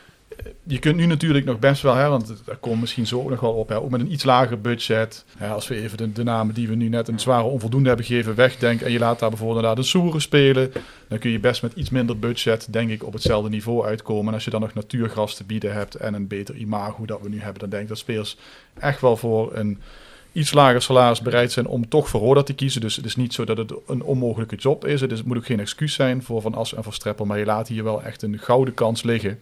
Je kunt nu natuurlijk nog best wel, hè, want daar komt misschien zo ook nog wel op, hè, ook met een iets lager budget. Hè, als we even de, de namen die we nu net een zware onvoldoende hebben gegeven wegdenken en je laat daar bijvoorbeeld naar de Soeren spelen, dan kun je best met iets minder budget, denk ik, op hetzelfde niveau uitkomen. En als je dan nog natuurgras te bieden hebt en een beter imago dat we nu hebben, dan denk ik dat spelers echt wel voor een iets lager salaris bereid zijn om toch voor Roda te kiezen. Dus het is niet zo dat het een onmogelijke job is. Het, is, het moet ook geen excuus zijn voor Van As en voor Streppel, maar je laat hier wel echt een gouden kans liggen.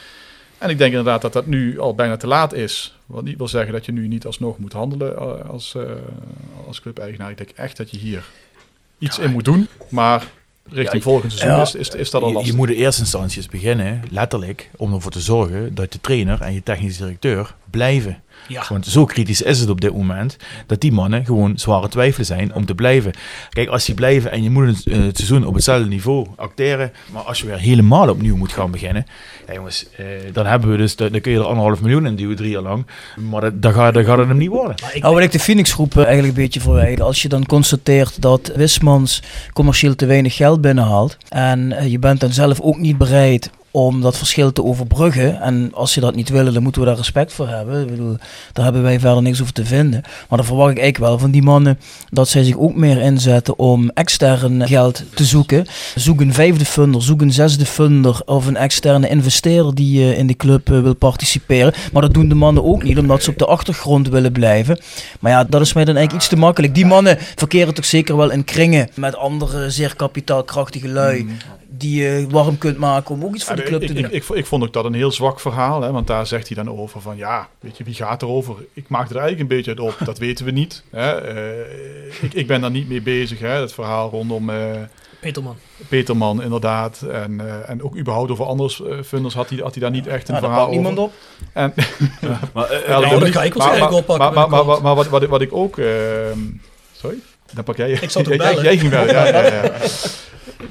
En ik denk inderdaad dat dat nu al bijna te laat is. Wat niet wil zeggen dat je nu niet alsnog moet handelen als, uh, als clubeigenaar. Ik denk echt dat je hier iets ja, in moet doen. Maar richting ja, volgend seizoen ja, is, is, is dat al lastig. Je moet in eerste instantie eens beginnen, letterlijk, om ervoor te zorgen dat de trainer en je technisch directeur blijven. Ja. Want zo kritisch is het op dit moment dat die mannen gewoon zware twijfelen zijn om te blijven. Kijk, als die blijven en je moet het, uh, het seizoen op hetzelfde niveau acteren, maar als je weer helemaal opnieuw moet gaan beginnen, ja jongens, uh, dan hebben we dus, dan kun je er anderhalf miljoen in duwen, drie jaar lang, maar dat, dat, gaat, dat gaat het hem niet worden. Nou, wat ik de Phoenixgroep eigenlijk een beetje verwijder, als je dan constateert dat Wismans commercieel te weinig geld binnenhaalt en uh, je bent dan zelf ook niet bereid om dat verschil te overbruggen. En als je dat niet willen, dan moeten we daar respect voor hebben. Ik bedoel, daar hebben wij verder niks over te vinden. Maar dan verwacht ik eigenlijk wel van die mannen dat zij zich ook meer inzetten om extern geld te zoeken. Zoek een vijfde funder, zoek een zesde funder of een externe investeerder die uh, in de club uh, wil participeren. Maar dat doen de mannen ook niet, omdat ze op de achtergrond willen blijven. Maar ja, dat is mij dan eigenlijk iets te makkelijk. Die mannen verkeren toch zeker wel in kringen met andere zeer kapitaalkrachtige lui, die je warm kunt maken om ook iets voor ja, de club ik, te doen. Ik, ik, ik vond ook dat een heel zwak verhaal, hè, want daar zegt hij dan over van ja, weet je, wie gaat erover? Ik maak er eigenlijk een beetje uit op, dat weten we niet. Hè. Uh, ik, ik ben daar niet mee bezig, hè, het verhaal rondom uh, Peterman. Peterman, inderdaad. En, uh, en ook überhaupt over andere uh, funders had hij, had hij daar niet echt een ja, verhaal over. niemand op. En, ja. Maar uh, ja, ja, ga ik maar, maar, maar, maar, maar, maar, maar wat, wat, wat ik ook... Uh, sorry? Dan pak jij... Ik zat jij, bellen. jij ging bellen, ja, ja, ja.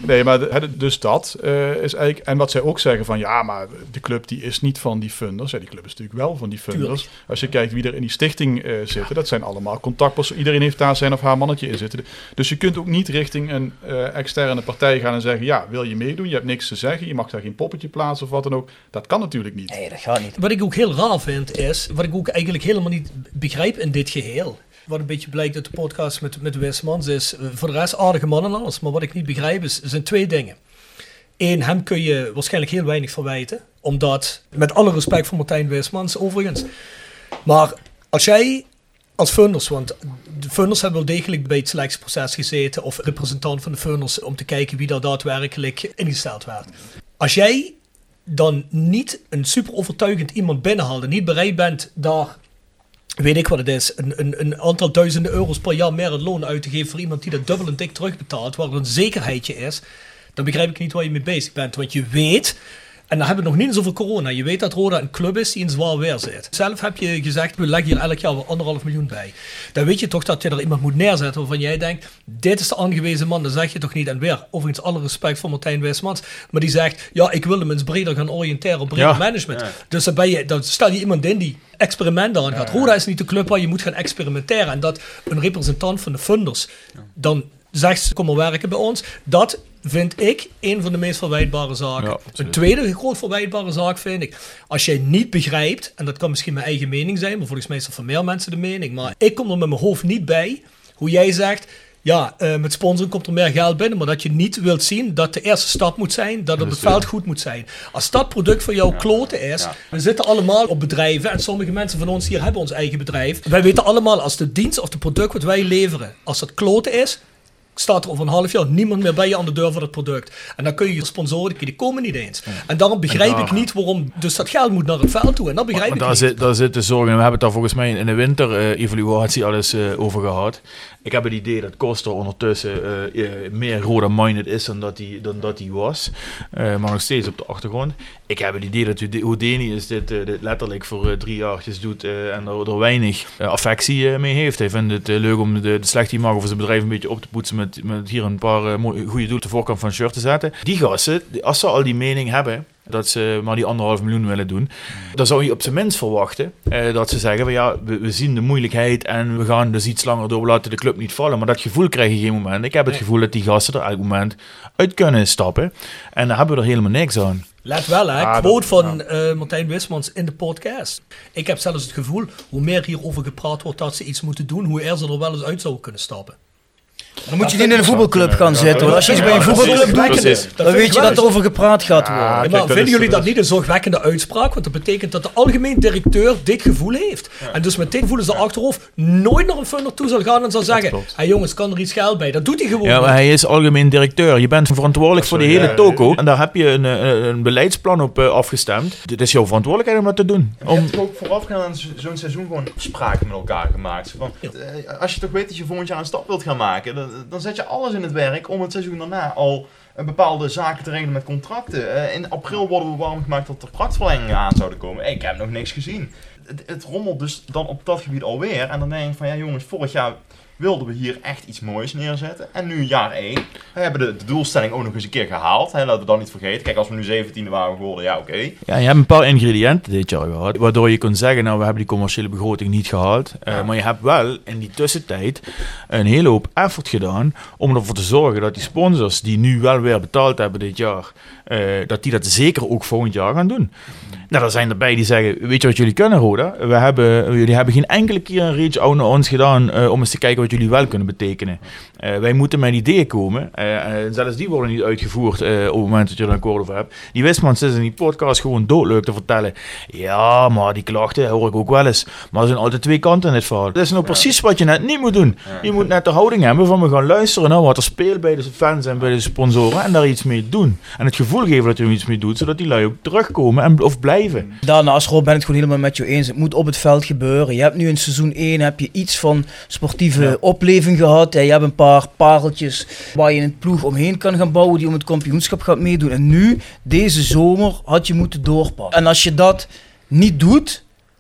Nee, maar de, dus dat uh, is eigenlijk... En wat zij ook zeggen van... Ja, maar de club die is niet van die funders. Ja, die club is natuurlijk wel van die funders. Tuurlijk. Als je kijkt wie er in die stichting uh, zitten... Dat zijn allemaal contactpersonen. Iedereen heeft daar zijn of haar mannetje in zitten. Dus je kunt ook niet richting een uh, externe partij gaan en zeggen... Ja, wil je meedoen? Je hebt niks te zeggen. Je mag daar geen poppetje plaatsen of wat dan ook. Dat kan natuurlijk niet. Nee, dat gaat niet. Wat ik ook heel raar vind is... Wat ik ook eigenlijk helemaal niet begrijp in dit geheel... Wat een beetje blijkt uit de podcast met, met Wismans is... Uh, voor de rest aardige man en alles. Maar wat ik niet begrijp is... zijn twee dingen. Eén, hem kun je waarschijnlijk heel weinig verwijten. Omdat, met alle respect voor Martijn Wismans overigens... Maar als jij als funders... Want de funders hebben wel degelijk bij het selectieproces gezeten... Of representant van de funders... Om te kijken wie daar daadwerkelijk ingesteld werd. Als jij dan niet een super overtuigend iemand binnenhaalt... En niet bereid bent daar... Weet ik wat het is, een, een, een aantal duizenden euro's per jaar meer het loon uit te geven voor iemand die dat dubbel en dik terugbetaalt, waar er een zekerheidje is, dan begrijp ik niet waar je mee bezig bent. Want je weet, en dan hebben we nog niet eens over corona, je weet dat Roda een club is die in zwaar weer zit. Zelf heb je gezegd, we leggen hier elk jaar wel anderhalf miljoen bij. Dan weet je toch dat je er iemand moet neerzetten waarvan jij denkt, dit is de aangewezen man, dat zeg je toch niet. En weer, overigens alle respect voor Martijn Wismans, maar die zegt, ja, ik wil hem eens breder gaan oriënteren op breder ja, management. Ja. Dus dan, ben je, dan stel je iemand in die experimenten aan gaat. Ja, ja. Roda is niet de club waar je moet gaan experimenteren. En dat een representant van de funders dan zegt, kom maar werken bij ons. Dat vind ik een van de meest verwijtbare zaken. Ja, een tweede groot verwijtbare zaak vind ik, als jij niet begrijpt, en dat kan misschien mijn eigen mening zijn, maar volgens mij is er van meer mensen de mening, maar ik kom er met mijn hoofd niet bij, hoe jij zegt, ja, uh, met sponsoring komt er meer geld binnen, maar dat je niet wilt zien dat de eerste stap moet zijn, dat het op het veld goed moet zijn. Als dat product van jou ja, kloten is, ja. we zitten allemaal op bedrijven, en sommige mensen van ons hier hebben ons eigen bedrijf. Wij weten allemaal, als de dienst of de product wat wij leveren, als dat kloten is, staat er over een half jaar niemand meer bij je aan de deur voor dat product. En dan kun je je sponsoren, die komen niet eens. Ja. En daarom begrijp en daar, ik niet waarom, dus dat geld moet naar het veld toe. En dat begrijp maar, maar ik daar niet. Zit, daar zit de zorg, en we hebben het daar volgens mij in de winter-evaluatie uh, alles uh, over gehad. Ik heb het idee dat Koster ondertussen uh, uh, meer Roda-minded is dan dat hij dan dat hij was. Uh, maar nog steeds op de achtergrond. Ik heb het idee dat Houdini is dit, uh, dit letterlijk voor uh, drie jaartjes doet uh, en er, er weinig uh, affectie uh, mee heeft. Hij vindt het uh, leuk om de, de slechte imago van zijn bedrijf een beetje op te poetsen met, met hier een paar uh, mooie, goede doelen op de voorkant van het shirt te zetten. Die gasten, als ze al die mening hebben, dat ze maar die anderhalf miljoen willen doen, dan zou je op zijn minst verwachten uh, dat ze zeggen, van, ja, we, we zien de moeilijkheid en we gaan dus iets langer door, we laten de club niet vallen. Maar dat gevoel krijg je geen moment. Ik heb het gevoel dat die gasten er elk moment uit kunnen stappen. En dan hebben we er helemaal niks aan. Let wel, hè, ah, quote dat, van ja. uh, Martijn Wismans in de podcast. Ik heb zelfs het gevoel, hoe meer hierover gepraat wordt dat ze iets moeten doen, hoe eerder ze er wel eens uit zouden kunnen stappen. Dan moet je niet in een voetbalclub gaan zitten. Hoor. Als je iets bij een voetbalclub doet, dan weet je dat er over gepraat gaat worden. Ja, maar vinden jullie dat niet een zorgwekkende uitspraak? Want dat betekent dat de algemeen directeur dit gevoel heeft. Ja. En dus met dit gevoel is de achterhoofd nooit naar een funder toe zal gaan en zal zeggen, hé hey jongens, kan er iets geld bij? Dat doet hij gewoon. Ja, maar hij is algemeen directeur. Je bent verantwoordelijk voor de hele ja, toko. Ja. En daar heb je een, een, een beleidsplan op uh, afgestemd. Dit is jouw verantwoordelijkheid om dat te doen. Om... Je hebt toch ook voorafgaand aan zo'n seizoen gewoon afspraken met elkaar gemaakt. Van, ja. uh, als je toch weet dat je volgend jaar een stap wilt gaan maken, dan, dan zet je alles in het werk om het seizoen daarna al uh, bepaalde zaken te regelen met contracten. Uh, in april worden we warm gemaakt dat er contractverlengingen aan zouden komen. Ik heb nog niks gezien. Het, het rommelt dus dan op dat gebied alweer. En dan denk ik van, ja jongens, vorig jaar wilden we hier echt iets moois neerzetten. En nu jaar één. We hebben de, de doelstelling ook nog eens een keer gehaald. Hè, laten we dat niet vergeten. Kijk, als we nu zeventiende waren geworden, ja oké. Okay. Ja, je hebt een paar ingrediënten dit jaar gehad. Waardoor je kon zeggen, nou we hebben die commerciële begroting niet gehaald. Uh, ja. Maar je hebt wel in die tussentijd een hele hoop effort gedaan om ervoor te zorgen dat die sponsors die nu wel weer betaald hebben dit jaar, uh, dat die dat zeker ook volgend jaar gaan doen. Nou, er zijn erbij die zeggen, weet je wat jullie kunnen, Roda? We hebben, jullie hebben geen enkele keer een reach-out naar ons gedaan uh, om eens te kijken wat jullie wel kunnen betekenen. Uh, wij moeten met ideeën komen. Uh, uh, zelfs die worden niet uitgevoerd uh, op het moment dat je er een akkoord over hebt. Die Wismans is in die podcast gewoon doodleuk te vertellen. Ja, maar die klachten hoor ik ook wel eens. Maar er zijn altijd twee kanten in dit verhaal. Dat is nou precies wat je net niet moet doen. Je moet net de houding hebben van we gaan luisteren naar wat er speelt bij de fans en bij de sponsoren en daar iets mee doen. En het gevoel geven dat je er iets mee doet, zodat die lui ook terugkomen en of blijven. Daarna, als Rob, ben ik het gewoon helemaal met je eens. Het moet op het veld gebeuren. Je hebt nu in seizoen één heb je iets van sportieve ja. opleving gehad. Je hebt een paar pareltjes waar je een ploeg omheen kan gaan bouwen die om het kampioenschap gaat meedoen. En nu, deze zomer, had je moeten doorpakken. En als je dat niet doet,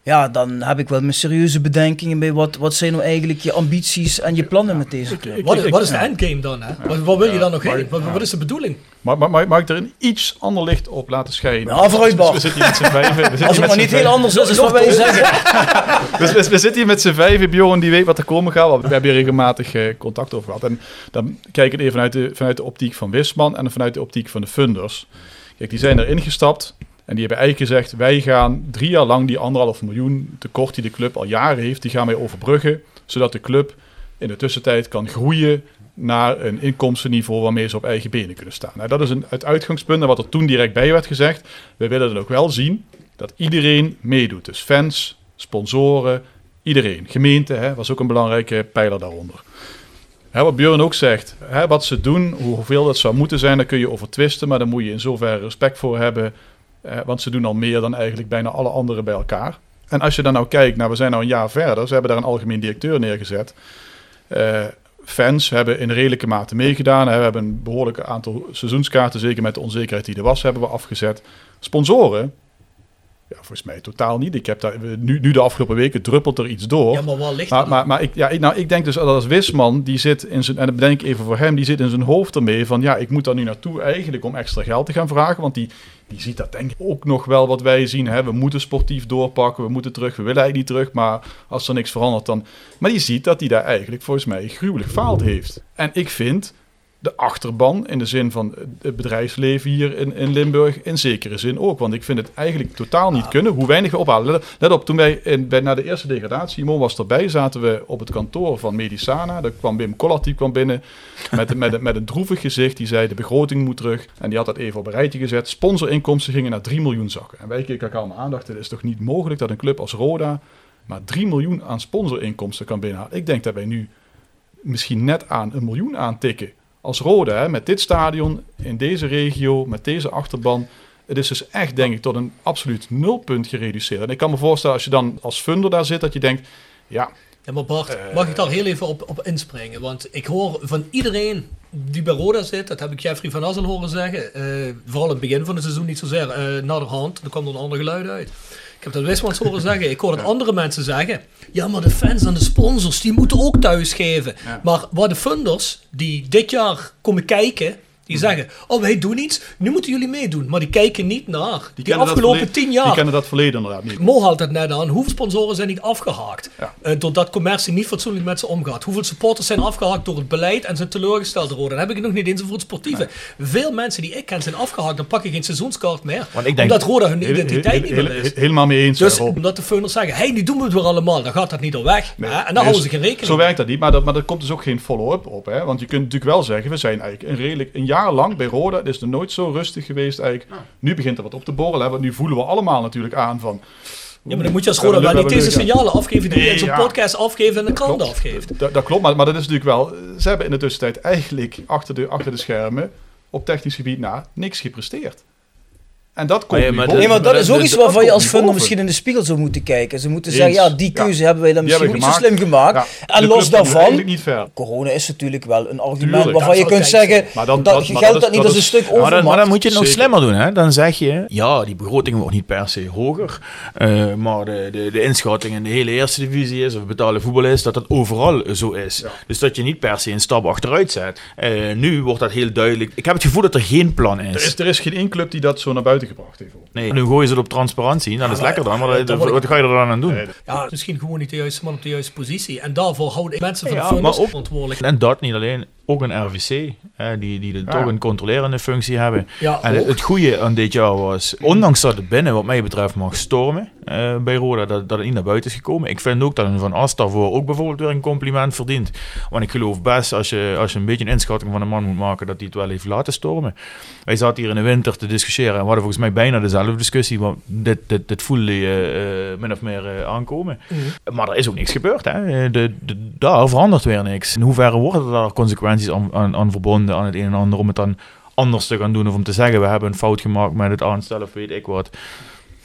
ja, dan heb ik wel mijn serieuze bedenkingen bij wat, wat zijn nou eigenlijk je ambities en je plannen met deze club. Wat, wat is de endgame dan? Hè? Wat, wat wil je dan nog heen? Wat, wat is de bedoeling? Maar mag, mag, mag ik er een iets ander licht op laten schijnen? Ja, vooruit, Bart. We zitten hier met z'n vijven. Als het maar niet heel anders is, is wat wij zeggen. we, we, we zitten hier met z'n vijven. Bjorn die weet wat er komen gaat. We hebben hier regelmatig uh, contact over gehad. En dan kijk ik even vanuit de, vanuit de optiek van Wisman en vanuit de optiek van de funders. Kijk, die zijn erin gestapt. En die hebben eigenlijk gezegd, wij gaan drie jaar lang die anderhalf miljoen tekort die de club al jaren heeft, die gaan wij overbruggen, zodat de club in de tussentijd kan groeien naar een inkomstenniveau waarmee ze op eigen benen kunnen staan. Nou, dat is een, het uitgangspunt en wat er toen direct bij werd gezegd. We willen dan ook wel zien dat iedereen meedoet. Dus fans, sponsoren, iedereen. Gemeente hè, was ook een belangrijke pijler daaronder. Hè, wat Björn ook zegt, hè, wat ze doen, hoeveel dat zou moeten zijn, daar kun je over twisten, maar daar moet je in zoverre respect voor hebben. Eh, want ze doen al meer dan eigenlijk bijna alle anderen bij elkaar. En als je dan nou kijkt, nou we zijn nou een jaar verder. Ze hebben daar een algemeen directeur neergezet. Uh, fans hebben in redelijke mate meegedaan. Hè. We hebben een behoorlijk aantal seizoenskaarten, zeker met de onzekerheid die er was, hebben we afgezet. Sponsoren, ja, volgens mij totaal niet. Ik heb daar, nu, nu de afgelopen weken druppelt er iets door. Ja, maar wat ligt maar, er maar, maar ik, ja, ik, nou, ik denk dus dat als Wisman, die zit in zijn, en dat bedenk ik even voor hem, die zit in zijn hoofd ermee van, ja, ik moet daar nu naartoe eigenlijk om extra geld te gaan vragen, want die, die ziet dat denk ik ook nog wel wat wij zien. Hè? We moeten sportief doorpakken, we moeten terug, we willen eigenlijk niet terug, maar als er niks verandert dan... Maar die ziet dat hij daar eigenlijk volgens mij gruwelijk faald heeft. En ik vind de achterban, in de zin van het bedrijfsleven hier in, in Limburg, in zekere zin ook. Want ik vind het eigenlijk totaal niet kunnen, hoe weinig we ophalen. Let, let op, toen wij in, bij, na de eerste degradatie, Mo was erbij, zaten we op het kantoor van Medisana. Daar kwam Wim Collard, die kwam binnen met, met, met een droevig gezicht. Die zei, de begroting moet terug. En die had dat even op een rijtje gezet. Sponsorinkomsten gingen naar drie miljoen zakken. En wij keken elkaar allemaal aan, dachten, het is toch niet mogelijk dat een club als Roda maar drie miljoen aan sponsorinkomsten kan binnenhalen. Ik denk dat wij nu misschien net aan een miljoen aantikken. Als Roda, hè, met dit stadion, in deze regio, met deze achterban. Het is dus echt, denk ik, tot een absoluut nulpunt gereduceerd. En ik kan me voorstellen, als je dan als funder daar zit, dat je denkt, ja... Ja, maar Bart, uh, mag ik daar heel even op, op inspringen? Want ik hoor van iedereen die bij Roda zit, dat heb ik Jeffrey van Assel horen zeggen, uh, vooral in het begin van het seizoen niet zozeer, uh, naderhand, er kwam er een ander geluid uit. Ik heb dat Wismans horen zeggen. Ik hoor dat andere mensen zeggen, ja, maar de fans en de sponsors, die moeten ook thuis geven. Ja. Maar waar de funders, die dit jaar komen kijken, die zeggen, oh, wij doen iets, nu moeten jullie meedoen. Maar die kijken niet naar die, die afgelopen tien jaar. Die kennen dat verleden inderdaad niet. Mo haalt het net aan. Hoeveel sponsoren zijn niet afgehaakt? Ja. Uh, doordat commercie niet fatsoenlijk met ze omgaat. Hoeveel supporters zijn afgehaakt door het beleid en zijn teleurgesteld worden. Dan heb ik het nog niet eens over het sportieve. Nee. Veel mensen die ik ken zijn afgehaakt. Dan pak je geen seizoenskaart meer. Want ik denk, omdat Roda hun identiteit heel, niet heel, meer is. Helemaal mee eens. Dus omdat de funders zeggen, hey, nu doen we het weer allemaal. Dan gaat dat niet al weg. Nee. En dan nee, houden ze geen rekening. Zo werkt dat niet. Maar, dat, maar er komt dus ook geen follow-up op. Hè? Want je kunt natuurlijk wel zeggen, we zijn eigenlijk een, redelijk, een jaar lang bij Roda. Het is er nooit zo rustig geweest eigenlijk. Ja. Nu begint er wat op te borrelen. Hè? Want nu voelen we allemaal natuurlijk aan van... Ja, maar dan moet je als Roda wel niet deze signalen afgeven die nee, je in zo'n ja. podcast afgeeft en de krant afgeeft. Dat, dat klopt, maar, maar dat is natuurlijk wel... Ze hebben in de tussentijd eigenlijk achter de, achter de schermen op technisch gebied na niks gepresteerd. En dat komt ja, maar, nee, maar dat is ook iets waarvan je als funder misschien in de spiegel zou moeten kijken. Ze moeten Eens. zeggen, ja, die keuze ja. hebben wij dan die misschien niet zo slim gemaakt. Ja. En los daarvan, corona is natuurlijk wel een argument Tuurlijk, waarvan je kunt zeggen, maar dan, dat, dat, geldt dat, dat niet als een stuk overmacht. Maar dan, maar dan moet je het nog slimmer doen. Hè? Dan zeg je, ja, die begroting wordt niet per se hoger. Uh, maar de, de, de inschatting in de hele eerste divisie is, of betalen voetbal is, dat dat overal zo is. Ja. Dus dat je niet per se een stap achteruit zet. Uh, nu wordt dat heel duidelijk. Ik heb het gevoel dat er geen plan is. Er is, er is geen één club die dat zo naar buiten gebracht heeft. Nee, nu gooien ze het op transparantie. Nou, dat is ja, lekker dan, maar dat, wat ga je er dan aan doen? Ja, misschien gewoon niet de juiste man op de juiste positie. En daarvoor houden mensen van ja, de funders verantwoordelijk. En dat niet alleen, ook een R V C, hè, die, die de, ja. toch een controlerende functie hebben. Ja, en ook. Het goede aan dit jaar was, ondanks dat het binnen wat mij betreft mag stormen uh, bij Roda, dat, dat het niet naar buiten is gekomen. Ik vind ook dat een Van Ast daarvoor ook bijvoorbeeld weer een compliment verdient. Want ik geloof best, als je, als je een beetje een inschatting van een man moet maken, dat hij het wel heeft laten stormen. Wij zaten hier in de winter te discussiëren en we hadden volgens mij bijna dezelfde discussie, want dit, dit, dit voelde je uh, min of meer uh, aankomen. Mm. Maar er is ook niks gebeurd. Hè. De, de, daar verandert weer niks. In hoeverre worden er consequenties Aan, aan, aan verbonden aan het een en ander om het dan anders te gaan doen of om te zeggen we hebben een fout gemaakt met het aanstellen of weet ik wat.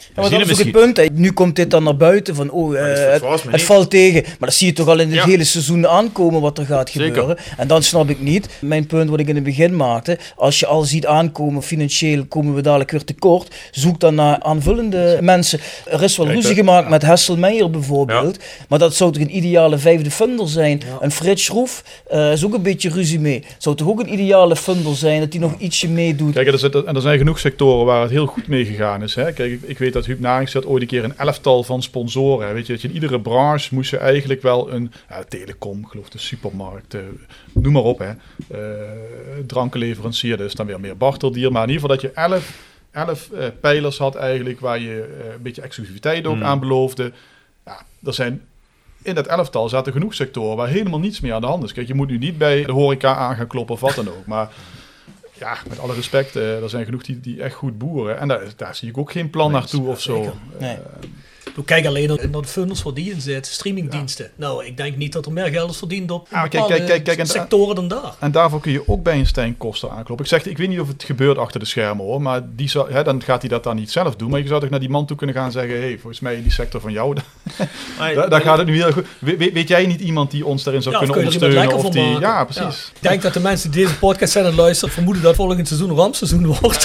Ja, maar dat is ook het punt. Hè. Nu komt dit dan naar buiten van, oh, uh, het, het valt tegen. Maar dat zie je toch al in het ja. hele seizoen aankomen wat er gaat gebeuren. Zeker. En dan snap ik niet. Mijn punt wat ik in het begin maakte. Als je al ziet aankomen, financieel komen we dadelijk weer tekort. Zoek dan naar aanvullende mensen. Er is wel Kijk, ruzie gemaakt ja. met Hesselmeijer bijvoorbeeld. Ja. Maar dat zou toch een ideale vijfde funder zijn. Ja. Een Frits Schroef uh, is ook een beetje ruzie mee. Zou toch ook een ideale funder zijn dat hij nog ietsje meedoet. Kijk, er, zit, en er zijn genoeg sectoren waar het heel goed mee gegaan is. Hè. Kijk, ik, ik weet dat Huub Narings had ooit een keer een elftal van sponsoren. Weet je, dat je in iedere branche moest je eigenlijk wel een ja, telecom, geloof de supermarkt, uh, noem maar op. Hè. Uh, drankenleverancier, dat is dan weer meer Barteldier. Maar in ieder geval dat je elf, elf uh, pijlers had eigenlijk waar je uh, een beetje exclusiviteit ook mm. aan beloofde. Ja, er zijn... In dat elftal zaten genoeg sectoren waar helemaal niets meer aan de hand is. Kijk, je moet nu niet bij de horeca aan gaan kloppen of wat dan ook. Maar ja, met alle respect, uh, er zijn genoeg die, die echt goed boeren. En daar, daar zie ik ook geen plan nee, naartoe of zo. Nee. Uh, Kijk alleen naar de funders waar die in zitten, streamingdiensten. Ja. Nou, ik denk niet dat er meer geld is verdiend op ah, kijk, kijk, kijk, kijk, sectoren dan daar. En daarvoor kun je ook bij een Stijn Koster aankloppen. Ik zeg, ik weet niet of het gebeurt achter de schermen hoor, maar die zou, hè, dan gaat hij dat dan niet zelf doen. Maar je zou toch naar die man toe kunnen gaan zeggen, hé, hey, volgens mij in die sector van jou, daar, daar, daar gaat het nu heel goed. We, weet, weet jij niet iemand die ons daarin zou ja, kunnen ondersteunen? Of die, ja, precies. Ja. Ik denk dat de mensen die deze podcast zijn en luisteren, vermoeden dat volgend seizoen een rampseizoen wordt.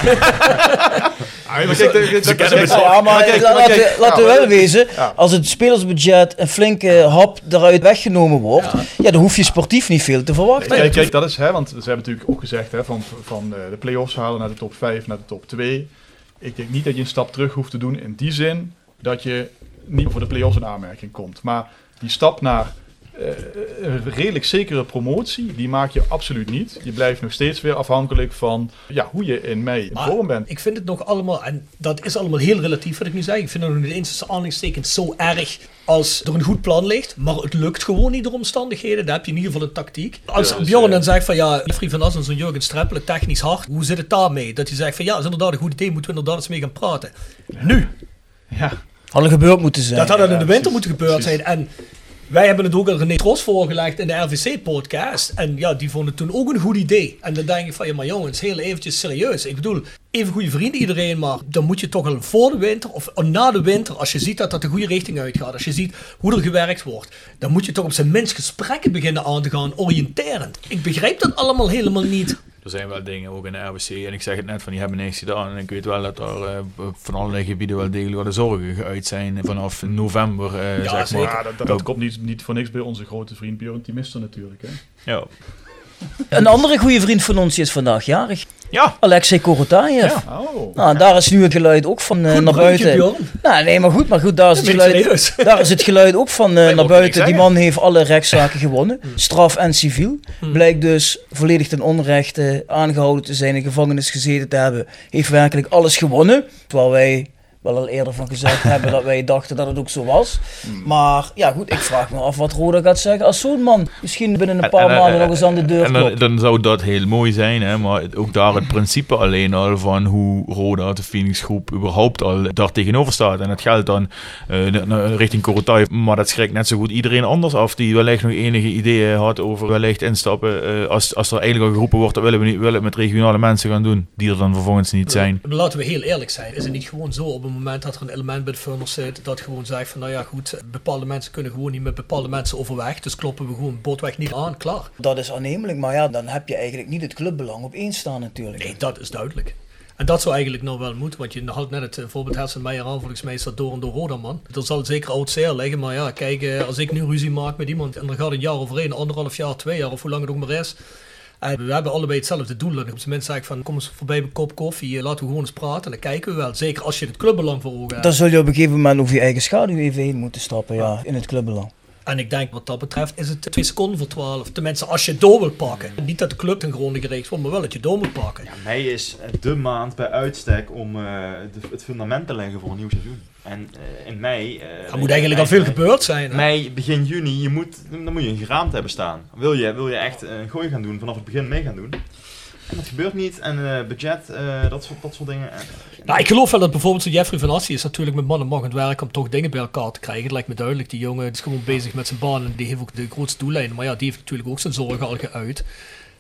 Laten we wel wezen, ja. als het spelersbudget een flinke hap eruit weggenomen wordt, ja. ja, dan hoef je sportief niet veel te verwachten. Kijk, kijk dat is, hè, want ze hebben natuurlijk ook gezegd, hè, van, van uh, de play-offs halen naar de top vijf, naar de top twee. Ik denk niet dat je een stap terug hoeft te doen in die zin dat je niet voor de play-offs in aanmerking komt. Maar die stap naar uh, een redelijk zekere promotie, die maak je absoluut niet. Je blijft nog steeds weer afhankelijk van ja, hoe je in mei in vorm bent. Ik vind het nog allemaal, en dat is allemaal heel relatief wat ik nu zeg. Ik vind het nog niet eens tussen aanhalingstekens zo erg als er een goed plan ligt, maar het lukt gewoon niet door omstandigheden. Dan heb je in ieder geval een tactiek. Als ja, Bjorn dan zegt van ja, Jeffrey van As en zo'n Jurgen Streppelen technisch hard, hoe zit het daarmee? Dat hij zegt van ja, dat is inderdaad een goed idee, moeten we inderdaad eens mee gaan praten. Ja. Nu. Ja. Had er gebeurd moeten zijn. Dat had er in de winter moeten gebeurd zijn. En wij hebben het ook al René Tros voorgelegd in de R V C-podcast. En ja, die vonden toen ook een goed idee. En dan denk ik van, ja maar jongens, heel eventjes serieus. Ik bedoel, even goede vrienden iedereen, maar dan moet je toch al voor de winter of na de winter, als je ziet dat dat de goede richting uitgaat, als je ziet hoe er gewerkt wordt, dan moet je toch op zijn minst gesprekken beginnen aan te gaan, oriënterend. Ik begrijp dat allemaal helemaal niet. Er zijn wel dingen, ook in de R W C, en ik zeg het net van, die hebben niks gedaan. En ik weet wel dat er uh, van allerlei gebieden wel degelijk de zorgen geuit zijn vanaf november, uh, ja, zeg maar. Ja, dat, dat, dat komt niet, niet voor niks bij onze grote vriend Björn Timister natuurlijk, hè. Ja. Een andere goede vriend van ons is vandaag jarig. Ja. Alexei Korotayev. Ja. Oh. Nou, daar is nu het geluid ook van uh, naar buiten. Nou, nee, maar goed, maar goed, daar is het geluid, daar is het geluid ook van uh, naar buiten. Die man heeft alle rechtszaken gewonnen, straf en civiel. Hmm. Blijkt dus volledig ten onrechte aangehouden te zijn, in gevangenis gezeten te hebben. Heeft werkelijk alles gewonnen, terwijl wij wel al eerder van gezegd hebben dat wij dachten dat het ook zo was. Hmm. Maar ja goed, ik vraag me af wat Roda gaat zeggen als zo'n man misschien binnen een paar en, en, maanden en, nog eens aan de deur en dan, dan zou dat heel mooi zijn, hè? Maar ook daar het principe alleen al van hoe Roda, de Phoenix groep, überhaupt al daar tegenover staat. En dat geldt dan uh, richting Korotayev, maar dat schrikt net zo goed iedereen anders af die wellicht nog enige ideeën had over wellicht instappen. Uh, als, als er eigenlijk al geroepen wordt, dat willen we niet, willen we met regionale mensen gaan doen, die er dan vervolgens niet zijn. Laten we heel eerlijk zijn, is het niet gewoon zo op een moment dat er een element bij de funders zit dat gewoon zegt van nou ja goed, bepaalde mensen kunnen gewoon niet met bepaalde mensen overweg, dus kloppen we gewoon botweg niet aan, klaar. Dat is aannemelijk, maar ja, dan heb je eigenlijk niet het clubbelang op één staan natuurlijk. Nee, dat is duidelijk. En dat zou eigenlijk nog wel moeten, want je had net het voorbeeld Hesselmeijer aan, volgens mij is dat door en door Roda, man. Er zal zeker oud zeer liggen, maar ja, kijk, als ik nu ruzie maak met iemand en er gaat een jaar overheen, anderhalf jaar, twee jaar of hoe lang het ook maar is. En we hebben allebei hetzelfde doel. En op zijn minst zeg ik van, kom eens voorbij bij een kop koffie, laten we gewoon eens praten en dan kijken we wel. Zeker als je het clubbelang voor ogen hebt. Dan zul je op een gegeven moment over je eigen schaduw even heen moeten stappen, ja, in het clubbelang. En ik denk wat dat betreft is het twee seconden voor twaalf. Tenminste, als je door wilt pakken. Niet dat de club ten gronde gericht wordt, maar wel dat je door moet pakken. Ja, mei is de maand bij uitstek om uh, de, het fundament te leggen voor een nieuw seizoen. En uh, in mei... Uh, er moet eigenlijk al veel mei, gebeurd zijn. Hè? Mei, begin juni, je moet, dan moet je een geraamte hebben staan. Wil je, wil je echt een uh, gooi gaan doen, vanaf het begin mee gaan doen? En dat gebeurt niet. En uh, budget, uh, dat, soort, dat soort dingen. Nou, ik geloof wel dat bijvoorbeeld zo Jeffrey van Assie is natuurlijk met man en macht aan het werk om toch dingen bij elkaar te krijgen. Het lijkt me duidelijk. Die jongen is gewoon bezig met zijn baan en die heeft ook de grootste doellijnen. Maar ja, die heeft natuurlijk ook zijn zorgen al geuit.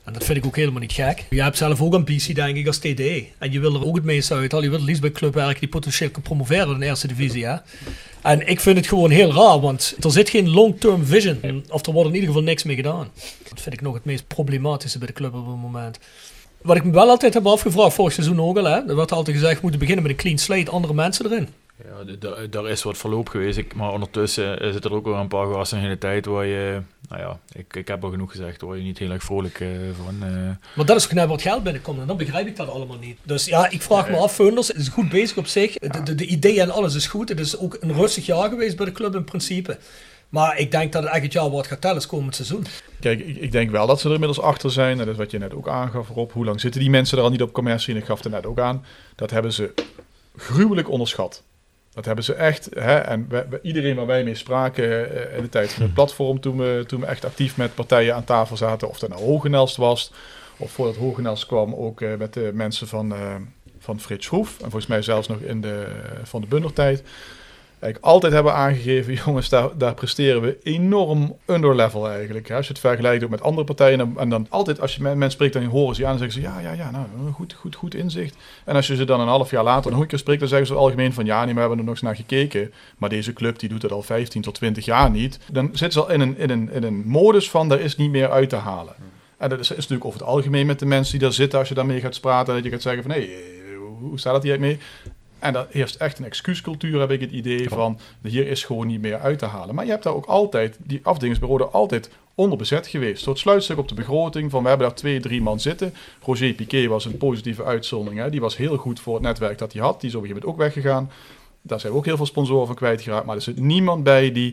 En dat vind ik ook helemaal niet gek. Je hebt zelf ook ambitie, denk ik, als T D. En je wil er ook het meeste uithalen. Je wil het liefst bij een club werken die potentieel kan promoveren in de eerste divisie. Hè? En ik vind het gewoon heel raar, want er zit geen long-term vision. Of er wordt in ieder geval niks mee gedaan. Dat vind ik nog het meest problematische bij de club op het moment. Wat ik me wel altijd heb afgevraagd, vorig seizoen ook al, hè? Er werd altijd gezegd, we moeten beginnen met een clean slate, andere mensen erin. Ja, daar is wat verloop geweest, ik, maar ondertussen uh, zitten er ook wel een paar gasten in de hele tijd waar je, nou ja, ik, ik heb al genoeg gezegd, waar je niet heel erg vrolijk uh, van. Uh... Maar dat is ook net wat geld binnenkomt en dan begrijp ik dat allemaal niet. Dus ja, ik vraag me af, Funders is goed bezig op zich, de, de, de ideeën en alles is goed, het is ook een rustig jaar geweest bij de club in principe. Maar ik denk dat het echt het jaar wat gaat tellen is komend seizoen. Kijk, ik, ik denk wel dat ze er inmiddels achter zijn. Dat is wat je net ook aangaf, Rob. Hoe lang zitten die mensen er al niet op commercie? En ik gaf het net ook aan. Dat hebben ze gruwelijk onderschat. Dat hebben ze echt. Hè, en we, we, iedereen waar wij mee spraken uh, in de tijd van het platform, toen we, toen we echt actief met partijen aan tafel zaten, of dat nou Hogenelst was, of voordat Hogenelst kwam, ook uh, met de mensen van, uh, van Frits Schroef. En volgens mij zelfs nog in de, van de Bundertijd. Eigenlijk altijd hebben aangegeven, jongens, daar, daar presteren we enorm underlevel eigenlijk. Hè? Als je het vergelijkt ook met andere partijen. En, en dan altijd, als je met mensen spreekt, dan horen ze je aan en zeggen ze, ja, ja, ja, nou, goed, goed, goed inzicht. En als je ze dan een half jaar later nog een keer spreekt, dan zeggen ze algemeen van, ja, nee, we hebben er nog eens naar gekeken. Maar deze club, die doet het al vijftien tot twintig jaar niet. Dan zitten ze al in een, in een, in een modus van, er is niet meer uit te halen. En dat is, is natuurlijk over het algemeen met de mensen die daar zitten, als je daarmee gaat praten, dat je gaat zeggen van, hé, hey, hoe staat het hier mee? En dat heerst echt een excuuscultuur, heb ik het idee van, hier is gewoon niet meer uit te halen. Maar je hebt daar ook altijd, die afdelingsbureau er altijd onderbezet geweest. Zo'n sluitstuk op de begroting van, we hebben daar twee, drie man zitten. Roger Piquet was een positieve uitzondering. Hè. Die was heel goed voor het netwerk dat hij had. Die is op een gegeven moment ook weggegaan. Daar zijn we ook heel veel sponsoren van kwijtgeraakt. Maar er zit niemand bij die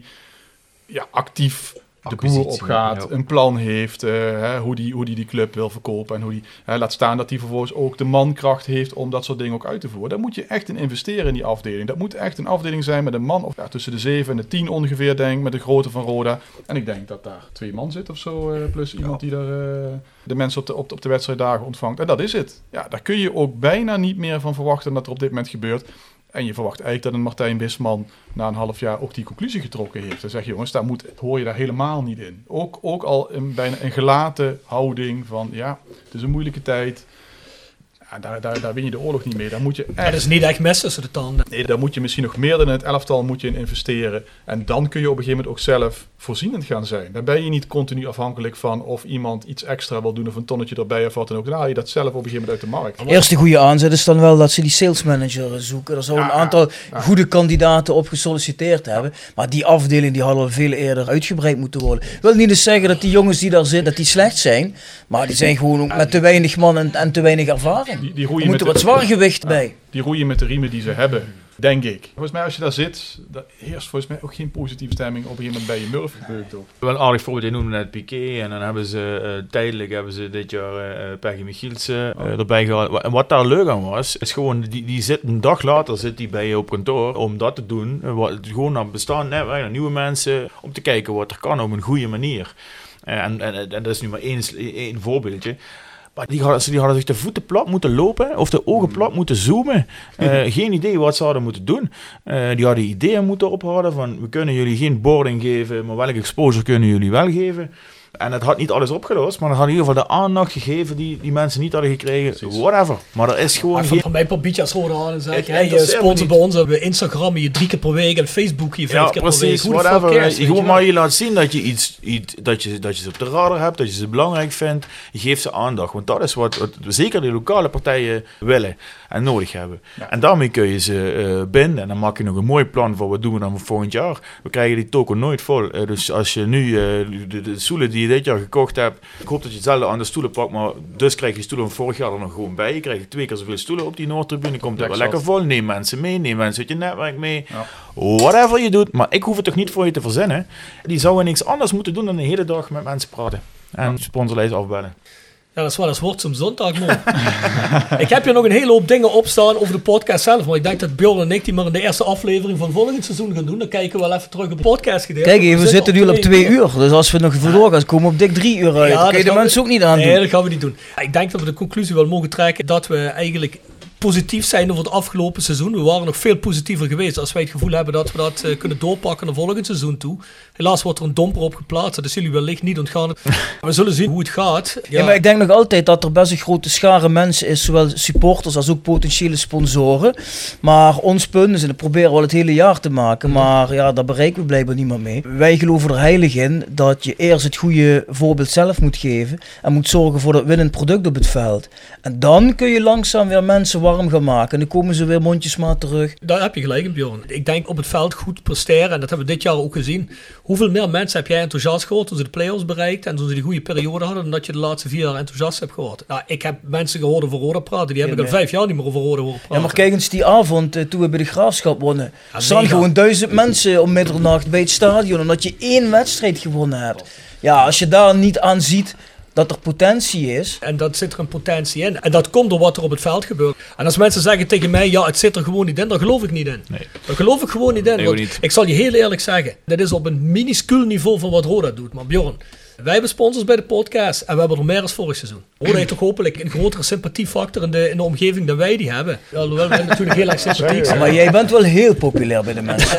ja, actief de boer opgaat, ja. een plan heeft, uh, hè, hoe die, hoe die die club wil verkopen en hoe die, hè, laat staan dat hij vervolgens ook de mankracht heeft om dat soort dingen ook uit te voeren. Daar moet je echt in investeren in die afdeling. Dat moet echt een afdeling zijn met een man of ja, tussen de zeven en de tien ongeveer, denk ik, met de grootte van Roda. En ik denk dat daar twee man zit of zo, uh, plus iemand ja. die daar uh, de mensen op de, op, de, op de wedstrijddagen ontvangt. En dat is het. Ja, daar kun je ook bijna niet meer van verwachten dat er op dit moment gebeurt. En je verwacht eigenlijk dat een Martijn Bisman na een half jaar ook die conclusie getrokken heeft. Dan zeg je, jongens, daar moet, hoor je daar helemaal niet in. Ook, ook al een, bijna een gelaten houding van, ja, het is een moeilijke tijd. Ja, daar, daar, daar win je de oorlog niet mee. Daar moet je echt, ja, dat is niet echt mes tussen de tanden. Nee, daar moet je misschien nog meer dan in het elftal moet je in investeren. En dan kun je op een gegeven moment ook zelf voorzienend gaan zijn. Dan ben je niet continu afhankelijk van of iemand iets extra wil doen of een tonnetje erbij of wat dan ook. Dan haal je dat zelf op een gegeven moment uit de markt. Eerste goede aanzet is dan wel dat ze die sales manager zoeken. Er zou ja, een aantal ja, ja. goede kandidaten op gesolliciteerd hebben. Maar die afdeling die hadden al veel eerder uitgebreid moeten worden. Ik wil niet eens zeggen dat die jongens die daar zitten, dat die slecht zijn. Maar die zijn gewoon ook met te weinig man en, en te weinig ervaring. Die, die er moet er wat zwaargewicht ja, bij. Die roeien met de riemen die ze hebben. Denk ik. Volgens mij als je daar zit, daar heerst volgens mij ook geen positieve stemming. Op een gegeven moment bij je Murph gebeukt op. Wel een aardig voorbeeld, je noemde net Piquet. En dan hebben ze uh, tijdelijk hebben ze dit jaar uh, Peggy Michielsen uh, erbij gehaald. En wat daar leuk aan was, is gewoon, die, die zit een dag later zit die bij je op kantoor om dat te doen. Uh, wat, gewoon naar bestaand netwerk, naar nieuwe mensen, om te kijken wat er kan op een goede manier. Uh, en, en, en dat is nu maar één, één voorbeeldje. Maar die hadden, die hadden zich de voeten plat moeten lopen of de ogen plat moeten zoomen. Uh, geen idee wat ze hadden moeten doen. Uh, die hadden ideeën moeten ophouden van we kunnen jullie geen boarding geven, maar welke exposure kunnen jullie wel geven. En het had niet alles opgelost, maar het had in ieder geval de aandacht gegeven die die mensen niet hadden gekregen. Precies. Whatever. Maar er is gewoon ja, geen... Van mij probeer je als gewoon aan en zeg hey, je sponsor bij ons, we Instagram je drie keer per week en Facebook je vijf ja, keer precies, per week. Whatever. Cares, je gewoon maar je laat zien dat je iets, iets dat, je, dat je ze op de radar hebt, dat je ze belangrijk vindt. Je geeft ze aandacht, want dat is wat, wat zeker de lokale partijen willen en nodig hebben. Ja. En daarmee kun je ze uh, binden en dan maak je nog een mooi plan voor wat doen we dan voor volgend jaar. We krijgen die token nooit vol. Uh, dus als je nu uh, de, de stoelen die je dit jaar gekocht hebt, ik hoop dat je hetzelfde aan de stoelen pakt, maar dus krijg je stoelen van vorig jaar er nog gewoon bij. Je krijgt twee keer zoveel stoelen op die Noordtribune. Komt er wel lekker vol. Neem mensen mee, neem mensen uit je netwerk mee. Ja. Whatever je doet, maar ik hoef het toch niet voor je te verzinnen. Die zouden niks anders moeten doen dan de hele dag met mensen praten. En ja. sponsorlijst afbellen. Ja, dat is wel eens wordt zo'n zondag, man. Ik heb hier nog een hele hoop dingen opstaan over de podcast zelf. Maar ik denk dat Bjorn en ik die maar in de eerste aflevering van volgend seizoen gaan doen. Dan kijken we wel even terug op het podcast gedeelte. Kijk, we, we zitten nu al op twee uur. Dus als we nog voor gaan, komen we op dik drie uur uit. Ja, dan kun je de mensen we, ook niet aan doen. Nee, dat gaan we niet doen. Ik denk dat we de conclusie wel mogen trekken dat we eigenlijk positief zijn over het afgelopen seizoen. We waren nog veel positiever geweest als wij het gevoel hebben dat we dat uh, kunnen doorpakken naar volgend seizoen toe. Helaas wordt er een domper op geplaatst. Dat is jullie wellicht niet ontgaan. We zullen zien hoe het gaat. Ja. Ja, maar ik denk nog altijd dat er best een grote schare mensen is, zowel supporters als ook potentiële sponsoren. Maar ons punt is, en dat proberen we al het hele jaar te maken, maar ja, daar bereiken we blijkbaar niemand mee. Wij geloven er heilig in dat je eerst het goede voorbeeld zelf moet geven en moet zorgen voor dat winnend product op het veld. En dan kun je langzaam weer mensen warm gaan maken. En dan komen ze weer mondjesmaat terug. Daar heb je gelijk in, Bjorn. Ik denk op het veld goed presteren. En dat hebben we dit jaar ook gezien. Hoeveel meer mensen heb jij enthousiast gehoord toen ze de play-offs bereikten en toen ze die goede periode hadden, dan dat je de laatste vier jaar enthousiast hebt gehoord. Nou, ik heb mensen gehoord over Roda praten. Die heb ja, ik al nee. vijf jaar niet meer over Roda horen praten. Ja, maar kijk eens die avond uh, toen we bij de Graafschap wonnen. Er staan gewoon duizend mensen om middernacht bij het stadion. Omdat je één wedstrijd gewonnen hebt. Ja, als je daar niet aan ziet dat er potentie is. En dat zit er een potentie in. En dat komt door wat er op het veld gebeurt. En als mensen zeggen tegen mij, ja, het zit er gewoon niet in, dan geloof ik niet in. Nee. Dan geloof ik gewoon niet in. Nee, want niet. Ik zal je heel eerlijk zeggen, dit is op een minuscuul niveau van wat Roda doet. Maar Bjorn, wij hebben sponsors bij de podcast en we hebben er meer als vorig seizoen. Roda heeft toch hopelijk een grotere sympathiefactor in de, in de omgeving dan wij die hebben. Alhoewel wij natuurlijk heel erg sympathiek zijn. Maar jij bent wel heel populair bij de mensen.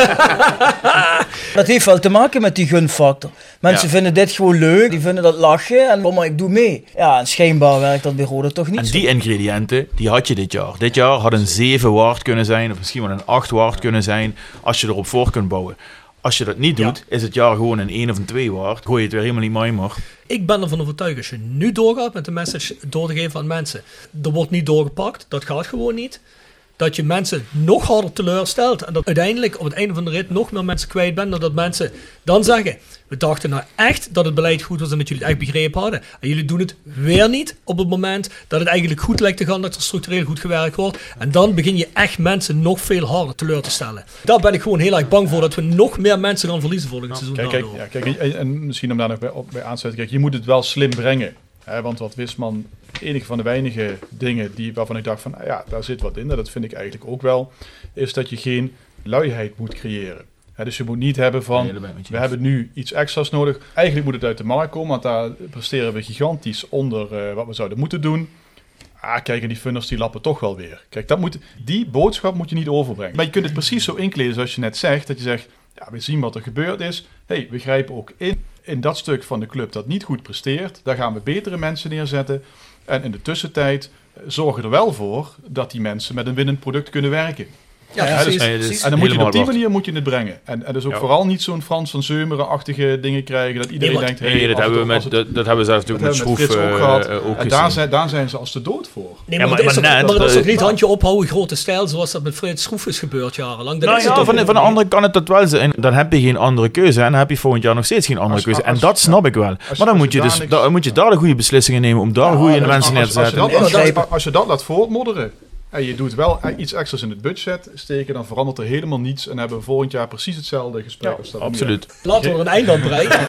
Dat heeft wel te maken met die gunfactor. Mensen ja. vinden dit gewoon leuk, die vinden dat lachen en oh, maar ik doe mee. Ja, en schijnbaar werkt dat bij Roda toch niet en zo. En die ingrediënten, die had je dit jaar. Dit jaar had een zeven waard kunnen zijn of misschien wel een acht waard kunnen zijn als je erop voor kunt bouwen. Als je dat niet doet, ja. is het jaar gewoon een één of een twee waard. Gooi je het weer helemaal niet mooi maar. Ik ben ervan overtuigd, als je nu doorgaat met de message door te geven aan mensen. Er wordt niet doorgepakt, dat gaat gewoon niet. Dat je mensen nog harder teleurstelt. En dat uiteindelijk op het einde van de rit nog meer mensen kwijt bent. Dan dat mensen dan zeggen, we dachten nou echt dat het beleid goed was en dat jullie het echt begrepen hadden. En jullie doen het weer niet op het moment dat het eigenlijk goed lijkt te gaan, dat er structureel goed gewerkt wordt. En dan begin je echt mensen nog veel harder teleur te stellen. Daar ben ik gewoon heel erg bang voor, dat we nog meer mensen gaan verliezen volgend ja, seizoen. Kijk, kijk, ja, kijk, en misschien om daar nog bij, op, bij aan te sluiten, kijk, je moet het wel slim brengen. Hè, want wat Wisman, enige van de weinige dingen die, waarvan ik dacht van, ja, daar zit wat in, dat vind ik eigenlijk ook wel, is dat je geen luiheid moet creëren. He, dus je moet niet hebben van, nee, we hebben nu iets extra's nodig. Eigenlijk moet het uit de markt komen, want daar presteren we gigantisch onder uh, wat we zouden moeten doen. Ah, kijk, en die funders die lappen toch wel weer. Kijk, dat moet, die boodschap moet je niet overbrengen. Maar je kunt het precies zo inkleden zoals je net zegt, dat je zegt, ja, we zien wat er gebeurd is. Hey, we grijpen ook in, in dat stuk van de club dat niet goed presteert. Daar gaan we betere mensen neerzetten. En in de tussentijd zorgen er wel voor dat die mensen met een winnend product kunnen werken. Ja, ja, dus, nee, dus en dan moet je op die manier moet je het brengen. En, en dus ook ja. vooral niet zo'n Frans van Zeumeren-achtige dingen krijgen. Dat iedereen nee, denkt... Hey, nee, dat, hebben we met, het, dat, dat hebben we zelfs natuurlijk met Schroef ook gehad. Uh, ook en daar zijn, daar zijn ze als de dood voor. Nee, maar, ja, maar, maar, maar, net, maar dat is ook niet handje ophouden, grote stijl, zoals dat met Frits Schroef is gebeurd jarenlang. Dat nou, is ja, van, van de andere kan het dat wel zijn. Dan heb je geen andere keuze en dan heb je volgend jaar nog steeds geen andere keuze. En dat snap ik wel. Maar dan moet je dus daar de goede beslissingen nemen om daar goede mensen neer te zetten. Als je dat laat voortmodderen en je doet wel iets extra's in het budget steken, dan verandert er helemaal niets en hebben we volgend jaar precies hetzelfde gesprek. Ja, als dat absoluut. Nu. Laten we er een eind aan breien.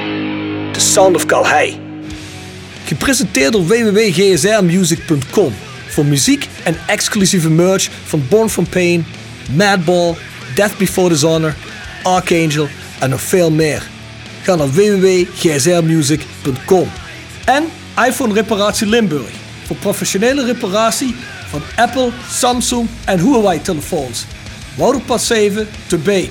The Sound of Calhei. Gepresenteerd door w w w punt g s r music punt com voor muziek en exclusieve merch van Born From Pain, Madball, Death Before Dishonor, Archangel en nog veel meer. Ga naar w w w punt g s r music punt com. En iPhone Reparatie Limburg voor professionele reparatie van Apple, Samsung en Huawei telefoons. Wouderpad zeven te Beek.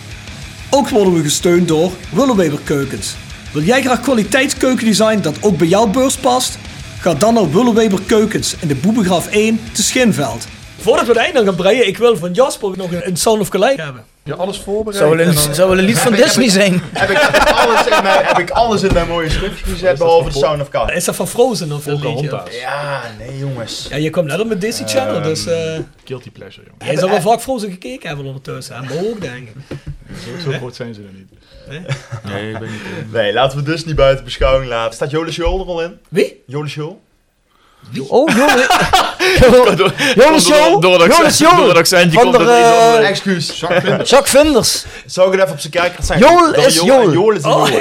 Ook worden we gesteund door Willeweber Keukens. Wil jij graag kwaliteitskeukendesign dat ook bij jouw beurs past? Ga dan naar Willeweber Keukens in de Boebegraaf één te Schinveld. Voordat we het einde gaan breien, ik wil van Jasper nog een, een Sound of Calhei hebben. Ja, alles voorbereid. Zou wel een, dan, zou wel een lied van Disney zijn. Heb ik, alles in mijn, heb ik alles in mijn mooie schriftje gezet, behalve de Sound of Calhei. Is dat van Frozen of een liedje? Ja, nee jongens. Ja, je kwam net op met Disney Channel, um, dus... Uh, guilty pleasure, jongen. Hij zal wel vaak Frozen gekeken hebben ondertussen. En me ook, denk ik. Zo, zo groot zijn ze er niet. Nee? Nee, ik ben niet... Nee, laten we dus niet buiten beschouwing laten. Staat Jolis Joel er al in? Wie? Jolis Joel. Oh, Jolis Joel! Jolis Joel! Door het accentje komt er uh, een excuus. Jacques Vinders. Jacques Vinders. Zou ik het even op zijn kijker zijn? Joel is Joel. Joel is oh,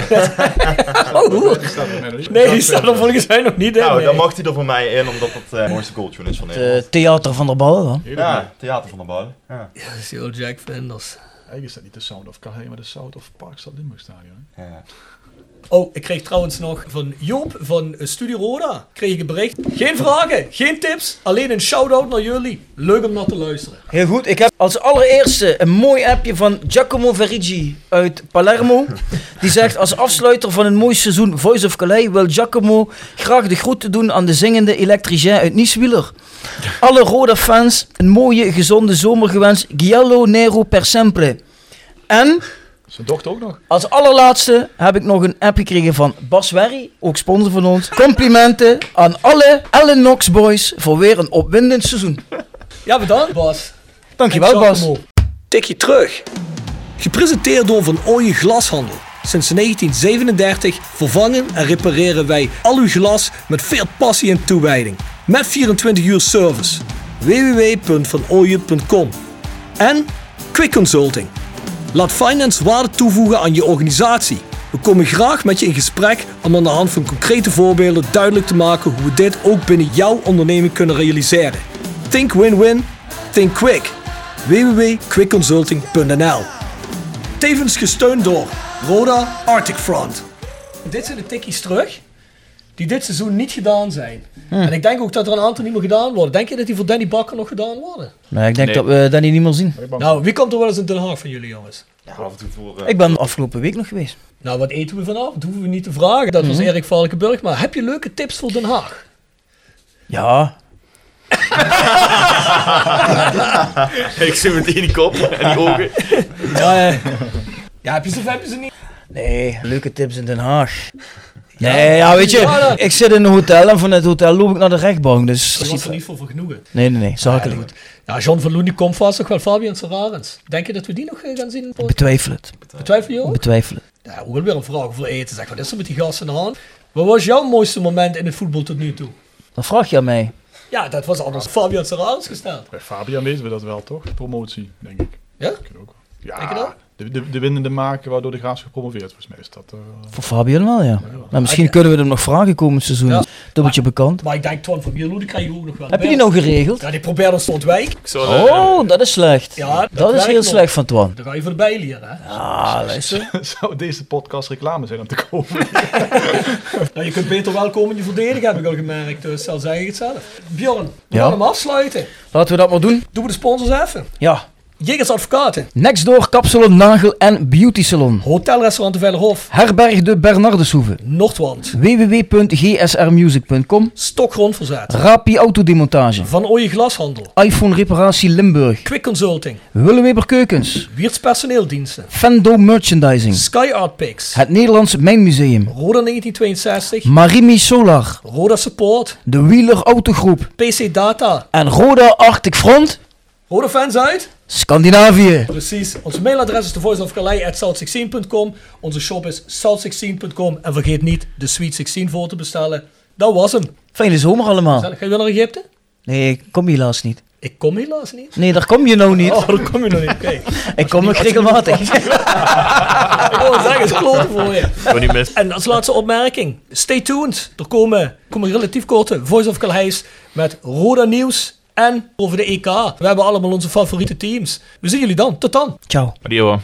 Joel. Nee, die staat er volgens mij nog niet in. Nou, dan mag hij er voor mij in, omdat het het uh, mooiste goaltune is van Nederland. Het Theater van der Ballen dan? Ja, Theater van der Ballen. Ja, ja dat is Joel Jack Vinders. Eigenlijk is dat niet de Sound of Calhei, maar de Sound of Parkstad Limburg Stadion. Ja. Oh, ik kreeg trouwens nog van Joop van Studio Roda. Kreeg ik een bericht. Geen vragen, geen tips. Alleen een shout-out naar jullie. Leuk om naar te luisteren. Heel goed, ik heb als allereerste een mooi appje van Giacomo Verigi uit Palermo. Die zegt, als afsluiter van een mooi seizoen Voice of Calais wil Giacomo graag de groeten doen aan de zingende elektricien uit Nieswieler. Alle Roda-fans een mooie, gezonde zomer gewenst. Giallo Nero per sempre. En... Zijn dochter ook nog. Als allerlaatste heb ik nog een app gekregen van Bas Werry, ook sponsor van ons. Complimenten aan alle Ellen Knox boys voor weer een opwindend seizoen. Ja, bedankt Bas. Dankjewel Bas. Tikje terug. Gepresenteerd door Van Ooyen Glashandel. Sinds negentien zevenendertig vervangen en repareren wij al uw glas met veel passie en toewijding. Met vierentwintig uur service. w w w punt van ooyen punt com. En Quick Consulting. Laat finance waarde toevoegen aan je organisatie. We komen graag met je in gesprek om aan de hand van concrete voorbeelden duidelijk te maken hoe we dit ook binnen jouw onderneming kunnen realiseren. Think win-win, think quick. w w w punt quick consulting punt n l. Tevens gesteund door Roda Arctic Front. Dit zijn de tikkies terug die dit seizoen niet gedaan zijn. Hmm. En ik denk ook dat er een aantal niet meer gedaan worden. Denk je dat die voor Danny Bakker nog gedaan worden? Nee, ik denk Nee. dat we Danny niet meer zien. Nou, wie komt er wel eens in Den Haag van jullie jongens? Ja, af en toe voor... uh, Ik ben afgelopen week nog geweest. Nou, wat eten we vanavond? Dat hoeven we niet te vragen. Dat was Mhm. Erik Valkenburg. Maar heb je leuke tips voor Den Haag? Ja. Ik zie meteen die kop en die ogen. Ja, eh. ja heb je ze of heb je ze niet? Nee, leuke tips in Den Haag. Nee, ja, weet je, Ja, dat- ik zit in een hotel en van het hotel loop ik naar de rechtbank, dus... Dat was er niet voor vergenoegen. Nee, nee, nee, zakelijk. Ja, goed. Ja, John van Loen die komt vast ook wel. Fabian Serarens. Denk je dat we die nog eh, gaan zien? Betwijfel het. Betwijfel je ook? Betwijfel het. Ja, ook wel weer een vraag over eten. Zeg, wat is er met die gasten aan de hand? Wat was jouw mooiste moment in het voetbal tot nu toe? Dan vraag je aan mij. Ja, dat was anders Fabian Serarens gesteld. Bij Fabian weten we dat wel, toch? Promotie, denk ik. Ja? Kan ook. Ja, Denk je dat? de, de, de winnende maken waardoor de Graafschap gepromoveerd. Volgens mij is dat... uh, Voor Fabian wel, ja. Maar misschien kunnen we hem nog vragen komend seizoen. Ja. Dubbeltje bekend. Maar ik denk, Twan van Mierlo, die krijg je ook nog wel. Heb je die nou geregeld? Ja, die probeert ons te ontwijken. Oh, dat is slecht. Ja, dat dat is werkt heel nog. slecht van Twan. Dan ga je voor de bijleren, hè? Ah, luister. Zou deze podcast reclame zijn om te komen? Nou, je kunt beter wel komen je verdedigen, heb ik al gemerkt. Dus zelfs zeg ik het zelf. Bjorn, we Ja? gaan hem afsluiten. Laten we dat maar doen. Doen we de sponsors even. Ja. Jegers Advocaten. Nextdoor Kapsalon, Nagel en Beauty Salon. Hotelrestaurant de Vellerhof. Herberg de Bernardeshoeve. Noordwand. w w w punt g s r music punt com. Stokgrondverzet. Rapi Autodemontage. Van Ooyen Glashandel. iPhone Reparatie Limburg. Quick Consulting. Willeweber Keukens. Wiertz Personeeldiensten. Fendo Merchandising. Sky Art Picks. Het Nederlands Mijnmuseum. Roda negentien tweeënzestig. Marimi Solar. Roda Support. De Wheeler Autogroep. P C Data. En Roda Arctic Front. Roda fans uit? Scandinavië. Precies. Onze mailadres is the voice of calais at south sixteen punt com. Onze shop is south sixteen punt com. En vergeet niet de Sweet zestien voor te bestellen. Dat was hem. Fijne zomer allemaal. Ga je weer naar Egypte? Nee, ik kom helaas niet. Ik kom helaas niet. Nee, daar kom je nou niet. Oh, daar kom je nog niet. Oké. Ik kom nog regelmatig. Ik wil wel zeggen, het is kloten voor je. Gewoon niet mis. En als laatste opmerking. Stay tuned. Er komen, komen relatief korte Voice of Calais met Roda nieuws en over de E K. We hebben allemaal onze favoriete teams. We zien jullie dan. Tot dan. Ciao. Adieu.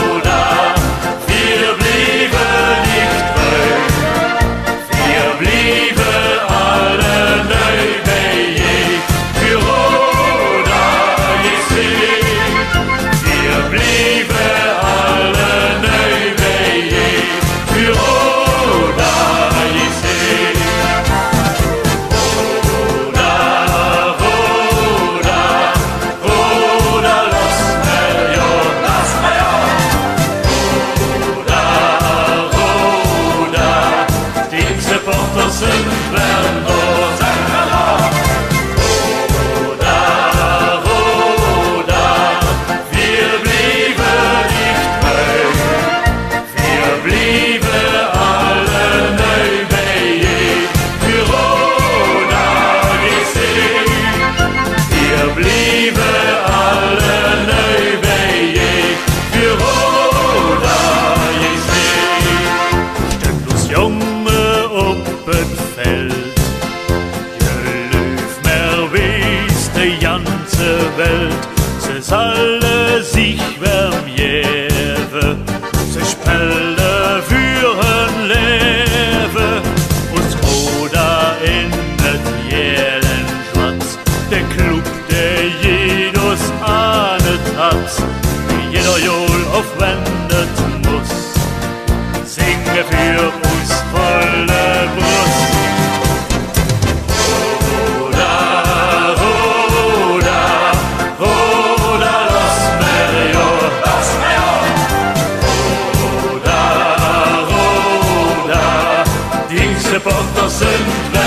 Wir Welt, ze zullen zich vermjeven. Ze spelen voor hun leven, ons Roda in het jelen zwart. De club die jedes aan het had, jeder jool of wendet muss, zingen voor ons volle brust. Supporters sind